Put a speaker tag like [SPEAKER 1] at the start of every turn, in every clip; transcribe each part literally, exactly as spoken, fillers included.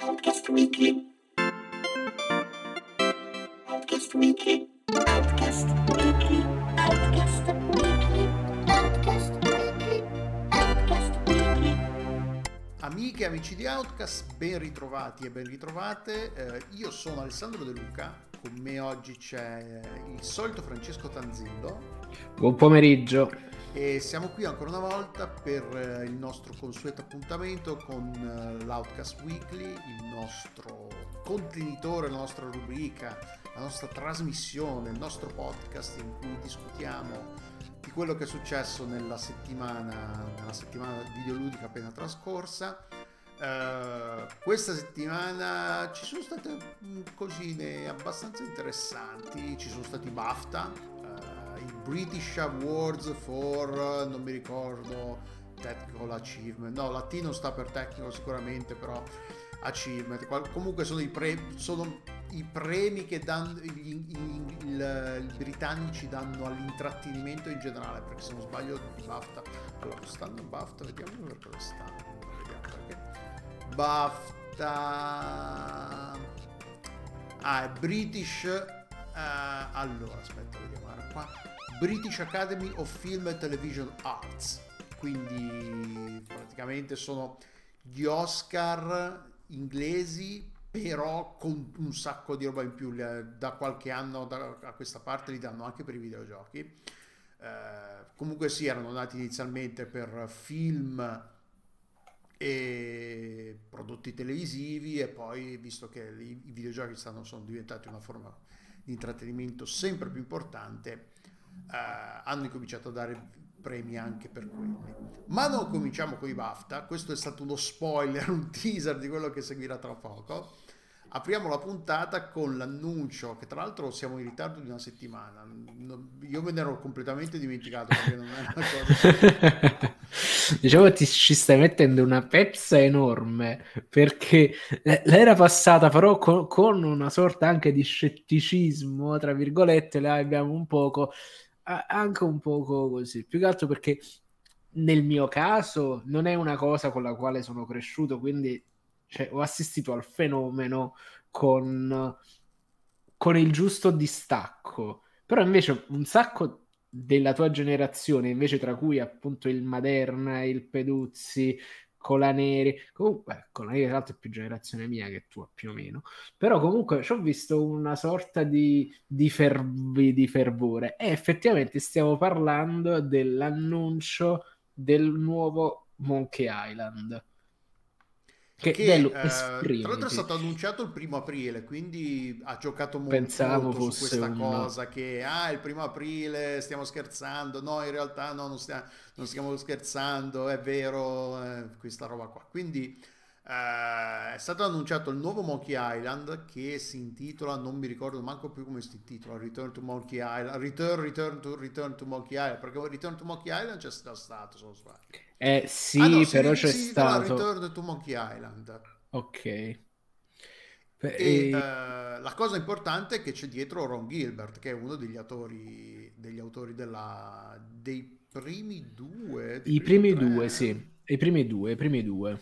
[SPEAKER 1] Outcast Weekly. Outcast Weekly. Outcast Weekly. Outcast Weekly. Outcast Weekly. Outcast Weekly.
[SPEAKER 2] Amiche e amici di Outcast, ben ritrovati e ben ritrovate. Eh, io sono Alessandro De Luca, con me oggi c'è il solito Francesco Tanzillo.
[SPEAKER 3] Buon pomeriggio.
[SPEAKER 2] E siamo qui ancora una volta per eh, il nostro consueto appuntamento con eh, l'Outcast Weekly, il nostro contenitore, la nostra rubrica, la nostra trasmissione, il nostro podcast in cui discutiamo di quello che è successo nella settimana, nella settimana videoludica appena trascorsa. Uh, questa settimana ci sono state cosine abbastanza interessanti, ci sono stati BAFTA, uh, i British Awards for, non mi ricordo, Technical Achievement, no, latino sta per technical sicuramente, però achievement, comunque sono i, pre, sono i premi che danno i, i, il, i britannici danno all'intrattenimento in generale, perché se non sbaglio i BAFTA, allora stanno BAFTA, vediamo per cosa stanno, vediamo perché BAFTA, ah è British, uh, allora aspetta vediamo qua, British Academy of Film and Television Arts, quindi praticamente sono gli Oscar inglesi però con un sacco di roba in più. Da qualche anno da, a questa parte li danno anche per i videogiochi. Eh, comunque sì, erano nati inizialmente per film e prodotti televisivi, e poi visto che i, i videogiochi stanno, sono diventati una forma di intrattenimento sempre più importante, eh, hanno incominciato a dare premi anche per quelli. Ma non cominciamo con i BAFTA, questo è stato uno spoiler, un teaser di quello che seguirà tra poco. Apriamo la puntata con l'annuncio, che tra l'altro siamo in ritardo di una settimana, io me ne ero completamente dimenticato perché non è una cosa
[SPEAKER 3] diciamo che ti, ci stai mettendo una pezza enorme, perché l'era passata però con, con una sorta anche di scetticismo tra virgolette, la abbiamo un poco anche un poco così, più che altro perché nel mio caso non è una cosa con la quale sono cresciuto, quindi cioè, ho assistito al fenomeno con, con il giusto distacco, però invece un sacco della tua generazione, invece tra cui appunto il Maderna, il Peduzzi, Colaneri, comunque Colaneri tra l'altro è più generazione mia che tua più o meno, però comunque ci ho visto una sorta di, di, fervi, di fervore, e effettivamente stiamo parlando dell'annuncio del nuovo Monkey Island. Che,
[SPEAKER 2] che
[SPEAKER 3] Delu,
[SPEAKER 2] eh, tra l'altro è stato annunciato il primo aprile, quindi ha giocato mo- molto su questa
[SPEAKER 3] un...
[SPEAKER 2] cosa che ah il primo aprile stiamo scherzando, no in realtà no, non, stia- non stiamo scherzando, è vero, eh, questa roba qua, quindi eh, è stato annunciato il nuovo Monkey Island che si intitola, non mi ricordo manco più come si intitola, Return to Monkey Island, Return, Return to, Return to Monkey Island, perché Return to Monkey Island c'è già stato, se non sbaglio.
[SPEAKER 3] Eh sì,
[SPEAKER 2] Ah no,
[SPEAKER 3] però
[SPEAKER 2] si,
[SPEAKER 3] c'è
[SPEAKER 2] si intitola
[SPEAKER 3] stato...
[SPEAKER 2] Return to Monkey Island.
[SPEAKER 3] Ok.
[SPEAKER 2] E
[SPEAKER 3] E...
[SPEAKER 2] eh, la cosa importante è che c'è dietro Ron Gilbert, che è uno degli autori, degli autori della, dei primi due, dei
[SPEAKER 3] I
[SPEAKER 2] primi
[SPEAKER 3] primi
[SPEAKER 2] tre.
[SPEAKER 3] due, sì. I primi due, i primi due.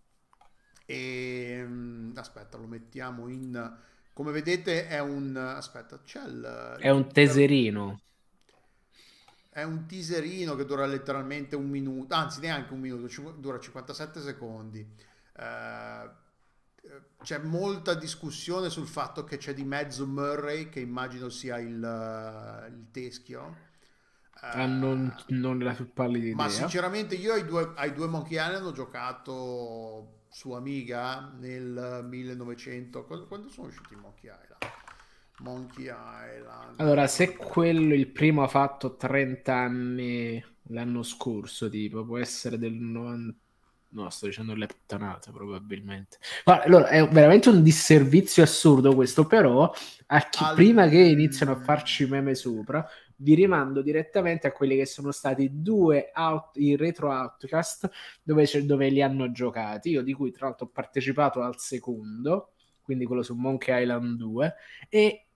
[SPEAKER 2] E aspetta, lo mettiamo in... Come vedete è un... Aspetta, c'è il...
[SPEAKER 3] È un teserino.
[SPEAKER 2] È un teaserino che dura letteralmente un minuto, anzi neanche un minuto, dura cinquantasette secondi. Eh, c'è molta discussione sul fatto che c'è di mezzo Murray, che immagino sia il, il teschio.
[SPEAKER 3] Ah, non,
[SPEAKER 2] Eh,
[SPEAKER 3] non ne ho la più pallida
[SPEAKER 2] ma
[SPEAKER 3] idea.
[SPEAKER 2] sinceramente io ai due, ai due Monkey Island ho giocato su Amiga nel millenovecento. Quando sono usciti i Monkey Island? Monkey Island.
[SPEAKER 3] Allora, se quello il primo ha fatto trenta anni l'anno scorso, tipo, può essere del novanta... No, sto dicendo le puttanate, probabilmente. Ma allora, è veramente un disservizio assurdo questo, però, a chi
[SPEAKER 2] Al...
[SPEAKER 3] prima che iniziano a farci meme sopra, vi rimando direttamente a quelli che sono stati due out, i retro Outcast, dove, dove li hanno giocati, io di cui tra l'altro ho partecipato al secondo, quindi quello su Monkey Island due, e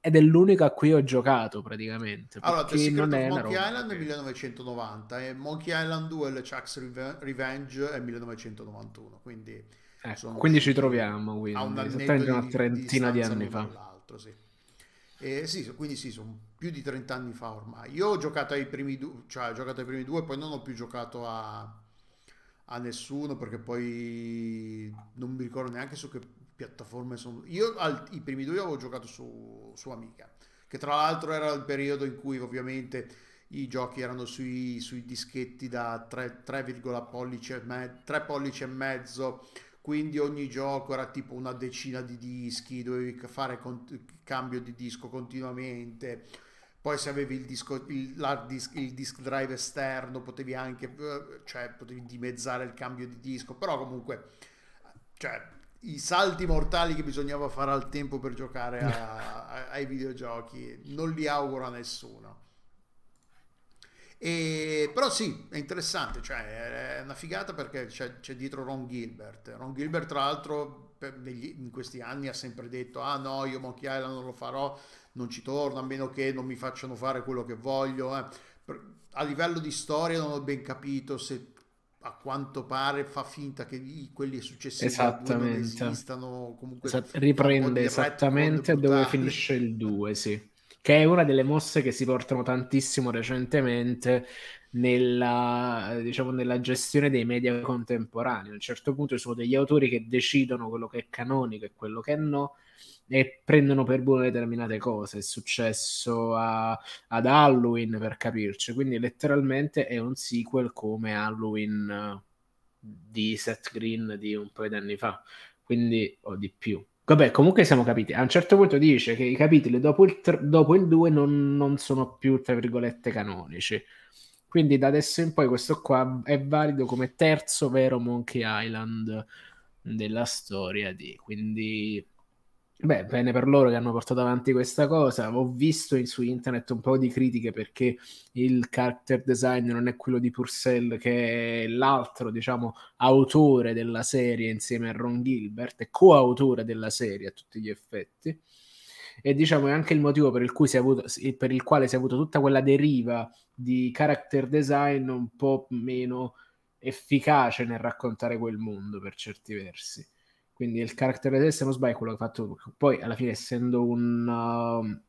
[SPEAKER 3] ed è l'unico a cui ho giocato praticamente,
[SPEAKER 2] Allora, The
[SPEAKER 3] perché
[SPEAKER 2] Secret
[SPEAKER 3] non
[SPEAKER 2] of
[SPEAKER 3] è una
[SPEAKER 2] Monkey
[SPEAKER 3] roba
[SPEAKER 2] Island è
[SPEAKER 3] che...
[SPEAKER 2] millenovecentonovanta e Monkey Island due, LeChuck's Reve- Revenge è millenovecentonovantuno, quindi
[SPEAKER 3] Ecco,
[SPEAKER 2] sono
[SPEAKER 3] quindi ci
[SPEAKER 2] usciti
[SPEAKER 3] troviamo,
[SPEAKER 2] a un
[SPEAKER 3] quindi
[SPEAKER 2] annetto
[SPEAKER 3] esattamente
[SPEAKER 2] di,
[SPEAKER 3] una
[SPEAKER 2] di- di
[SPEAKER 3] trentina di
[SPEAKER 2] distanza
[SPEAKER 3] anni
[SPEAKER 2] l'uno
[SPEAKER 3] fa.
[SPEAKER 2] dall'altro, sì. E sì, so- quindi sì, sono più di trenta anni fa ormai. Io ho giocato ai primi due, cioè ho giocato ai primi due, poi non ho più giocato a, a nessuno perché poi non mi ricordo neanche su che piattaforme sono. Io al- i primi due avevo giocato su, su Amiga, che tra l'altro era il periodo in cui ovviamente i giochi erano sui, sui dischetti da tre, tre virgola pollici e me- tre pollici e mezzo, quindi ogni gioco era tipo una decina di dischi, dovevi fare cont- cambio di disco continuamente. Poi se avevi il disco, il, l'hard disk, il disk drive esterno, potevi anche, eh, cioè, potevi dimezzare il cambio di disco, però comunque, cioè, i salti mortali che bisognava fare al tempo per giocare a- a- ai videogiochi non li auguro a nessuno. E, però sì, è interessante, cioè è una figata perché c'è, c'è dietro Ron Gilbert. Ron Gilbert, tra l'altro, per- negli- in questi anni ha sempre detto: Ah no, io Monkey Island non lo farò, non ci torno a meno che non mi facciano fare quello che voglio. eh." Per- a livello di storia non ho ben capito se a quanto pare fa finta che i- quelli successivi al due non
[SPEAKER 3] Esattamente.
[SPEAKER 2] esistano, comunque
[SPEAKER 3] Esa-
[SPEAKER 2] fa un po'
[SPEAKER 3] riprende
[SPEAKER 2] di retcon
[SPEAKER 3] esattamente dove
[SPEAKER 2] brutale.
[SPEAKER 3] finisce il due, sì. Che è una delle mosse che si portano tantissimo recentemente nella, diciamo, nella gestione dei media contemporanei. A un certo punto ci sono degli autori che decidono quello che è canonico e quello che no, e prendono per buone determinate cose. È successo a- ad Halloween, per capirci. Quindi letteralmente è un sequel come Halloween eh, di Seth Green di un paio di anni fa, quindi o di più. Vabbè, comunque siamo capiti. A un certo punto dice che i capitoli dopo il, tre- dopo il due non, non sono più, tra virgolette, canonici. Quindi da adesso in poi questo qua è valido come terzo vero Monkey Island della storia di. Quindi, beh, bene per loro che hanno portato avanti questa cosa. Ho visto in- su internet un po' di critiche perché il character design non è quello di Purcell, che è l'altro, diciamo, autore della serie insieme a Ron Gilbert e coautore della serie a tutti gli effetti. E diciamo è anche il motivo per il, cui si è avuto, per il quale si è avuto tutta quella deriva di character design un po' meno efficace nel raccontare quel mondo per certi versi. Quindi il character design, se non sbaglio, è quello che ha fatto poi alla fine, essendo un uh,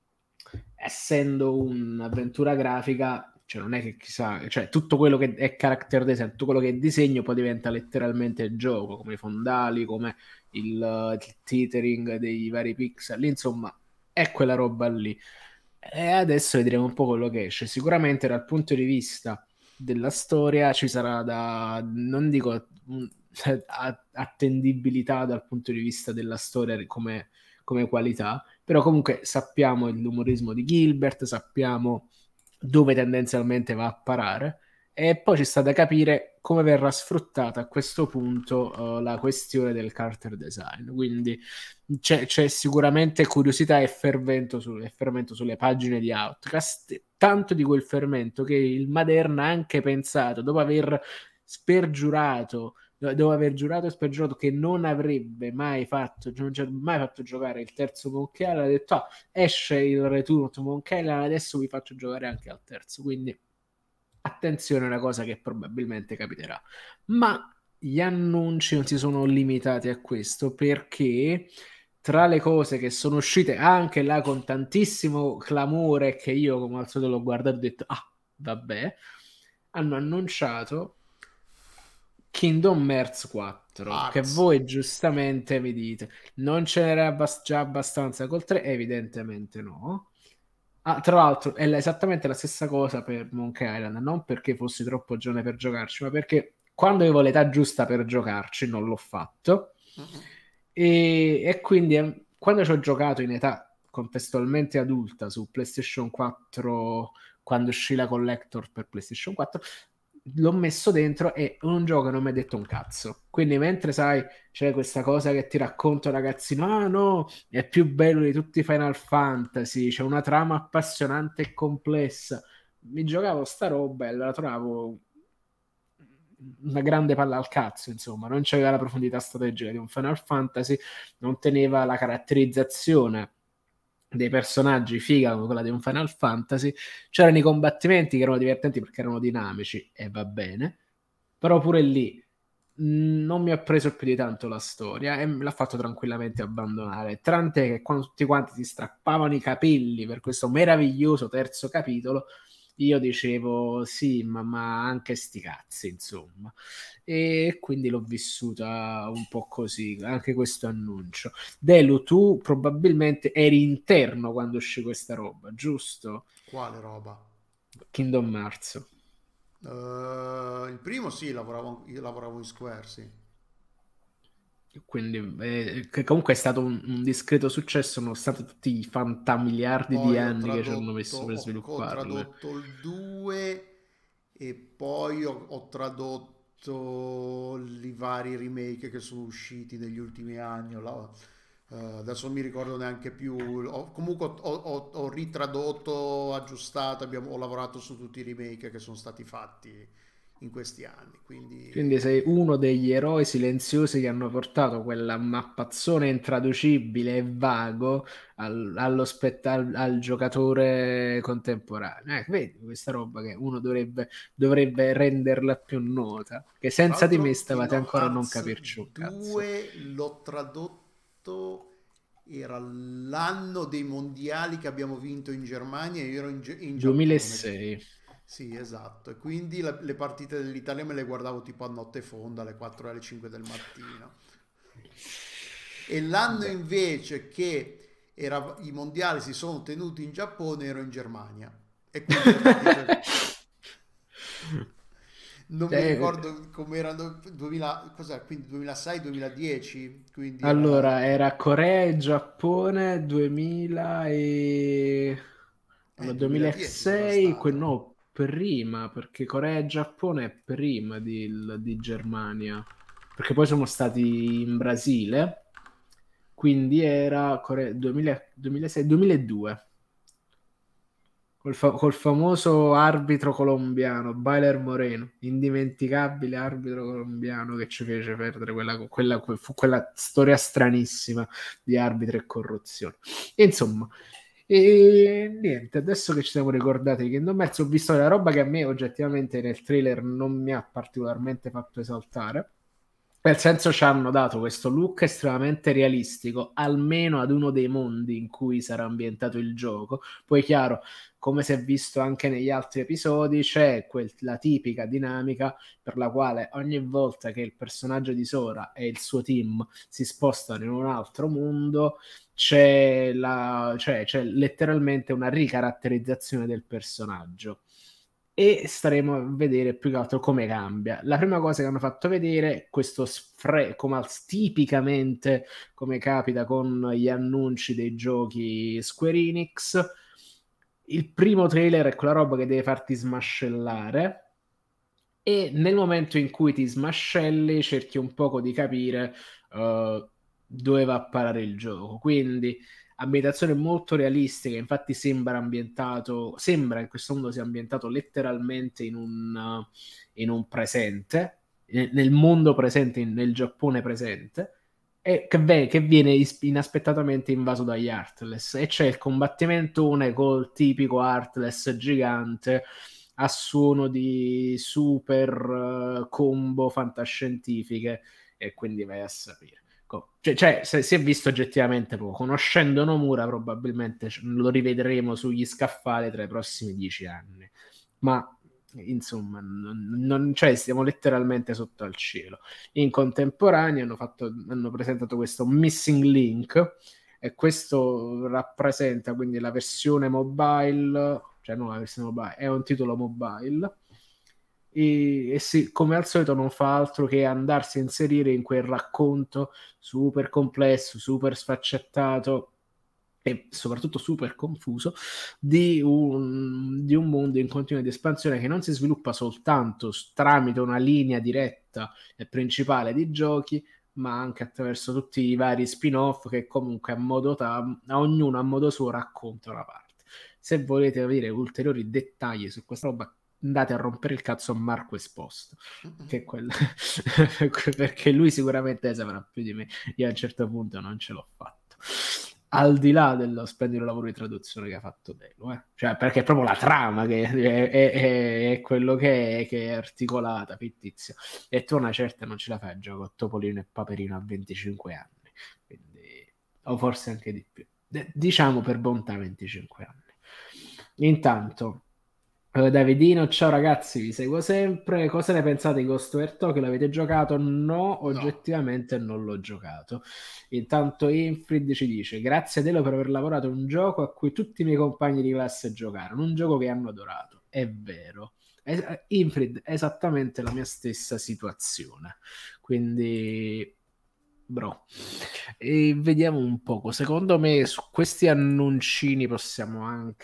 [SPEAKER 3] essendo un'avventura grafica, cioè non è che chissà, cioè tutto quello che è character design, tutto quello che è disegno poi diventa letteralmente gioco, come i fondali, come il, uh, il tethering dei vari pixel, insomma, è quella roba lì. E adesso vedremo un po' quello che esce. Sicuramente dal punto di vista della storia ci sarà da, non dico un- a- attendibilità dal punto di vista della storia come, come qualità, però comunque sappiamo l'umorismo di Gilbert, sappiamo dove tendenzialmente va a parare e poi ci sta da capire come verrà sfruttata a questo punto eh, la questione del character design. Quindi c'è, c'è sicuramente curiosità e fermento, su- e fermento sulle pagine di Outcast, tanto di quel fermento che il Maderna ha anche pensato, dopo aver spergiurato, dopo aver giurato e spergiurato che non avrebbe mai fatto, non ci avrebbe mai fatto giocare il terzo Monkey Island, ha detto, ah, esce il Return to Monkey Island, adesso vi faccio giocare anche al terzo, quindi attenzione, è una cosa che probabilmente capiterà. Ma gli annunci non si sono limitati a questo, perché tra le cose che sono uscite anche là con tantissimo clamore, che io come al solito l'ho guardato e ho detto, ah, vabbè, hanno annunciato Kingdom Hearts quattro, che
[SPEAKER 2] Arts.
[SPEAKER 3] voi giustamente mi dite, non ce n'era abbas- già abbastanza col tre? Evidentemente no. Ah, tra l'altro è la- esattamente la stessa cosa per Monkey Island, non perché fossi troppo giovane per giocarci, ma perché quando avevo l'età giusta per giocarci non l'ho fatto.
[SPEAKER 2] Mm-mm.
[SPEAKER 3] E, e quindi eh, quando ci ho giocato in età contestualmente adulta su PlayStation quattro, quando uscì la Collector per PlayStation quattro, l'ho messo dentro e un gioco che non mi ha detto un cazzo. Quindi mentre sai, c'è questa cosa che ti racconta un ragazzino, ah no, è più bello di tutti i Final Fantasy, c'è una trama appassionante e complessa. Mi giocavo sta roba e la trovavo una grande palla al cazzo, insomma, non c'aveva la profondità strategica di un Final Fantasy, non teneva la caratterizzazione dei personaggi figa come quella di un Final Fantasy, c'erano i combattimenti che erano divertenti perché erano dinamici e va bene, però pure lì mh, non mi ha preso più di tanto la storia e me l'ha fatto tranquillamente abbandonare, tant'è che quando tutti quanti si strappavano i capelli per questo meraviglioso terzo capitolo, io dicevo sì, ma, ma anche sti cazzi, insomma. E quindi l'ho vissuta un po' così, anche questo annuncio. Delu, tu probabilmente eri interno quando uscì questa roba, giusto?
[SPEAKER 2] Quale roba?
[SPEAKER 3] Kingdom Hearts.
[SPEAKER 2] Eh, il primo sì, lavoravo, io lavoravo in Square, sì.
[SPEAKER 3] Quindi, eh, che comunque è stato un, un discreto successo, nonostante tutti i fantamiliardi di
[SPEAKER 2] Poi ho
[SPEAKER 3] anni che ci hanno
[SPEAKER 2] tradotto,
[SPEAKER 3] messo per
[SPEAKER 2] ho, ho
[SPEAKER 3] svilupparle.
[SPEAKER 2] tradotto il due e poi ho, ho tradotto i vari remake che sono usciti negli ultimi anni. Ho la- eh, adesso non mi ricordo neanche più. Ho- comunque ho, ho- ho ritradotto, aggiustato, abbiamo- ho lavorato su tutti i remake che sono stati fatti in questi anni.
[SPEAKER 3] Quindi
[SPEAKER 2] Quindi
[SPEAKER 3] sei uno degli eroi silenziosi che hanno portato quella mappazzone intraducibile e vago al, allo spetta- al, al giocatore contemporaneo. Eh, vedi questa roba che uno dovrebbe, dovrebbe renderla più nota, che
[SPEAKER 2] tra
[SPEAKER 3] senza di me
[SPEAKER 2] l'altro
[SPEAKER 3] stavate
[SPEAKER 2] Kingdom
[SPEAKER 3] ancora a non
[SPEAKER 2] Hearts
[SPEAKER 3] capirci un cazzo.
[SPEAKER 2] due l'ho tradotto, era l'anno dei mondiali che abbiamo vinto in Germania e io ero in, Ge- in Giappone.
[SPEAKER 3] duemilasei.
[SPEAKER 2] Sì, esatto. E quindi la- le partite dell'Italia me le guardavo tipo a notte fonda, alle quattro e alle cinque del mattino. E l'anno
[SPEAKER 3] Beh.
[SPEAKER 2] invece che era- i mondiali si sono tenuti in Giappone ero in Germania. E quindi le partite... Non mi
[SPEAKER 3] Cioè,
[SPEAKER 2] ricordo com'erano, duemila, cos'è? Quindi duemilasei-duemiladieci, quindi era
[SPEAKER 3] allora, era Corea e Giappone duemila e...
[SPEAKER 2] eh,
[SPEAKER 3] no,
[SPEAKER 2] duemiladieci sarà
[SPEAKER 3] duemilasei, que-
[SPEAKER 2] stato.
[SPEAKER 3] no, prima, perché Corea e Giappone è prima di, di Germania, perché poi sono stati in Brasile, quindi era Corea, duemila duemilasei, duemiladue. Col, fa- col famoso arbitro colombiano, Baler Moreno, indimenticabile arbitro colombiano che ci fece perdere quella, quella, que- fu quella storia stranissima di arbitro e corruzione. Insomma, e niente, adesso che ci siamo ricordati di Kingdom Hearts, ho visto la roba che a me oggettivamente nel trailer non mi ha particolarmente fatto esaltare. Nel senso ci hanno dato questo look estremamente realistico, almeno ad uno dei mondi in cui sarà ambientato il gioco. Poi chiaro, come si è visto anche negli altri episodi, c'è quel- la tipica dinamica per la quale ogni volta che il personaggio di Sora e il suo team si spostano in un altro mondo, c'è, la, cioè, c'è letteralmente una ricaratterizzazione del personaggio. E staremo a vedere più che altro come cambia. La prima cosa che hanno fatto vedere, questo sfre- come al- tipicamente come capita con gli annunci dei giochi Square Enix, il primo trailer è quella roba che deve farti smascellare e nel momento in cui ti smascelli cerchi un poco di capire eh, dove va a parare il gioco. Quindi ambientazione molto realistica, infatti sembra ambientato, sembra in questo mondo sia ambientato letteralmente in un, uh, in un presente, nel, nel mondo presente, in- nel Giappone presente. E che, ve- che viene is- inaspettatamente invaso dagli Heartless e c'è il combattimentone col tipico Heartless gigante a suono di super eh, combo fantascientifiche e quindi vai a sapere. Co- Cioè, cioè, se- si è visto oggettivamente poco. Conoscendo Nomura, probabilmente c- lo rivedremo sugli scaffali tra i prossimi dieci anni. Ma insomma, non, non- cioè, stiamo letteralmente sotto al cielo. In contemporanea hanno, fatto, hanno presentato questo Missing Link e questo rappresenta quindi la versione mobile, cioè non la versione mobile, è un titolo mobile e, e sì, come al solito non fa altro che andarsi a inserire in quel racconto super complesso, super sfaccettato e soprattutto super confuso di un, di un mondo in continua di espansione che non si sviluppa soltanto s- tramite una linea diretta e principale di giochi, ma anche attraverso tutti i vari spin-off che comunque a modo ta- a ognuno a modo suo racconta una parte. Se volete avere ulteriori dettagli su questa roba, andate a rompere il cazzo a Marco Esposto, che è quel... perché lui sicuramente saprà più di me. Io a un certo punto non ce l'ho fatto. al di là dello splendido lavoro di traduzione che ha fatto Delo, eh. Cioè, perché è proprio la trama che è, è- è- è quello che è, che è articolata, fittizia. E tu una certa non ce la fai a giocare con Topolino e Paperino a venticinque anni, quindi, o forse anche di più. D- diciamo per bontà venticinque anni. Intanto, eh, Davidino, ciao ragazzi, vi seguo sempre. Cosa ne pensate di Ghost Over Tokyo? L'avete giocato? No,
[SPEAKER 2] No.
[SPEAKER 3] oggettivamente non l'ho giocato. Intanto Infrid ci dice: Grazie a Delo per aver lavorato un gioco a cui tutti i miei compagni di classe giocarono, un gioco che hanno adorato. È vero. Es- Infrid, esattamente la mia stessa situazione. Quindi, bro, e vediamo un poco. Secondo me, su questi annoncini possiamo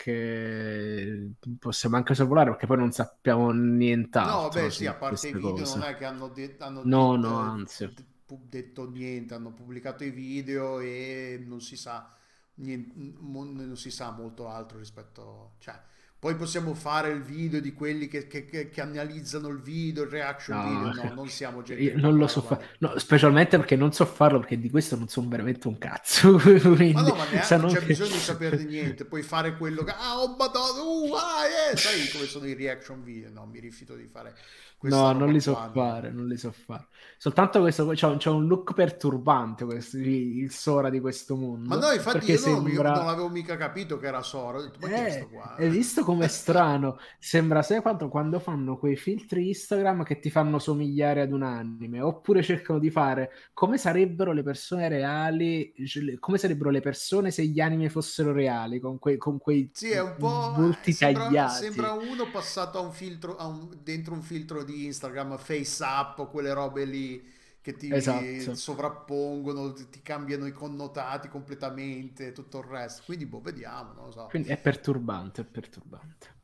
[SPEAKER 3] anche possiamo anche sorvolare perché poi non sappiamo
[SPEAKER 2] No, beh,
[SPEAKER 3] nient'altro
[SPEAKER 2] sì, a
[SPEAKER 3] su
[SPEAKER 2] parte i
[SPEAKER 3] queste
[SPEAKER 2] video non
[SPEAKER 3] cose.
[SPEAKER 2] è che hanno, de- hanno
[SPEAKER 3] No,
[SPEAKER 2] de-
[SPEAKER 3] no,
[SPEAKER 2] eh,
[SPEAKER 3] anzi.
[SPEAKER 2] de- pu- detto niente, hanno pubblicato i video e non si sa, nien- mo- non si sa molto altro rispetto. Cioè, poi possiamo fare il video di quelli che, che- che- che analizzano il video, il reaction video.
[SPEAKER 3] No,
[SPEAKER 2] No, non siamo gente
[SPEAKER 3] io
[SPEAKER 2] che fa
[SPEAKER 3] non lo
[SPEAKER 2] quella
[SPEAKER 3] so
[SPEAKER 2] roba
[SPEAKER 3] fare,
[SPEAKER 2] lì.
[SPEAKER 3] no, specialmente perché non so farlo perché di questo non so veramente un cazzo.
[SPEAKER 2] Ma
[SPEAKER 3] Quindi,
[SPEAKER 2] no, ma neanche,
[SPEAKER 3] se
[SPEAKER 2] non
[SPEAKER 3] non
[SPEAKER 2] c'è
[SPEAKER 3] che...
[SPEAKER 2] bisogno di saperne niente, puoi fare quello che. Ah, oh madonna, uh, ah, eh, sai come sono i reaction video? No, mi rifiuto di fare questa
[SPEAKER 3] No, non
[SPEAKER 2] roba
[SPEAKER 3] li so
[SPEAKER 2] qua, no.
[SPEAKER 3] fare, non li so fare. Soltanto questo, c'è un, c'è un look perturbante, questo, il Sora di questo
[SPEAKER 2] Ma
[SPEAKER 3] mondo,
[SPEAKER 2] no, infatti
[SPEAKER 3] perché
[SPEAKER 2] io non, mi- non
[SPEAKER 3] sembra...
[SPEAKER 2] avevo mica capito che era Sora. Ho detto, ma chi è
[SPEAKER 3] Eh,
[SPEAKER 2] sto qua?
[SPEAKER 3] hai visto com'è strano? Sembra, sai quando, quando fanno quei filtri Instagram che ti fanno somigliare ad un anime, oppure cercano di fare come sarebbero le persone reali, cioè, come sarebbero le persone se gli anime fossero reali, con quei, con quei
[SPEAKER 2] Sì, è un po'. eh,
[SPEAKER 3] volti
[SPEAKER 2] Sembra, sembra
[SPEAKER 3] tagliati.
[SPEAKER 2] uno passato a un filtro, a un- dentro un filtro di Instagram, Face Up o quelle robe lì che ti
[SPEAKER 3] Esatto.
[SPEAKER 2] sovrappongono, ti ti cambiano i connotati completamente, tutto il resto. Quindi, boh, vediamo, non lo so.
[SPEAKER 3] Quindi è perturbante, è perturbante.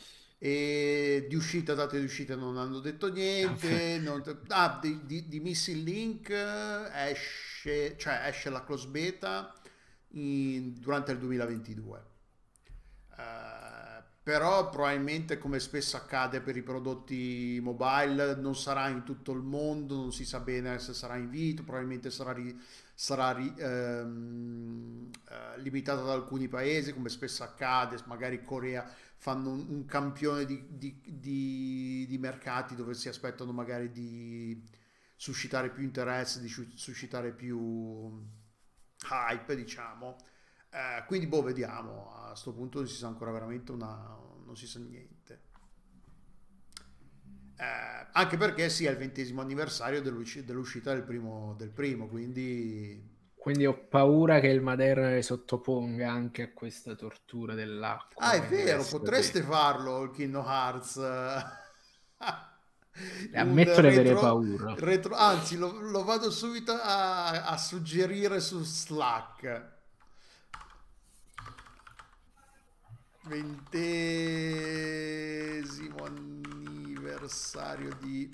[SPEAKER 2] E di uscita, date di uscita non hanno detto niente. non- ah, di, di, di Missing Link eh, esce, cioè esce la close beta in- durante il duemilaventidue. Eh, però probabilmente come spesso accade per i prodotti mobile non sarà in tutto il mondo, non si sa bene se sarà in Vita, probabilmente sarà, ri- sarà ri- ehm, eh, limitata ad alcuni paesi come spesso accade, magari Corea fanno un, un campione di, di- di- di mercati dove si aspettano magari di suscitare più interesse, di su- suscitare più hype, diciamo. Eh, quindi, boh, vediamo. A sto punto non si sa ancora veramente una. Non si sa niente. Eh, anche perché sì, è il ventesimo anniversario dell'usci- dell'uscita del primo, del primo, quindi.
[SPEAKER 3] Quindi ho paura che il Madeira le sottoponga anche a questa tortura
[SPEAKER 2] Ah,
[SPEAKER 3] dell'acqua,
[SPEAKER 2] è
[SPEAKER 3] quindi
[SPEAKER 2] vero,
[SPEAKER 3] verso te.
[SPEAKER 2] potreste farlo il Kingdom Hearts. Un
[SPEAKER 3] Ammetto di avere
[SPEAKER 2] retro,
[SPEAKER 3] paura.
[SPEAKER 2] retro, anzi, lo, lo vado subito a, a suggerire su Slack. Ventesimo anniversario di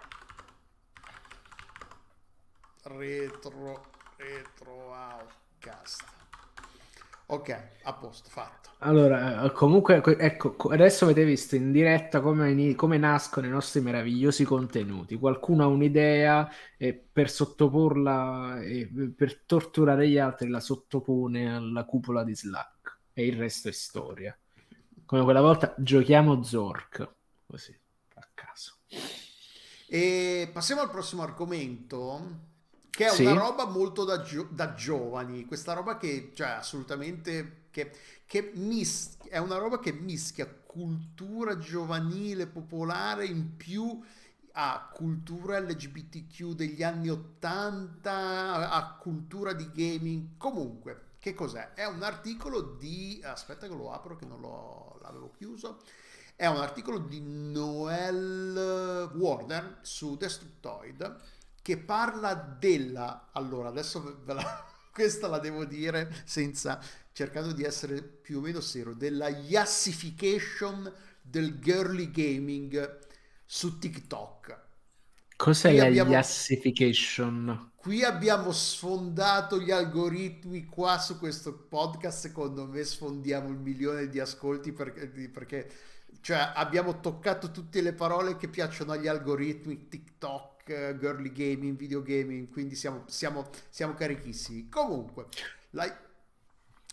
[SPEAKER 2] Retro Retro Outcast. Ok, a posto, fatto.
[SPEAKER 3] Allora, eh, comunque, que- ecco, co- adesso avete visto in diretta come, ini- come nascono i nostri meravigliosi contenuti. Qualcuno ha un'idea e per sottoporla e per torturare gli altri la sottopone alla cupola di Slack e il resto è storia. Come quella volta giochiamo Zork, così, a caso.
[SPEAKER 2] E passiamo al prossimo argomento, che è una
[SPEAKER 3] Sì?
[SPEAKER 2] roba molto da, gio- da giovani, questa roba che, cioè, assolutamente, che, che mis- è una roba che mischia cultura giovanile popolare in più a cultura L G B T Q degli anni ottanta, a cultura di gaming, comunque. Che cos'è? È un articolo di. Aspetta che lo apro che non l'ho- l'avevo chiuso. È un articolo di Noel Warner su Destructoid che parla della. Allora, adesso ve la- questa la devo dire senza. Cercando di essere più o meno serio, della yassification del girly gaming su TikTok.
[SPEAKER 3] Cos'è
[SPEAKER 2] Qui
[SPEAKER 3] la
[SPEAKER 2] abbiamo.
[SPEAKER 3] yassification?
[SPEAKER 2] Qui abbiamo sfondato gli algoritmi qua su questo podcast, secondo me sfondiamo il milione di ascolti perché, perché cioè, abbiamo toccato tutte le parole che piacciono agli algoritmi, TikTok, eh, girly gaming, videogaming, quindi siamo, siamo, siamo carichissimi. Comunque, la,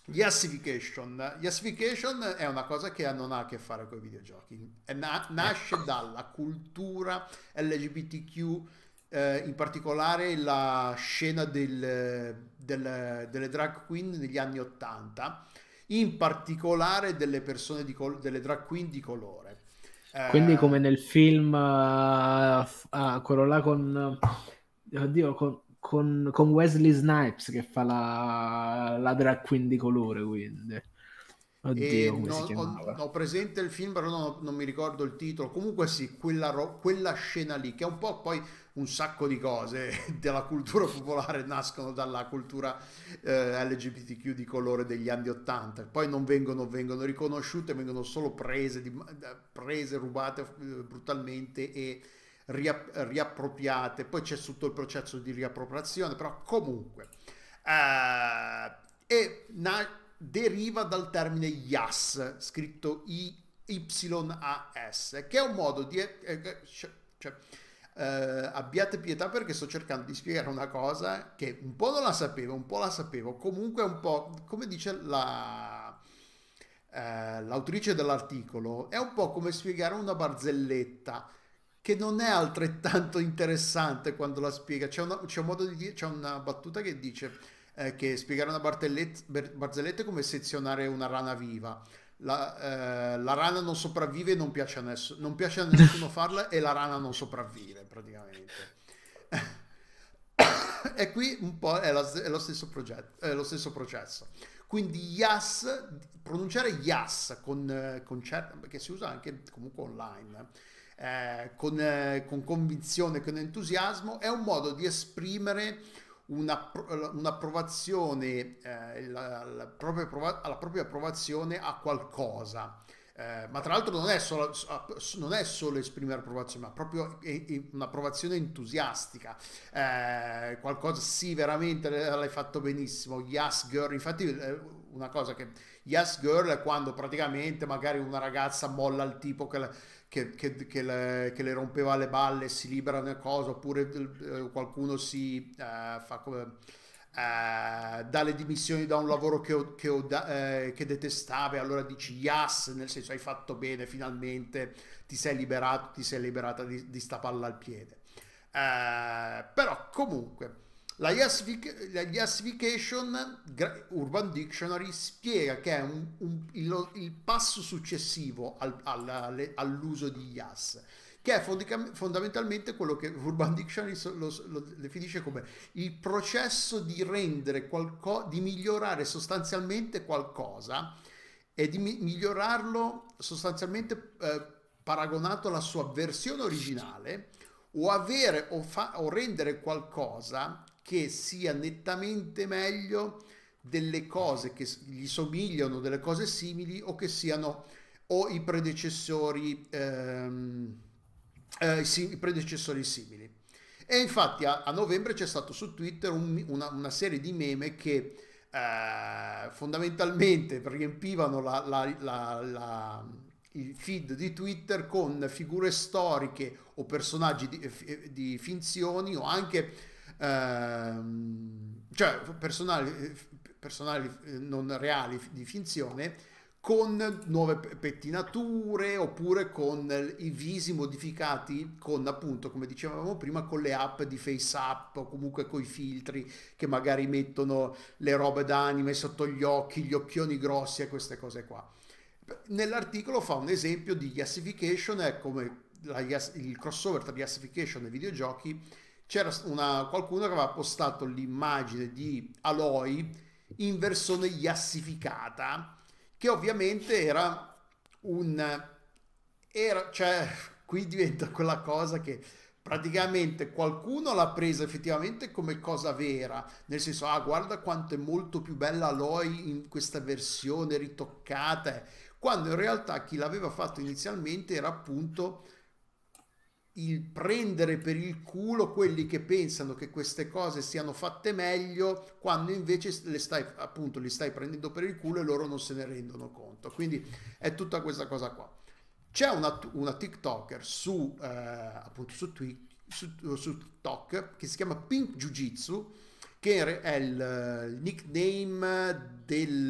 [SPEAKER 2] Yassification. Yassification è una cosa che non ha a che fare con i videogiochi. È na- nasce
[SPEAKER 3] Ecco.
[SPEAKER 2] dalla cultura L G B T Q, eh, in particolare la scena del- del- delle drag queen negli anni ottanta, in particolare delle persone di col- delle drag queen di colore.
[SPEAKER 3] Quindi come
[SPEAKER 2] Eh,
[SPEAKER 3] nel film, eh, f- ah, quello là con, oddio, con, con- con Wesley Snipes che fa la, la drag queen di colore, quindi.
[SPEAKER 2] E
[SPEAKER 3] Oddio, come si
[SPEAKER 2] non- ho,
[SPEAKER 3] chiamava?
[SPEAKER 2] ho presente il film, però non, non mi ricordo il titolo. Comunque sì, quella, ro- quella scena lì, che è un po' poi un sacco di cose della cultura popolare nascono dalla cultura eh, L G B T Q di colore degli anni ottanta. Poi non vengono, vengono riconosciute, vengono solo prese, di- prese rubate eh, brutalmente e riapp- riappropriate. Poi c'è tutto il processo di riappropriazione, però comunque. Eh, e na- deriva dal termine yas, scritto I Y-A-S, che è un modo di... eh, eh, cioè, eh, abbiate pietà perché sto cercando di spiegare una cosa che un po' non la sapevo, un po' la sapevo, comunque è un po', come dice la, eh, l'autrice dell'articolo, è un po' come spiegare una barzelletta che non è altrettanto interessante quando la spiega. C'è, una- c'è un modo di dire, c'è una battuta che dice eh, che spiegare una bartellett- ber- barzelletta è come sezionare una rana viva. La, eh, la rana non sopravvive e non piace a, ness- non piace a nessuno farla e la rana non sopravvive praticamente. E qui un po' è, la- è lo stesso progetto, è lo stesso processo. Quindi yas, pronunciare yas con, eh, con cer- perché si usa anche comunque online, eh, con, eh, con convinzione, con entusiasmo, è un modo di esprimere una- un'approvazione, eh, la, la propria, approva- la propria approvazione a qualcosa. Eh, ma tra l'altro non è solo, non è solo esprimere approvazione, ma proprio e- e un'approvazione entusiastica. Eh, qualcosa, sì, veramente l'hai fatto benissimo. Yes, girl. Infatti, eh, una cosa che yes, girl è quando praticamente magari una ragazza molla il tipo che, le- che- che- che le, che le rompeva le balle, si libera una cosa, oppure eh, qualcuno si eh, fa come eh, dà le dimissioni da un lavoro che, o- che, oda- eh, che detestava e allora dici yes, nel senso hai fatto bene, finalmente ti sei liberato, ti sei liberata di, di sta palla al piede. Eh, però comunque la yassific- la yassification, Gra- Urban Dictionary spiega che è un- un- il, il passo successivo al- alla- alle- all'uso di yas, che è fondica- fondamentalmente quello che Urban Dictionary so- lo, lo definisce come il processo di rendere qualcosa, di migliorare sostanzialmente qualcosa e di mi- migliorarlo sostanzialmente eh, paragonato alla sua versione originale o avere o, fa- o rendere qualcosa che sia nettamente meglio delle cose che s- gli somigliano, delle cose simili o che siano o i predecessori, ehm, eh, sì, i predecessori simili. E infatti a, a novembre c'è stato su Twitter un- una, una serie di meme che eh, fondamentalmente riempivano la, la- la- la- il feed di Twitter con figure storiche o personaggi di, eh, di finzioni o anche ehm, cioè personali, personali eh, non reali di finzione con nuove pettinature oppure con i visi modificati con appunto come dicevamo prima con le app di face app o comunque con i filtri che magari mettono le robe d'anime sotto gli occhi, gli occhioni grossi e queste cose qua. Nell'articolo fa un esempio di yassification, è come la yass- il crossover tra yassification e videogiochi. C'era una, qualcuno che aveva postato l'immagine di Aloy in versione yassificata, che ovviamente era un... Era, cioè, qui diventa quella cosa che praticamente qualcuno l'ha presa effettivamente come cosa vera, nel senso, ah, guarda quanto è molto più bella Aloy in questa versione ritoccata, quando in realtà chi l'aveva fatto inizialmente era appunto il prendere per il culo quelli che pensano che queste cose siano fatte meglio, quando invece le stai, appunto, li stai prendendo per il culo e loro non se ne rendono conto. Quindi è tutta questa cosa qua. C'è una, una TikToker su, eh, appunto su, Twitch, su, su TikTok che si chiama Pink Jiu Jitsu che è il, il nickname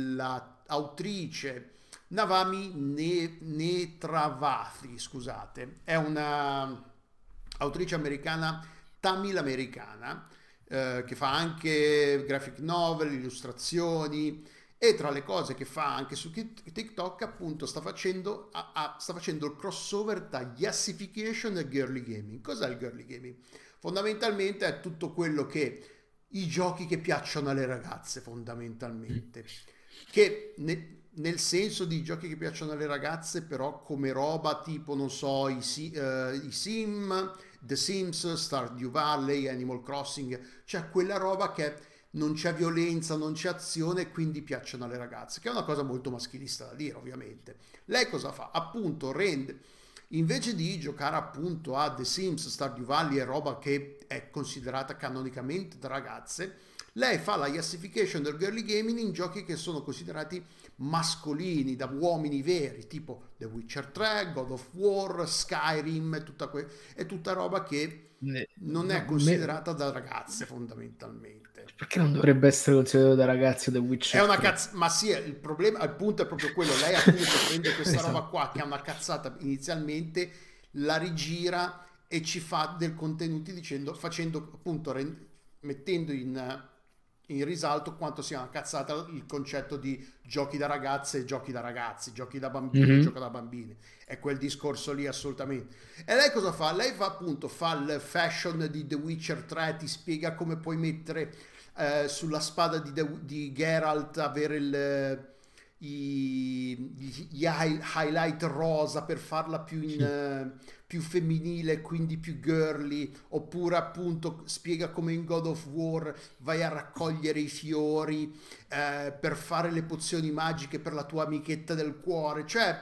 [SPEAKER 2] dell'autrice Navami ne- Netravati, scusate, è una autrice americana, tamil americana, eh, che fa anche graphic novel, illustrazioni, e tra le cose che fa anche su Tik- TikTok, appunto, sta facendo, ha- ha- sta facendo il crossover tra yassification e girly gaming. Cos'è il girly gaming? Fondamentalmente è tutto quello che i giochi che piacciono alle ragazze, fondamentalmente, che ne- nel senso di giochi che piacciono alle ragazze, però come roba tipo, non so, i, Si- eh, i Sim, The Sims, Stardew Valley, Animal Crossing, cioè quella roba che non c'è violenza, non c'è azione, e quindi piacciono alle ragazze, che è una cosa molto maschilista da dire, ovviamente. Lei cosa fa? Appunto, rende, invece di giocare appunto a The Sims, Stardew Valley e roba che è considerata canonicamente da ragazze, lei fa la yassification del girly gaming in giochi che sono considerati mascolini, da uomini veri, tipo The Witcher tre, God of War, Skyrim, e tutta, que- è tutta roba che
[SPEAKER 3] Ne-
[SPEAKER 2] non
[SPEAKER 3] no,
[SPEAKER 2] è
[SPEAKER 3] me-
[SPEAKER 2] considerata da ragazze fondamentalmente.
[SPEAKER 3] Perché non dovrebbe essere considerato da ragazzi The
[SPEAKER 2] È
[SPEAKER 3] Witcher
[SPEAKER 2] una
[SPEAKER 3] tre?
[SPEAKER 2] cazz- ma sì, il problema, il punto è proprio quello. Lei appunto prende questa roba
[SPEAKER 3] Esatto.
[SPEAKER 2] qua che è una cazzata inizialmente, la rigira e ci fa del contenuti dicendo, facendo appunto, ren- mettendo in, in risalto quanto sia una cazzata il concetto di giochi da ragazze e giochi da ragazzi, giochi da bambini e
[SPEAKER 3] Mhm.
[SPEAKER 2] giochi da bambine. È quel discorso lì assolutamente. E lei cosa fa? Lei fa appunto, fa il fashion di The Witcher tre, ti spiega come puoi mettere eh, sulla spada di, The- di Geralt, avere il, i- gli, gli hi- highlight rosa per farla più, in, eh, più femminile, quindi più girly, oppure appunto spiega come in God of War vai a raccogliere i fiori eh, per fare le pozioni magiche per la tua amichetta del cuore, cioè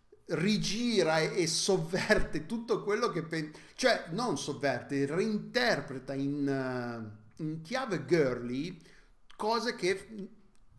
[SPEAKER 2] rigira e, e sovverte tutto quello che pen- cioè non sovverte, reinterpreta in, eh, in chiave girly cose che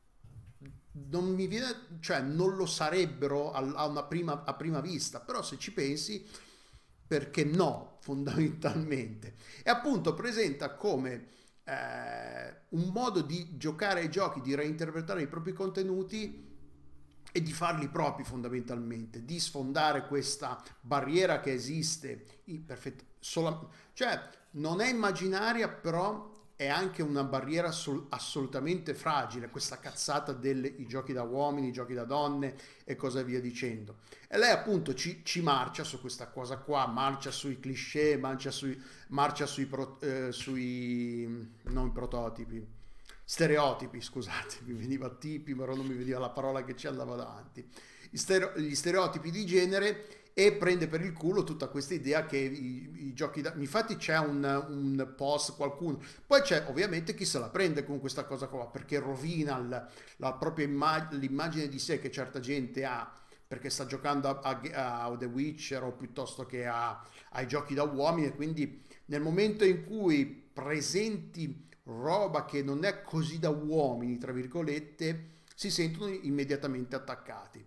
[SPEAKER 2] non mi viene, cioè non lo sarebbero al- a una prima, a prima vista, però se ci pensi, perché no, fondamentalmente. E appunto presenta come eh, un modo di giocare ai giochi, di reinterpretare i propri contenuti e di farli propri fondamentalmente, di sfondare questa barriera che esiste, in perfett- sola- cioè non è immaginaria, però è anche una barriera sol- assolutamente fragile, questa cazzata dei giochi da uomini, i giochi da donne e così via dicendo. E lei appunto ci, ci marcia su questa cosa qua, marcia sui cliché, marcia sui, marcia sui, pro- eh, sui non prototipi, stereotipi, scusate, mi veniva tipi, però non mi veniva la parola che ci andava davanti. Gli, stereo- gli stereotipi di genere, e prende per il culo tutta questa idea che i, i giochi da... Infatti c'è un, un post, qualcuno... Poi c'è ovviamente chi se la prende con questa cosa qua, perché rovina il- la propria imma- l'immagine di sé che certa gente ha, perché sta giocando a, a- a The Witcher o piuttosto che a- ai giochi da uomini, e quindi nel momento in cui presenti roba che non è così da uomini, tra virgolette, si sentono immediatamente attaccati.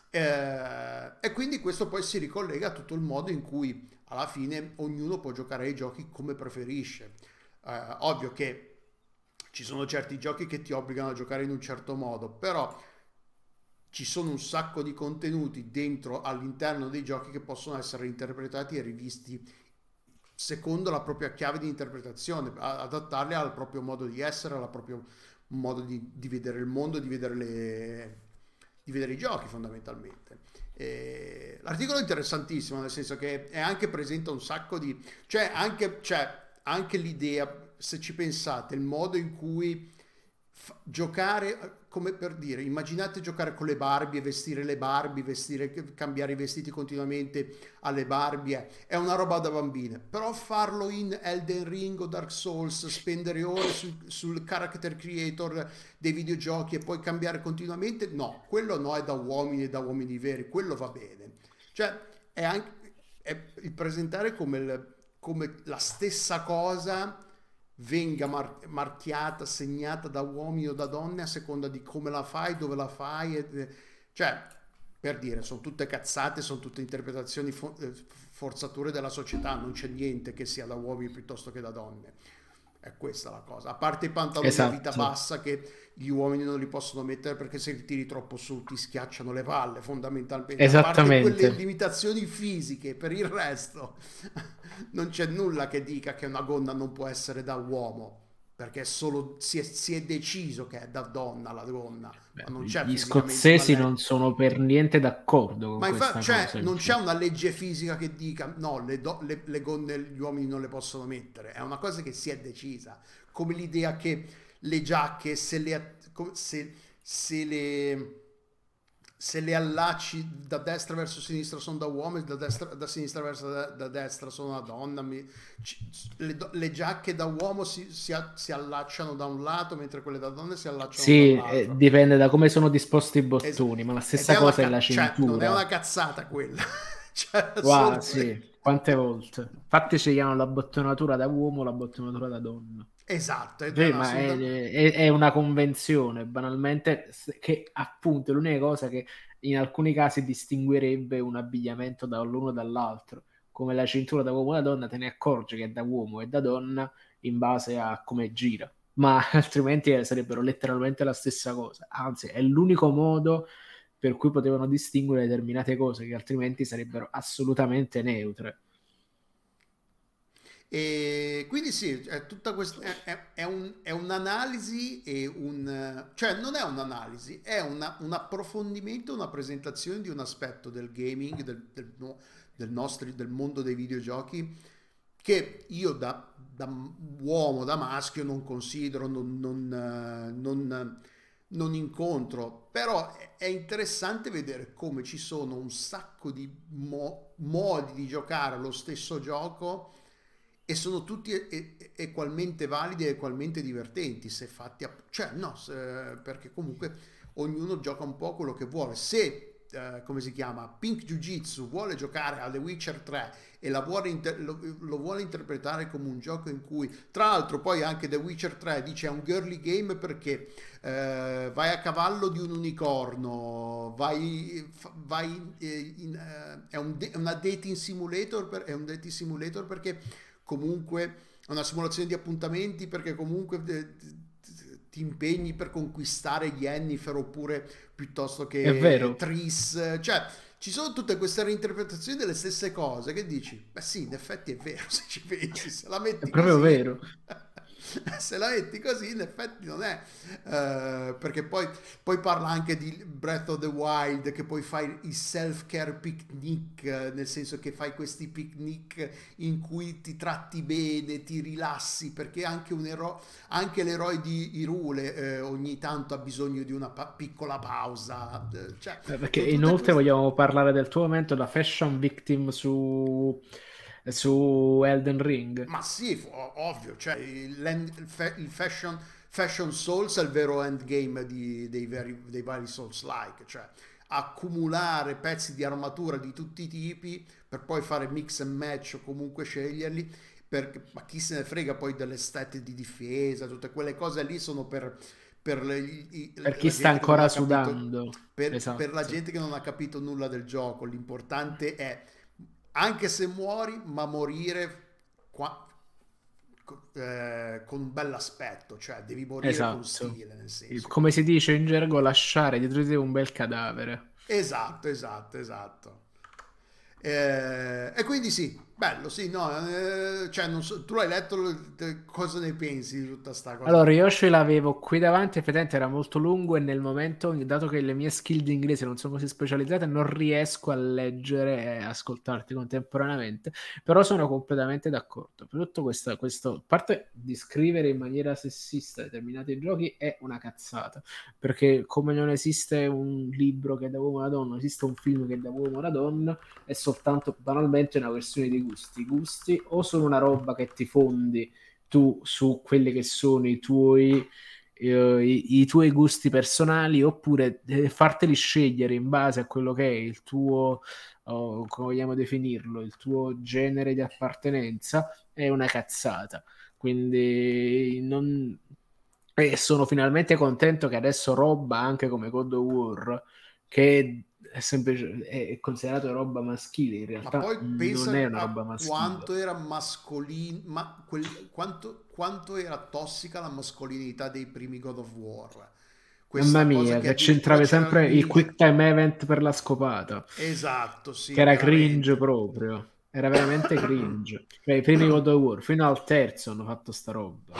[SPEAKER 2] Eh, e quindi questo poi si ricollega a tutto il modo in cui alla fine ognuno può giocare ai giochi come preferisce. Eh, ovvio che ci sono certi giochi che ti obbligano a giocare in un certo modo, però ci sono un sacco di contenuti dentro all'interno dei giochi che possono essere interpretati e rivisti secondo la propria chiave di interpretazione, a- adattarli al proprio modo di essere, al proprio modo di, di vedere il mondo, di vedere, le, di vedere i giochi fondamentalmente. E l'articolo è interessantissimo, nel senso che è anche presenta un sacco di... cioè anche, cioè, anche l'idea, se ci pensate, il modo in cui f- giocare, come per dire, immaginate giocare con le Barbie e vestire le Barbie, vestire, cambiare i vestiti continuamente alle Barbie, è una roba da bambine, però farlo in Elden Ring o Dark Souls, spendere ore sul, sul character creator dei videogiochi e poi cambiare continuamente, no, quello no, è da uomini e da uomini veri, quello va bene. Cioè, è anche è il presentare come, il- come la stessa cosa venga mar- marchiata, segnata da uomini o da donne a seconda di come la fai, dove la fai, e- cioè, per dire, sono tutte cazzate, sono tutte interpretazioni, fo- eh, forzature della società, non c'è niente che sia da uomini piuttosto che da donne. È questa la cosa. A parte i pantaloni a vita
[SPEAKER 3] Esatto,
[SPEAKER 2] bassa che gli uomini non li possono mettere perché se li tiri troppo su ti schiacciano le palle, fondamentalmente. A parte quelle
[SPEAKER 3] esattamente.
[SPEAKER 2] limitazioni fisiche, per il resto non c'è nulla che dica che una gonna non può essere da uomo, perché è solo, si è, si è deciso che è da donna la gonna,
[SPEAKER 3] Beh,
[SPEAKER 2] ma non c'è
[SPEAKER 3] gli
[SPEAKER 2] fisicamente una
[SPEAKER 3] scozzesi
[SPEAKER 2] legge.
[SPEAKER 3] non sono per niente d'accordo con
[SPEAKER 2] Ma infatti
[SPEAKER 3] questa
[SPEAKER 2] c'è,
[SPEAKER 3] cosa,
[SPEAKER 2] non c'è
[SPEAKER 3] infatti.
[SPEAKER 2] una legge fisica che dica no, le, do- le- le gonne gli uomini non le possono mettere, è una cosa che si è decisa, come l'idea che le giacche se le, co- se, se le, se le allacci da destra verso sinistra sono da uomo e da, destra, da sinistra verso da, da destra sono una donna. Mi- ci- le, do- le giacche da uomo si, si a- si allacciano da un lato mentre quelle da donne si allacciano
[SPEAKER 3] Sì, eh,
[SPEAKER 2] dall'altro.
[SPEAKER 3] dipende da come sono disposti i
[SPEAKER 2] Es-
[SPEAKER 3] bottoni, ma la
[SPEAKER 2] ed
[SPEAKER 3] stessa
[SPEAKER 2] è una
[SPEAKER 3] cosa è la
[SPEAKER 2] ca- cioè, non è una
[SPEAKER 3] cintura.
[SPEAKER 2] cazzata quella, cioè,
[SPEAKER 3] Wow,
[SPEAKER 2] assolutamente.
[SPEAKER 3] sì, quante volte. Infatti ci chiamano la bottonatura da uomo, la bottonatura da donna.
[SPEAKER 2] Esatto, ed è
[SPEAKER 3] Sì,
[SPEAKER 2] una
[SPEAKER 3] ma è,
[SPEAKER 2] assolutamente.
[SPEAKER 3] è- è una convenzione, banalmente, s- che appunto è l'unica cosa che in alcuni casi distinguerebbe un abbigliamento dall'uno dall'altro. Come la cintura da uomo e da donna, te ne accorgi che è da uomo e da donna in base a come gira, ma altrimenti eh, sarebbero letteralmente la stessa cosa. Anzi, è l'unico modo per cui potevano distinguere determinate cose che altrimenti sarebbero assolutamente neutre.
[SPEAKER 2] E quindi sì, è tutta questa, è, è- è un- è un'analisi e un, cioè non è un'analisi, è una- un approfondimento, una presentazione di un aspetto del gaming, del, del, no- del nostri- del mondo dei videogiochi che io da, da uomo, da maschio non considero, non, non, eh, non, non incontro, però è è interessante vedere come ci sono un sacco di mo- modi di giocare lo stesso gioco e sono tutti e- e- equalmente validi e equalmente divertenti se fatti a... cioè no, se- perché comunque ognuno gioca un po' quello che vuole. Se, eh, come si chiama, Pink Jiu-Jitsu vuole giocare a The Witcher tre e la vuole inter- lo, lo vuole interpretare come un gioco in cui, tra l'altro poi anche The Witcher tre dice è un girly game perché eh, vai a cavallo di un unicorno, vai, fa- vai eh, in, eh, è, un de- è una dating simulator, per- è un dating simulator perché comunque è una simulazione di appuntamenti perché comunque eh, ti impegni per conquistare Yennefer oppure piuttosto
[SPEAKER 3] È
[SPEAKER 2] che
[SPEAKER 3] vero,
[SPEAKER 2] Triss, cioè ci sono tutte queste reinterpretazioni delle stesse cose che dici, beh sì, in effetti è vero se ci pensi, se la
[SPEAKER 3] è
[SPEAKER 2] metti
[SPEAKER 3] proprio
[SPEAKER 2] così,
[SPEAKER 3] vero.
[SPEAKER 2] se la metti così in effetti non è, eh, perché poi, poi parla anche di Breath of the Wild, che poi fai il self-care picnic, eh, nel senso che fai questi picnic in cui ti tratti bene, ti rilassi, perché anche, un ero- anche l'eroe di Irule eh, ogni tanto ha bisogno di una pa- piccola pausa, eh, cioè
[SPEAKER 3] Eh, Perché
[SPEAKER 2] sono tutte
[SPEAKER 3] inoltre
[SPEAKER 2] queste...
[SPEAKER 3] vogliamo parlare del tuo momento da fashion victim su, su Elden Ring.
[SPEAKER 2] Ma sì, fu- ovvio, cioè il, land- il fa- il fashion, fashion Souls è il vero endgame di- dei, veri- dei vari Souls-like, cioè accumulare pezzi di armatura di tutti i tipi per poi fare mix and match o comunque sceglierli, perché, ma chi se ne frega poi delle stat di difesa, tutte quelle cose lì sono per, per le- i- i-
[SPEAKER 3] Per chi
[SPEAKER 2] la
[SPEAKER 3] sta
[SPEAKER 2] gente che non
[SPEAKER 3] ancora
[SPEAKER 2] ha capito,
[SPEAKER 3] sudando.
[SPEAKER 2] per, per la
[SPEAKER 3] Esatto.
[SPEAKER 2] gente che non ha capito nulla del gioco, l'importante è anche se muori, ma morire qua- co- eh, con un bell'aspetto, cioè devi morire con
[SPEAKER 3] Esatto.
[SPEAKER 2] stile, nel
[SPEAKER 3] Il-
[SPEAKER 2] senso
[SPEAKER 3] Come
[SPEAKER 2] che...
[SPEAKER 3] si dice in gergo, lasciare dietro di te un bel cadavere.
[SPEAKER 2] Esatto, esatto, esatto. Eh, e quindi sì, bello, sì, no, eh, cioè non so, tu l'hai letto, te- cosa ne pensi di tutta sta cosa
[SPEAKER 3] Allora, io
[SPEAKER 2] qua?
[SPEAKER 3] ce l'avevo qui davanti, effettivamente era molto lungo e nel momento, dato che le mie skill di inglese non sono così specializzate, non riesco a leggere e ascoltarti contemporaneamente, però sono completamente d'accordo. Per tutto questo, questo, a parte di scrivere in maniera sessista determinati giochi è una cazzata, perché come non esiste un libro che è da uomo alla donna, non esiste un film che è da uomo alla donna, è soltanto banalmente una questione di gusti. I gusti o sono una roba che ti fondi tu su quelli che sono i tuoi, eh, i, i tuoi gusti personali, oppure eh, farteli scegliere in base a quello che è il tuo, oh, come vogliamo definirlo, il tuo genere di appartenenza, è una cazzata. Quindi non... E sono finalmente contento che adesso roba anche come God of War che è semplice, è considerato roba maschile, in
[SPEAKER 2] Ma
[SPEAKER 3] realtà
[SPEAKER 2] poi
[SPEAKER 3] non è
[SPEAKER 2] pensa
[SPEAKER 3] una roba
[SPEAKER 2] a quanto
[SPEAKER 3] maschile.
[SPEAKER 2] era mascolino, ma quel- quanto, quanto era tossica la mascolinità dei primi God of War.
[SPEAKER 3] Mamma
[SPEAKER 2] Questa cosa
[SPEAKER 3] mia,
[SPEAKER 2] che
[SPEAKER 3] che
[SPEAKER 2] addirittura
[SPEAKER 3] c'entravi
[SPEAKER 2] c'era
[SPEAKER 3] sempre il
[SPEAKER 2] l'indi...
[SPEAKER 3] quick time event per la scopata,
[SPEAKER 2] Esatto,
[SPEAKER 3] che
[SPEAKER 2] sì,
[SPEAKER 3] era cringe
[SPEAKER 2] veramente.
[SPEAKER 3] proprio, era veramente cringe. Cioè, i primi God of War, fino al terzo hanno fatto sta roba.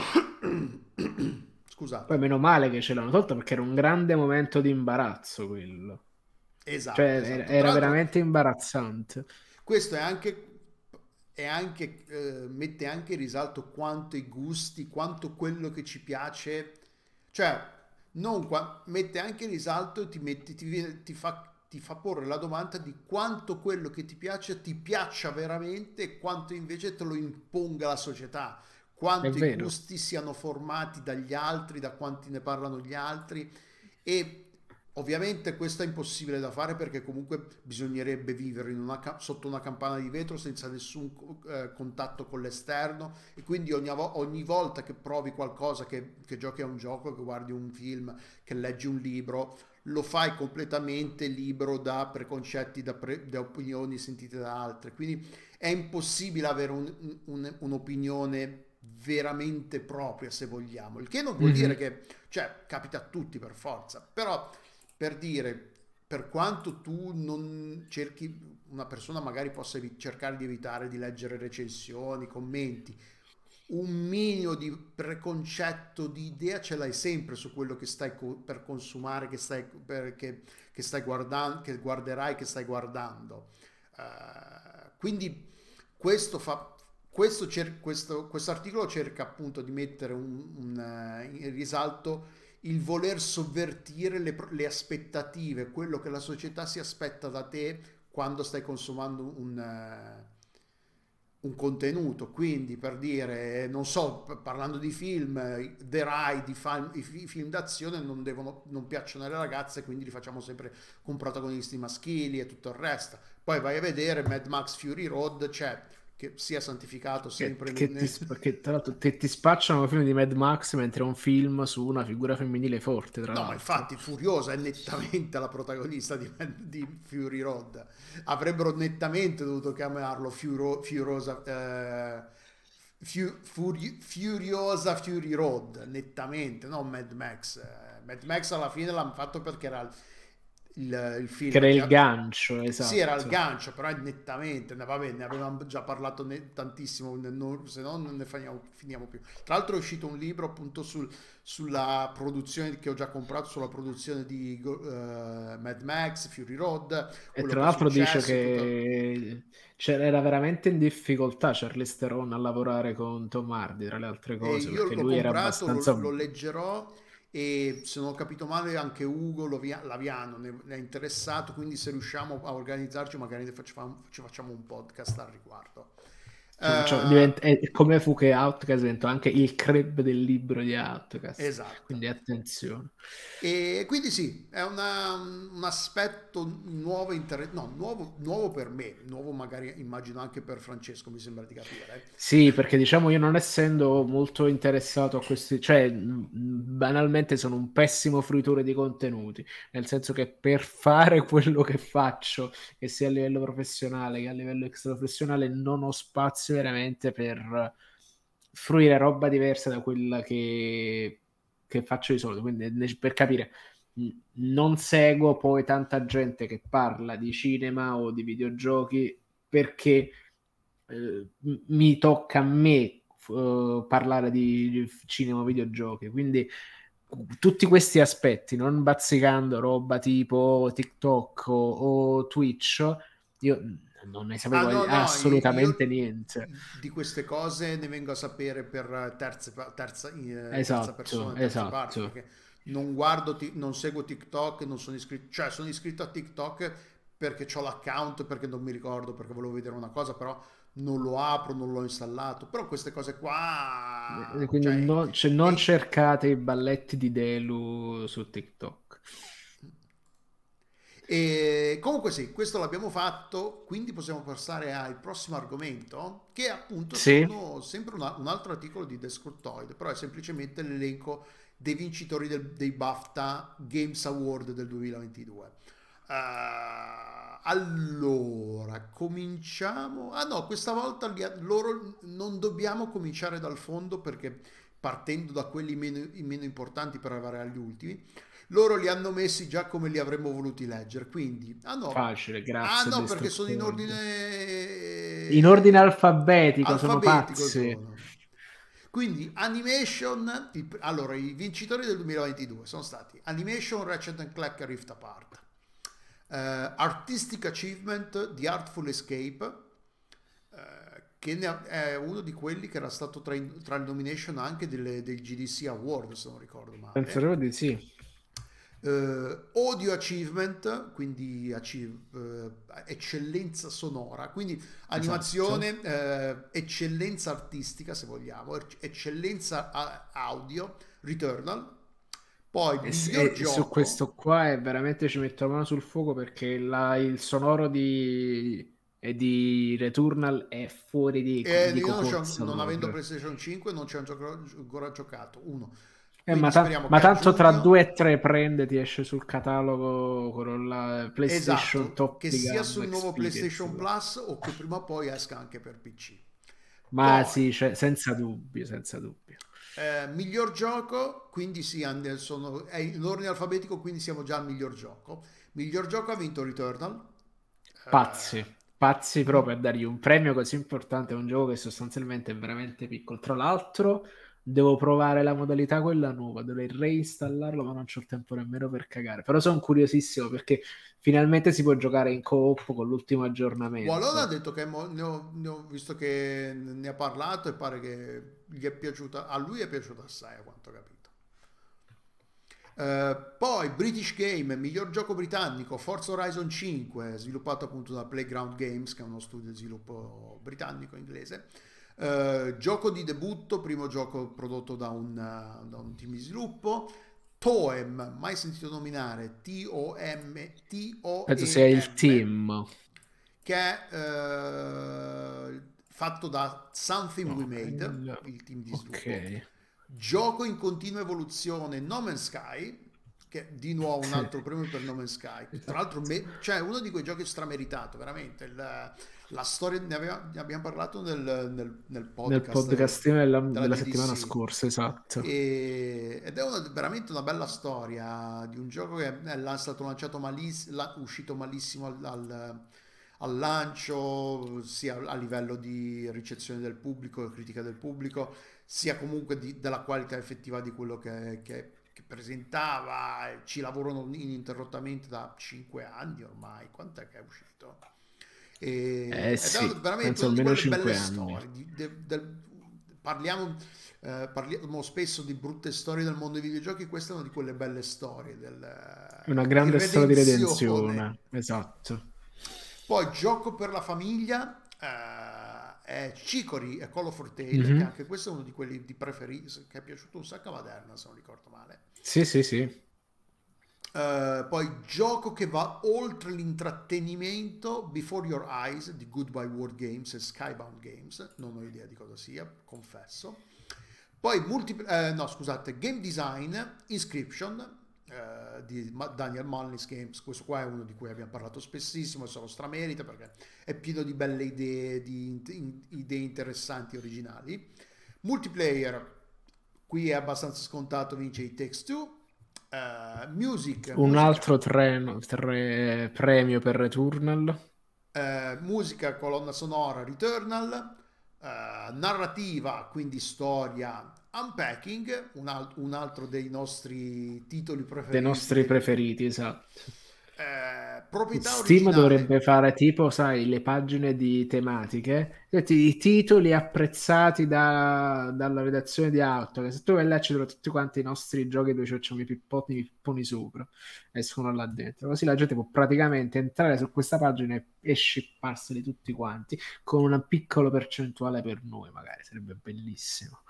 [SPEAKER 3] Poi
[SPEAKER 2] Scusate.
[SPEAKER 3] meno male che ce l'hanno tolta perché era un grande momento di imbarazzo quello. Cioè,
[SPEAKER 2] Esatto,
[SPEAKER 3] era
[SPEAKER 2] esatto. Tra
[SPEAKER 3] era
[SPEAKER 2] l'altro,
[SPEAKER 3] veramente imbarazzante.
[SPEAKER 2] questo è anche, è anche eh, mette anche in risalto quanto i gusti, quanto quello che ci piace, cioè, non qua- mette anche in risalto e ti, metti, ti, viene- ti fa, ti fa porre la domanda di quanto quello che ti piace ti piaccia veramente e quanto invece te lo imponga la società,
[SPEAKER 3] È
[SPEAKER 2] quanto i
[SPEAKER 3] vero.
[SPEAKER 2] gusti siano formati dagli altri, da quanti ne parlano gli altri e ovviamente questo è impossibile da fare perché comunque bisognerebbe vivere in una ca- sotto una campana di vetro senza nessun eh, contatto con l'esterno e quindi ogni, vo- ogni volta che provi qualcosa, che, che giochi a un gioco, che guardi un film, che leggi un libro, lo fai completamente libero da preconcetti, da, pre- da opinioni sentite da altri. Quindi è impossibile avere un- un- un'opinione veramente propria se vogliamo, il che non vuol dire
[SPEAKER 3] Mhm.
[SPEAKER 2] che, cioè, capita a tutti per forza, però per dire, per quanto tu non cerchi, una persona magari possa evi- cercare di evitare di leggere recensioni, commenti, un minimo di preconcetto, di idea ce l'hai sempre su quello che stai co- per consumare, che stai, per- che, che stai guardando, che guarderai, che stai guardando. Eh, quindi questo fa, questo, cer- questo, questo articolo cerca appunto di mettere un, un, eh, in risalto il voler sovvertire le, pro- le aspettative, quello che la società si aspetta da te quando stai consumando un, eh, un contenuto. Quindi per dire, non so, p- parlando di film, eh, The Ride, i, film, i fi- i film d'azione non, devono, non piacciono alle ragazze, quindi li facciamo sempre con protagonisti maschili e tutto il resto. Poi vai a vedere Mad Max Fury Road, cioè che sia santificato
[SPEAKER 3] Che,
[SPEAKER 2] sempre nel...
[SPEAKER 3] che ti,
[SPEAKER 2] nel-
[SPEAKER 3] sp- che tra l'altro ti, ti spacciano un film di Mad Max mentre è un film su una figura femminile forte, tra
[SPEAKER 2] No, ma
[SPEAKER 3] l'altro.
[SPEAKER 2] infatti Furiosa è nettamente la protagonista di, di Fury Road. Avrebbero nettamente dovuto chiamarlo Furo- Furiosa, eh, Fu- Furi- Furiosa Fury Road, nettamente, non Mad Max. Eh, Mad Max alla fine l'hanno fatto perché era il, il- il
[SPEAKER 3] Che
[SPEAKER 2] film
[SPEAKER 3] era
[SPEAKER 2] che...
[SPEAKER 3] il
[SPEAKER 2] ha-
[SPEAKER 3] gancio,
[SPEAKER 2] Sì, era il
[SPEAKER 3] esatto.
[SPEAKER 2] gancio, però è nettamente, ne, vabbè, ne avevamo già parlato ne- tantissimo, ne- non- se no non ne finiamo, finiamo più. Tra l'altro è uscito un libro appunto sul sulla produzione che ho già comprato, sulla produzione di eh, Mad Max, Fury Road,
[SPEAKER 3] E
[SPEAKER 2] quello
[SPEAKER 3] tra
[SPEAKER 2] che è
[SPEAKER 3] l'altro dice
[SPEAKER 2] successo, tutto...
[SPEAKER 3] che c'era- era veramente in difficoltà Charlize Theron a lavorare con Tom Hardy, tra le altre
[SPEAKER 2] E
[SPEAKER 3] cose,
[SPEAKER 2] io
[SPEAKER 3] perché
[SPEAKER 2] l'ho
[SPEAKER 3] lui era
[SPEAKER 2] comprato, lo,
[SPEAKER 3] abbastanza...
[SPEAKER 2] lo leggerò e se non ho capito male anche Ugo Lovia- Laviano ne, ne è interessato, quindi se riusciamo a organizzarci magari ne facciamo, ci facciamo un podcast al riguardo.
[SPEAKER 3] Ci facciamo-
[SPEAKER 2] Eh,
[SPEAKER 3] diventa- è come fu che Outcast diventò anche il club del libro di Outcast,
[SPEAKER 2] esatto.
[SPEAKER 3] quindi attenzione.
[SPEAKER 2] E quindi sì, è una- un aspetto nuovo, inter- no, nuovo, nuovo per me, nuovo magari immagino anche per Francesco, mi sembra di capire.
[SPEAKER 3] Sì, perché diciamo io non essendo molto interessato a questi, cioè mh, banalmente sono un pessimo fruitore di contenuti, nel senso che per fare quello che faccio, che sia a livello professionale che a livello extraprofessionale, non ho spazio veramente per fruire roba diversa da quella che, che faccio di solito. Quindi ne- per capire, mh, non seguo poi tanta gente che parla di cinema o di videogiochi perché eh, m- mi tocca a me eh, parlare di, di cinema, videogiochi, quindi tutti questi aspetti, non bazzicando roba tipo TikTok o, o Twitch, io non ne
[SPEAKER 2] Ah
[SPEAKER 3] sapevo
[SPEAKER 2] no, no, io,
[SPEAKER 3] assolutamente
[SPEAKER 2] io
[SPEAKER 3] niente.
[SPEAKER 2] di queste cose ne vengo a sapere per terze, pa- terza, eh, terza
[SPEAKER 3] Esatto,
[SPEAKER 2] persona, terze parti,
[SPEAKER 3] esatto.
[SPEAKER 2] perché non guardo, ti- non seguo TikTok, non sono iscritto, cioè sono iscritto a TikTok perché ho l'account, perché non mi ricordo, perché volevo vedere una cosa, però non lo apro, non l'ho installato, però queste cose
[SPEAKER 3] Eh,
[SPEAKER 2] qua,
[SPEAKER 3] Quindi
[SPEAKER 2] cioè,
[SPEAKER 3] non, cioè, non
[SPEAKER 2] è,
[SPEAKER 3] cercate i balletti di Delu su TikTok.
[SPEAKER 2] e comunque sì, questo l'abbiamo fatto, quindi possiamo passare al prossimo argomento, che appunto
[SPEAKER 3] Sì,
[SPEAKER 2] sono sempre una- un altro articolo di Descriptoid, però è semplicemente l'elenco dei vincitori del- dei BAFTA Games Award del duemilaventidue. Eh, allora, cominciamo. Ah no, questa volta li ha- loro non dobbiamo cominciare dal fondo perché partendo da quelli meno, i meno importanti per arrivare agli ultimi, loro li hanno messi già come li avremmo voluti leggere. Quindi, ah no,
[SPEAKER 3] Facile,
[SPEAKER 2] ah
[SPEAKER 3] grazie
[SPEAKER 2] no,
[SPEAKER 3] di
[SPEAKER 2] perché sono in
[SPEAKER 3] Stopford. In ordine
[SPEAKER 2] ordine
[SPEAKER 3] alfabetico, sono
[SPEAKER 2] alfabetico
[SPEAKER 3] pazzi.
[SPEAKER 2] sono. Quindi Animation, il- allora i vincitori del duemilaventidue sono stati Animation Ratchet and Clank Rift Apart, eh, Artistic Achievement The Artful Escape, eh, che ne ha- è uno di quelli che era stato tra, i- tra le nomination anche delle- dei G D C Award, se non ricordo
[SPEAKER 3] Penso
[SPEAKER 2] male.
[SPEAKER 3] proprio di sì.
[SPEAKER 2] Eh, audio achievement, quindi achieve- eh, eccellenza sonora, quindi
[SPEAKER 3] Esatto.
[SPEAKER 2] animazione, eh, eccellenza artistica se vogliamo, ec- eccellenza a- audio, Returnal, poi
[SPEAKER 3] E, s-
[SPEAKER 2] miglior
[SPEAKER 3] e su
[SPEAKER 2] gioco,
[SPEAKER 3] questo qua è veramente ci metto la mano sul fuoco perché la- il sonoro di, e di Returnal è fuori di,
[SPEAKER 2] e
[SPEAKER 3] di
[SPEAKER 2] io non, c'ho-
[SPEAKER 3] cocozza
[SPEAKER 2] non avendo
[SPEAKER 3] proprio.
[SPEAKER 2] PlayStation cinque non ci ho gioco- ancora giocato, uno,
[SPEAKER 3] Eh, ma,
[SPEAKER 2] quindi
[SPEAKER 3] ta-
[SPEAKER 2] speriamo
[SPEAKER 3] ma
[SPEAKER 2] che a
[SPEAKER 3] tanto tra due
[SPEAKER 2] giugno.
[SPEAKER 3] e tre prende ti esce sul catalogo quello là, PlayStation
[SPEAKER 2] Esatto,
[SPEAKER 3] Top
[SPEAKER 2] che
[SPEAKER 3] di
[SPEAKER 2] sia
[SPEAKER 3] gamma
[SPEAKER 2] sul nuovo
[SPEAKER 3] Experience.
[SPEAKER 2] PlayStation Plus o che prima o poi esca anche per P C.
[SPEAKER 3] Ma
[SPEAKER 2] Poi,
[SPEAKER 3] sì, cioè, senza dubbio, senza dubbio.
[SPEAKER 2] Eh, miglior gioco, quindi sì, and- sono, è in ordine alfabetico, quindi siamo già al miglior gioco. Miglior gioco ha vinto Returnal.
[SPEAKER 3] Pazzi,
[SPEAKER 2] Eh,
[SPEAKER 3] pazzi
[SPEAKER 2] mi-
[SPEAKER 3] proprio a dargli un premio così importante a un gioco che sostanzialmente è veramente piccolo. Tra l'altro, devo provare la modalità quella nuova, dovrei reinstallarlo, ma non c'ho il tempo nemmeno per cagare. Però sono curiosissimo perché finalmente si può giocare in co-op con l'ultimo
[SPEAKER 2] Wallone ha
[SPEAKER 3] aggiornamento.
[SPEAKER 2] detto che mo- ne ho, ne ho visto che ne ha parlato e pare che gli è piaciuta, a lui è piaciuta assai, a quanto ho capito. Eh, poi British Game, miglior gioco britannico, Forza Horizon cinque, sviluppato appunto da Playground Games, che è uno studio di sviluppo britannico inglese. Eh, gioco di debutto, primo gioco prodotto da un, eh, da un team di sviluppo. Toem, mai sentito nominare, T O M,
[SPEAKER 3] Penso sia il
[SPEAKER 2] T O E M,
[SPEAKER 3] team.
[SPEAKER 2] che è eh, fatto da Something We
[SPEAKER 3] No,
[SPEAKER 2] Made,
[SPEAKER 3] il-
[SPEAKER 2] il team di sviluppo.
[SPEAKER 3] ok.
[SPEAKER 2] Gioco in continua evoluzione No Man's Sky, che di nuovo un altro premio per No Man's Sky. Tra l'altro, me, cioè uno di quei giochi strameritato, veramente. Il- la storia, ne, aveva- ne abbiamo parlato nel, nel- nel
[SPEAKER 3] Nel
[SPEAKER 2] podcast del-
[SPEAKER 3] podcast della,
[SPEAKER 2] della
[SPEAKER 3] della settimana
[SPEAKER 2] G D C.
[SPEAKER 3] scorsa, esatto.
[SPEAKER 2] E- ed è una- veramente una bella storia di un gioco che è là- stato lanciato malissimo, uscito malissimo al, al- al lancio, sia a livello di ricezione del pubblico e critica del pubblico, sia comunque di- della qualità effettiva di quello che, che- che presentava. Ci lavorano ininterrottamente da cinque anni ormai. Quant'è che è uscito?
[SPEAKER 3] Eh
[SPEAKER 2] E- ed è
[SPEAKER 3] sì,
[SPEAKER 2] veramente
[SPEAKER 3] penso
[SPEAKER 2] una di
[SPEAKER 3] almeno
[SPEAKER 2] quelle belle
[SPEAKER 3] cinque anni.
[SPEAKER 2] storie. di- de- del- parliamo, eh, parliamo spesso di brutte storie del mondo dei videogiochi. Questa è una di quelle belle storie
[SPEAKER 3] Una
[SPEAKER 2] del- di
[SPEAKER 3] grande storia di
[SPEAKER 2] redenzione.
[SPEAKER 3] redenzione, esatto.
[SPEAKER 2] Poi gioco per la famiglia, eh, è Chicory e Call of Fortale, che
[SPEAKER 3] Mhm.
[SPEAKER 2] anche questo è uno di quelli di preferiti, che è piaciuto un sacco a Maderna, se non ricordo male.
[SPEAKER 3] Sì, sì, sì.
[SPEAKER 2] Eh, poi gioco che va oltre l'intrattenimento, Before Your Eyes di Goodbye World Games e Skybound Games, non ho idea di cosa sia, confesso. Poi multi, eh, no, scusate, game design, Inscription, eh, di Ma- Daniel Mullins Games. Questo qua è uno di cui abbiamo parlato spessissimo e se lo stramerita perché è pieno di belle idee, di in- idee interessanti e originali. Multiplayer, qui è abbastanza scontato, vince i Takes Two. Eh, music,
[SPEAKER 3] Un
[SPEAKER 2] musica,
[SPEAKER 3] altro treno, tre- premio per Returnal.
[SPEAKER 2] eh, musica, colonna sonora, Returnal, eh, narrativa, quindi storia, Unpacking, un, al- un altro dei nostri titoli
[SPEAKER 3] Dei
[SPEAKER 2] preferiti
[SPEAKER 3] nostri
[SPEAKER 2] degli
[SPEAKER 3] preferiti,
[SPEAKER 2] ultimi,
[SPEAKER 3] esatto.
[SPEAKER 2] eh, proprietà
[SPEAKER 3] Steam dovrebbe
[SPEAKER 2] originale.
[SPEAKER 3] fare tipo, sai, le pagine di tematiche, senti, i titoli apprezzati da- dalla redazione di Auto, che se tu vai là ci trovi tutti quanti i nostri giochi dove ci facciamo i pipponi, i pipponi sopra, escono là dentro. Così la gente può praticamente entrare su questa pagina e, e shipparseli tutti quanti, con una piccola percentuale per noi, magari, sarebbe bellissimo.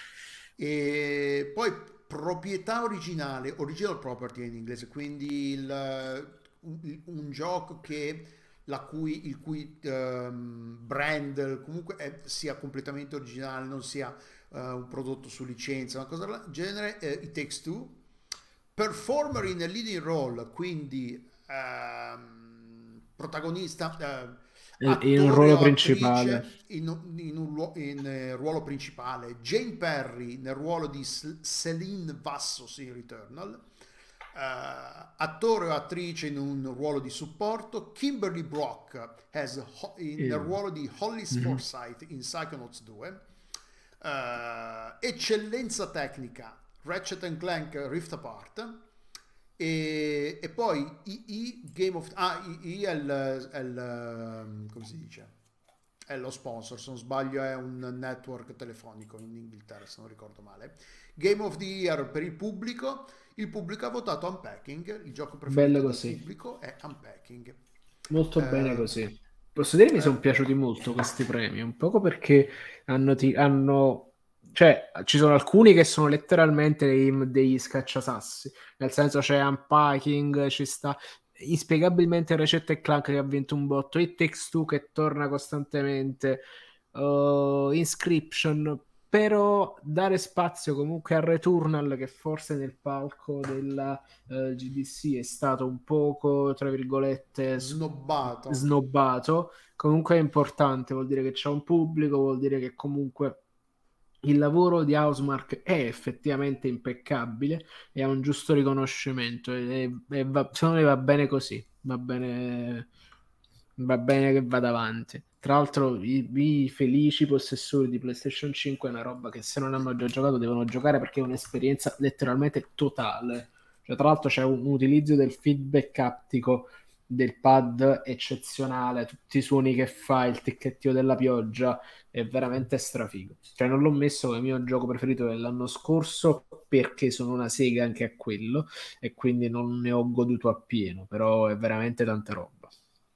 [SPEAKER 2] E poi proprietà originale, original property in inglese, quindi il- un, un gioco che la cui, il cui ehm, brand comunque è- sia completamente originale, non sia eh, un prodotto su licenza, una cosa del genere, eh, It Takes Two. Performer in a leading role, quindi ehm, protagonista, eh,
[SPEAKER 3] in in un
[SPEAKER 2] attore
[SPEAKER 3] ruolo
[SPEAKER 2] o attrice
[SPEAKER 3] principale.
[SPEAKER 2] in, un in un ruo- in, eh, ruolo principale, Jane Perry nel ruolo di S- Celine Vassos in Returnal, eh, attore o attrice in un ruolo di supporto, Kimberly Brock as Ho- in- nel
[SPEAKER 3] Eh,
[SPEAKER 2] ruolo di Hollis
[SPEAKER 3] mhm.
[SPEAKER 2] Forsyth in Psychonauts due, eh, eccellenza tecnica, Ratchet and Clank Rift Apart, e, e poi I I Game of... Ah, I I è il, è il, ehm, come si dice? È lo sponsor, se non sbaglio è un network telefonico in Inghilterra, se non ricordo male. Game of the Year per il pubblico. Il pubblico ha votato Unpacking, il gioco
[SPEAKER 3] Bello
[SPEAKER 2] preferito del
[SPEAKER 3] così.
[SPEAKER 2] pubblico è Unpacking.
[SPEAKER 3] Molto bene
[SPEAKER 2] Eh,
[SPEAKER 3] così. Posso dire mi
[SPEAKER 2] eh,
[SPEAKER 3] sono piaciuti molto questi premi, un poco perché hanno, ti- hanno- cioè, ci sono alcuni che sono letteralmente dei- degli scacciasassi, nel senso c'è Unpacking, ci sta inspiegabilmente Ratchet e Clank che ha vinto un botto, It Takes Two che torna costantemente, uh, Inscription, però dare spazio comunque a Returnal che forse nel palco della eh, G D C è stato un poco, tra virgolette, s-
[SPEAKER 2] snobbato.
[SPEAKER 3] snobbato, comunque è importante, vuol dire che c'è un pubblico, vuol dire che comunque il lavoro di Housemarque è effettivamente impeccabile e ha un giusto riconoscimento e, e va, secondo me va bene così, va bene, va bene che vada avanti. Tra l'altro i, i felici possessori di PlayStation cinque è una roba che se non hanno già giocato devono giocare perché è un'esperienza letteralmente totale. Cioè, tra l'altro c'è un, un utilizzo del feedback aptico del pad eccezionale, tutti i suoni che fa, il ticchettio della pioggia, è veramente strafigo. Cioè, non l'ho messo come mio gioco preferito dell'anno scorso perché sono una sega anche a quello e quindi non ne ho goduto appieno, però è veramente tanta roba.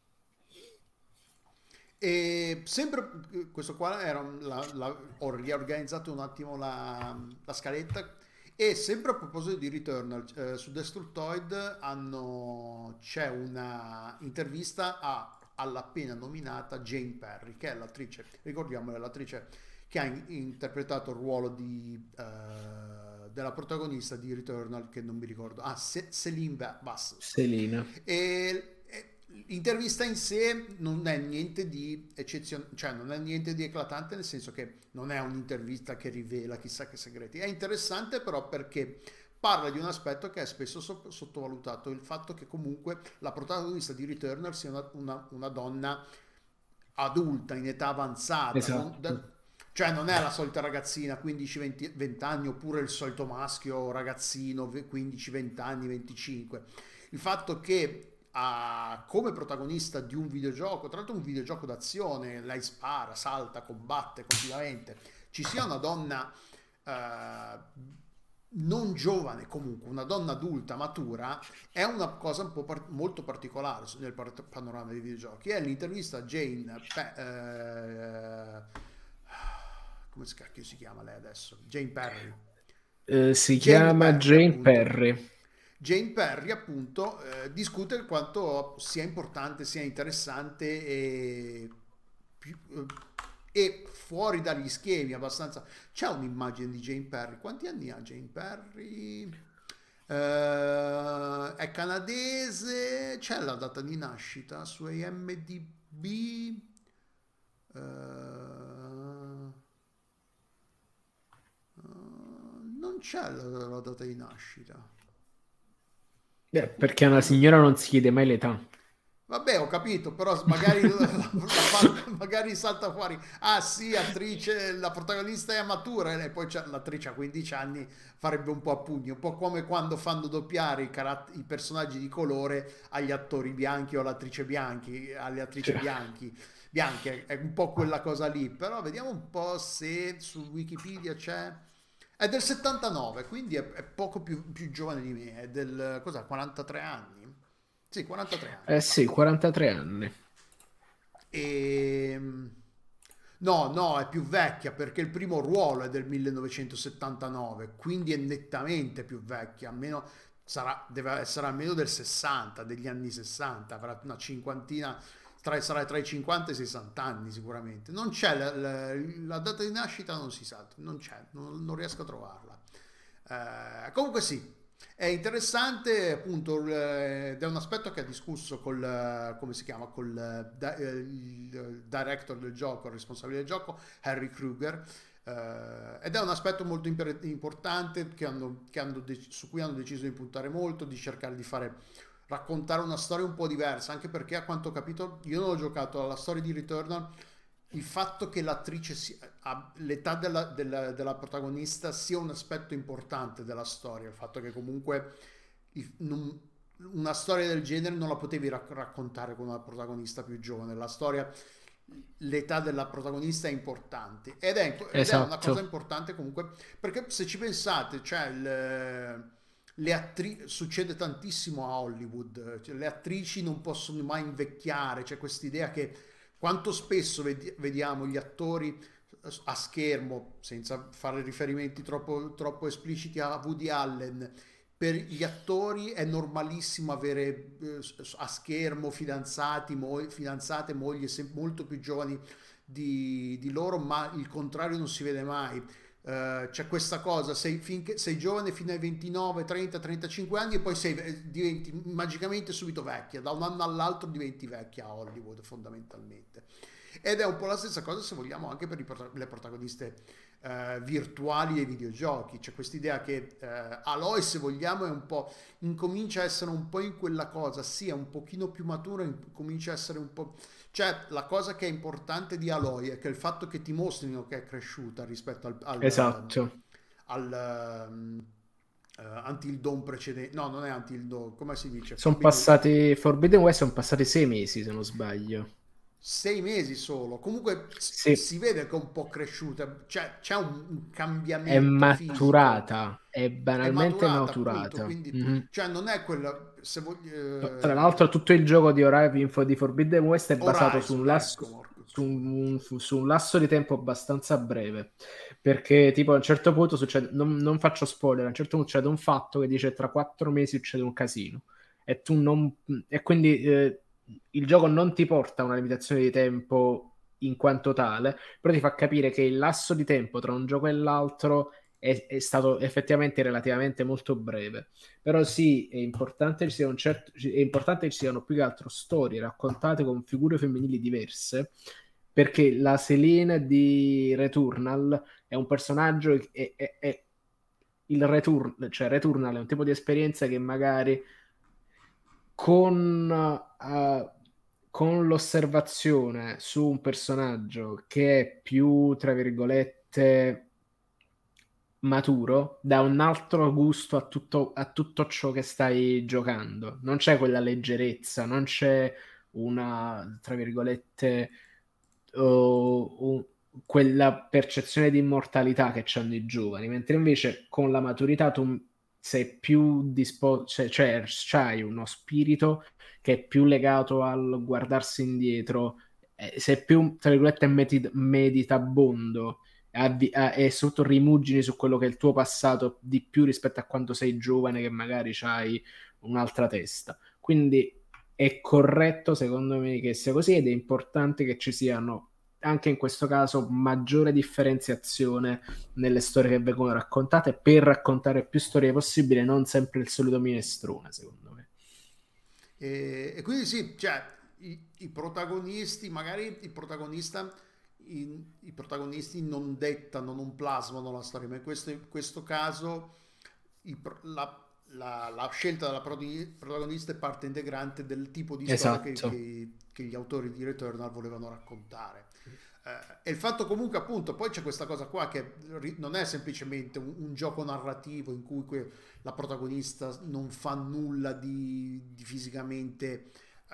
[SPEAKER 2] E sempre questo qua era un- la- la- ho riorganizzato un attimo la, la scaletta e sempre a proposito di Returnal, eh, su Destructoid hanno, c'è una intervista a- all'appena nominata Jane Perry, che è l'attrice, ricordiamola, è l'attrice che ha in- interpretato il ruolo di, eh, della protagonista di Returnal, che non mi ricordo, ah, Se- Celine Bass.
[SPEAKER 3] Selina.
[SPEAKER 2] E, e l'intervista in sé non è niente di eccezionale, cioè non è niente di eclatante, nel senso che non è un'intervista che rivela chissà che segreti. È interessante però perché parla di un aspetto che è spesso so- sottovalutato, il fatto che comunque la protagonista di Returnal sia una, una- una donna adulta, in età avanzata, non- da-
[SPEAKER 3] Esatto.
[SPEAKER 2] cioè non è la solita ragazzina quindici venti, venti anni oppure il solito maschio ragazzino quindici venti anni, venticinque. Il fatto che ha come protagonista di un videogioco, tra l'altro un videogioco d'azione, lei spara, salta, combatte continuamente, ci sia una donna eh, non giovane comunque, una donna adulta, matura, è una cosa un po' par- molto particolare nel par- panorama dei videogiochi. È l'intervista a Jane, Pe- eh, come si cacchio si chiama lei adesso? Jane Perry.
[SPEAKER 3] Eh, si
[SPEAKER 2] Jane
[SPEAKER 3] chiama
[SPEAKER 2] Perry,
[SPEAKER 3] Jane
[SPEAKER 2] appunto.
[SPEAKER 3] Perry.
[SPEAKER 2] Jane Perry, appunto, eh, discute quanto sia importante, sia interessante e, più- eh, e fuori dagli schemi abbastanza. C'è un'immagine di Jane Perry. Quanti anni ha Jane Perry? Eh, è canadese, c'è la data di nascita su I M D B. Eh, non c'è la, la data di nascita.
[SPEAKER 3] Eh, perché a una
[SPEAKER 2] Allora,
[SPEAKER 3] signora non si chiede mai l'età.
[SPEAKER 2] vabbè, ho capito, però magari, la- la fa- magari salta fuori. Ah sì, attrice, la protagonista è matura e poi c'è- l'attrice a quindici anni farebbe un po' a pugni, un po' come quando fanno doppiare i, caratt- i personaggi di colore agli attori bianchi o all'attrice bianchi, alle attrici
[SPEAKER 3] Cioè,
[SPEAKER 2] bianchi. Bianche, è un po' quella cosa lì, però vediamo un po' se su Wikipedia c'è. È del settantanove, quindi è, è poco più, più giovane di me, è del, cos'ha, quarantatré anni? Sì, quarantatré
[SPEAKER 3] eh
[SPEAKER 2] anni ha.
[SPEAKER 3] sì, quarantatré anni.
[SPEAKER 2] E... No, no, è più vecchia perché il primo ruolo è del millenovecentosettantanove, quindi è nettamente più vecchia, almeno sarà, deve essere almeno del sessanta, degli anni sessanta, avrà una cinquantina, tra, sarà tra i cinquanta e i sessanta anni sicuramente. Non c'è, la, la- la data di nascita non si sa, non c'è, non, non riesco a trovarla. Eh, comunque sì, È interessante appunto il- ed è un aspetto che ha discusso col, eh, come si chiama, col eh, da- eh, il director del gioco, il responsabile del gioco, Harry Kruger, eh, ed è un aspetto molto imper- importante che hanno- che hanno dec- su cui hanno deciso di puntare molto, di cercare di fare raccontare una storia un po' diversa, anche perché a quanto ho capito, io non ho giocato alla storia di Returnal, il fatto che l'attrice sia, a- l'età della, della- della protagonista sia un aspetto importante della storia, il fatto che comunque il- non- una storia del genere non la potevi rac- raccontare con una protagonista più giovane, la storia, l'età della protagonista è importante ed è, ed è una cosa
[SPEAKER 3] Esatto.
[SPEAKER 2] importante comunque perché se ci pensate, cioè il- le attrici succede tantissimo a Hollywood, cioè, le attrici non possono mai invecchiare, c'è quest'idea che quanto spesso vedi- vediamo gli attori a schermo, senza fare riferimenti troppo, troppo espliciti a Woody Allen, per gli attori è normalissimo avere eh, a schermo fidanzati, mo- fidanzate, mogli sem- molto più giovani di, di loro, ma il contrario non si vede mai. Eh, c'è questa cosa, sei, finché, sei giovane fino ai ventinove, trenta, trentacinque anni e poi sei, eh, diventi magicamente subito vecchia, da un anno all'altro diventi vecchia a Hollywood fondamentalmente. Ed è un po' la stessa cosa se vogliamo anche per i prota- le protagoniste eh, virtuali dei videogiochi. C'è quest'idea che eh, Aloy, se vogliamo, è un po', incomincia a essere un po' in quella cosa, sì, è un pochino più matura, in- comincia a essere un po'. Cioè, la cosa che è importante di Aloy è che il fatto che ti mostrino che è cresciuta rispetto al, al,
[SPEAKER 3] Esatto.
[SPEAKER 2] al um, uh, Until Dawn precedente. No, non è Until Dawn, come si dice?
[SPEAKER 3] Sono
[SPEAKER 2] Forbidden,
[SPEAKER 3] passati Forbidden West, sono passati sei mesi se non sbaglio.
[SPEAKER 2] sei mesi solo. Comunque s-
[SPEAKER 3] Sì,
[SPEAKER 2] si vede che è un po' cresciuta, cioè c'è un, un
[SPEAKER 3] è
[SPEAKER 2] cambiamento fisico,
[SPEAKER 3] maturata, è
[SPEAKER 2] è
[SPEAKER 3] banalmente
[SPEAKER 2] maturata appunto,
[SPEAKER 3] maturata.
[SPEAKER 2] quindi
[SPEAKER 3] Mhm.
[SPEAKER 2] cioè non è quella, se
[SPEAKER 3] Tra
[SPEAKER 2] voglio,
[SPEAKER 3] l'altro, tutto il gioco di Horizon di Forbidden West è basato su un
[SPEAKER 2] Horizon,
[SPEAKER 3] lasso,
[SPEAKER 2] ecco, porco
[SPEAKER 3] su
[SPEAKER 2] scusa.
[SPEAKER 3] un, su un lasso di tempo abbastanza breve. Perché, tipo, a un certo punto succede, non, non faccio spoiler, a un certo punto succede un fatto che dice tra quattro mesi succede un casino. E tu non. E quindi eh, il gioco non ti porta a una limitazione di tempo in quanto tale, però ti fa capire che il lasso di tempo tra un gioco e l'altro è, è stato effettivamente relativamente molto breve. Però sì, è importante ci sia un certo, è importante che ci siano più che altro storie raccontate con figure femminili diverse, perché la Selene di Returnal è un personaggio, è, è- è- il Return, cioè Returnal è un tipo di esperienza che magari con, eh, con l'osservazione su un personaggio che è più, tra virgolette, maturo, dà un altro gusto a tutto, a tutto ciò che stai giocando. Non c'è quella leggerezza, non c'è una, tra virgolette, o- o quella percezione di immortalità che hanno i giovani, mentre invece con la maturità tu sei più disposto, cioè, cioè c'hai uno spirito che è più legato al guardarsi indietro, eh, sei più, tra virgolette, medit- meditabondo avvi- a- e soprattutto rimugini su quello che è il tuo passato di più rispetto a quando sei giovane che magari hai un'altra testa. Quindi è corretto secondo me che sia così ed è importante che ci siano anche in questo caso maggiore differenziazione nelle storie che vengono raccontate per raccontare più storie possibili, non sempre il solito minestrone, secondo me.
[SPEAKER 2] E, e quindi sì, cioè, i, i protagonisti, magari il protagonista, i, i protagonisti non dettano, non plasmano la storia, ma in questo, in questo caso il pro- la, la- la scelta della protagoni- protagonista è parte integrante del tipo di storia che,
[SPEAKER 3] Esatto.
[SPEAKER 2] che- che gli autori di Returnal volevano raccontare. Eh, e il fatto comunque appunto, poi c'è questa cosa qua che ri- non è semplicemente un, un gioco narrativo in cui que- la protagonista non fa nulla di, di fisicamente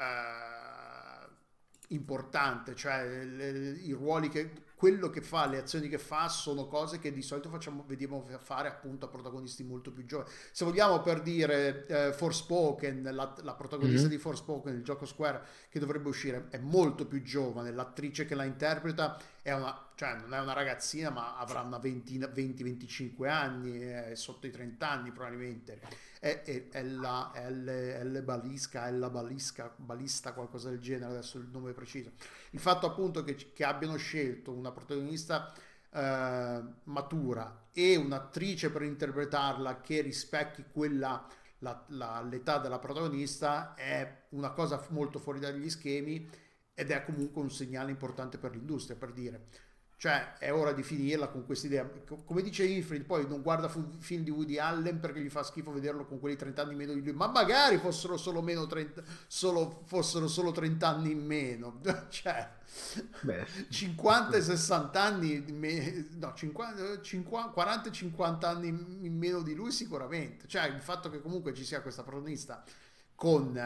[SPEAKER 2] eh, importante, cioè le- i ruoli che quello che fa, le azioni che fa sono cose che di solito facciamo, vediamo fare appunto a protagonisti molto più giovani. Se vogliamo per dire eh, Forspoken, la, la protagonista
[SPEAKER 3] Mhm.
[SPEAKER 2] di Forspoken, il gioco Square che dovrebbe uscire, è molto più giovane, l'attrice che la interpreta è una, cioè non è una ragazzina ma avrà una ventina, venti venticinque anni, è sotto i trenta anni probabilmente. È, è, è la è L, L Balisca, è la Balisca, Balista, qualcosa del genere, adesso il nome preciso. Il fatto appunto che, che abbiano scelto una protagonista uh, eh, matura e un'attrice per interpretarla che rispecchi quella, la- la- l'età della protagonista è una cosa f- molto fuori dagli schemi ed è comunque un segnale importante per l'industria, per dire. Cioè, è ora di finirla con questa idea. Co- Come dice Infrid, poi non guarda fu- film di Woody Allen perché gli fa schifo vederlo con quelli trenta anni meno di lui, ma magari fossero solo meno trenta, solo, fossero solo trenta anni in meno. Cioè,
[SPEAKER 3] Beh,
[SPEAKER 2] cinquanta e sessanta anni, di me- no, cinquanta, cinquanta, quaranta e cinquanta anni in meno di lui sicuramente. Cioè, il fatto che comunque ci sia questa protagonista con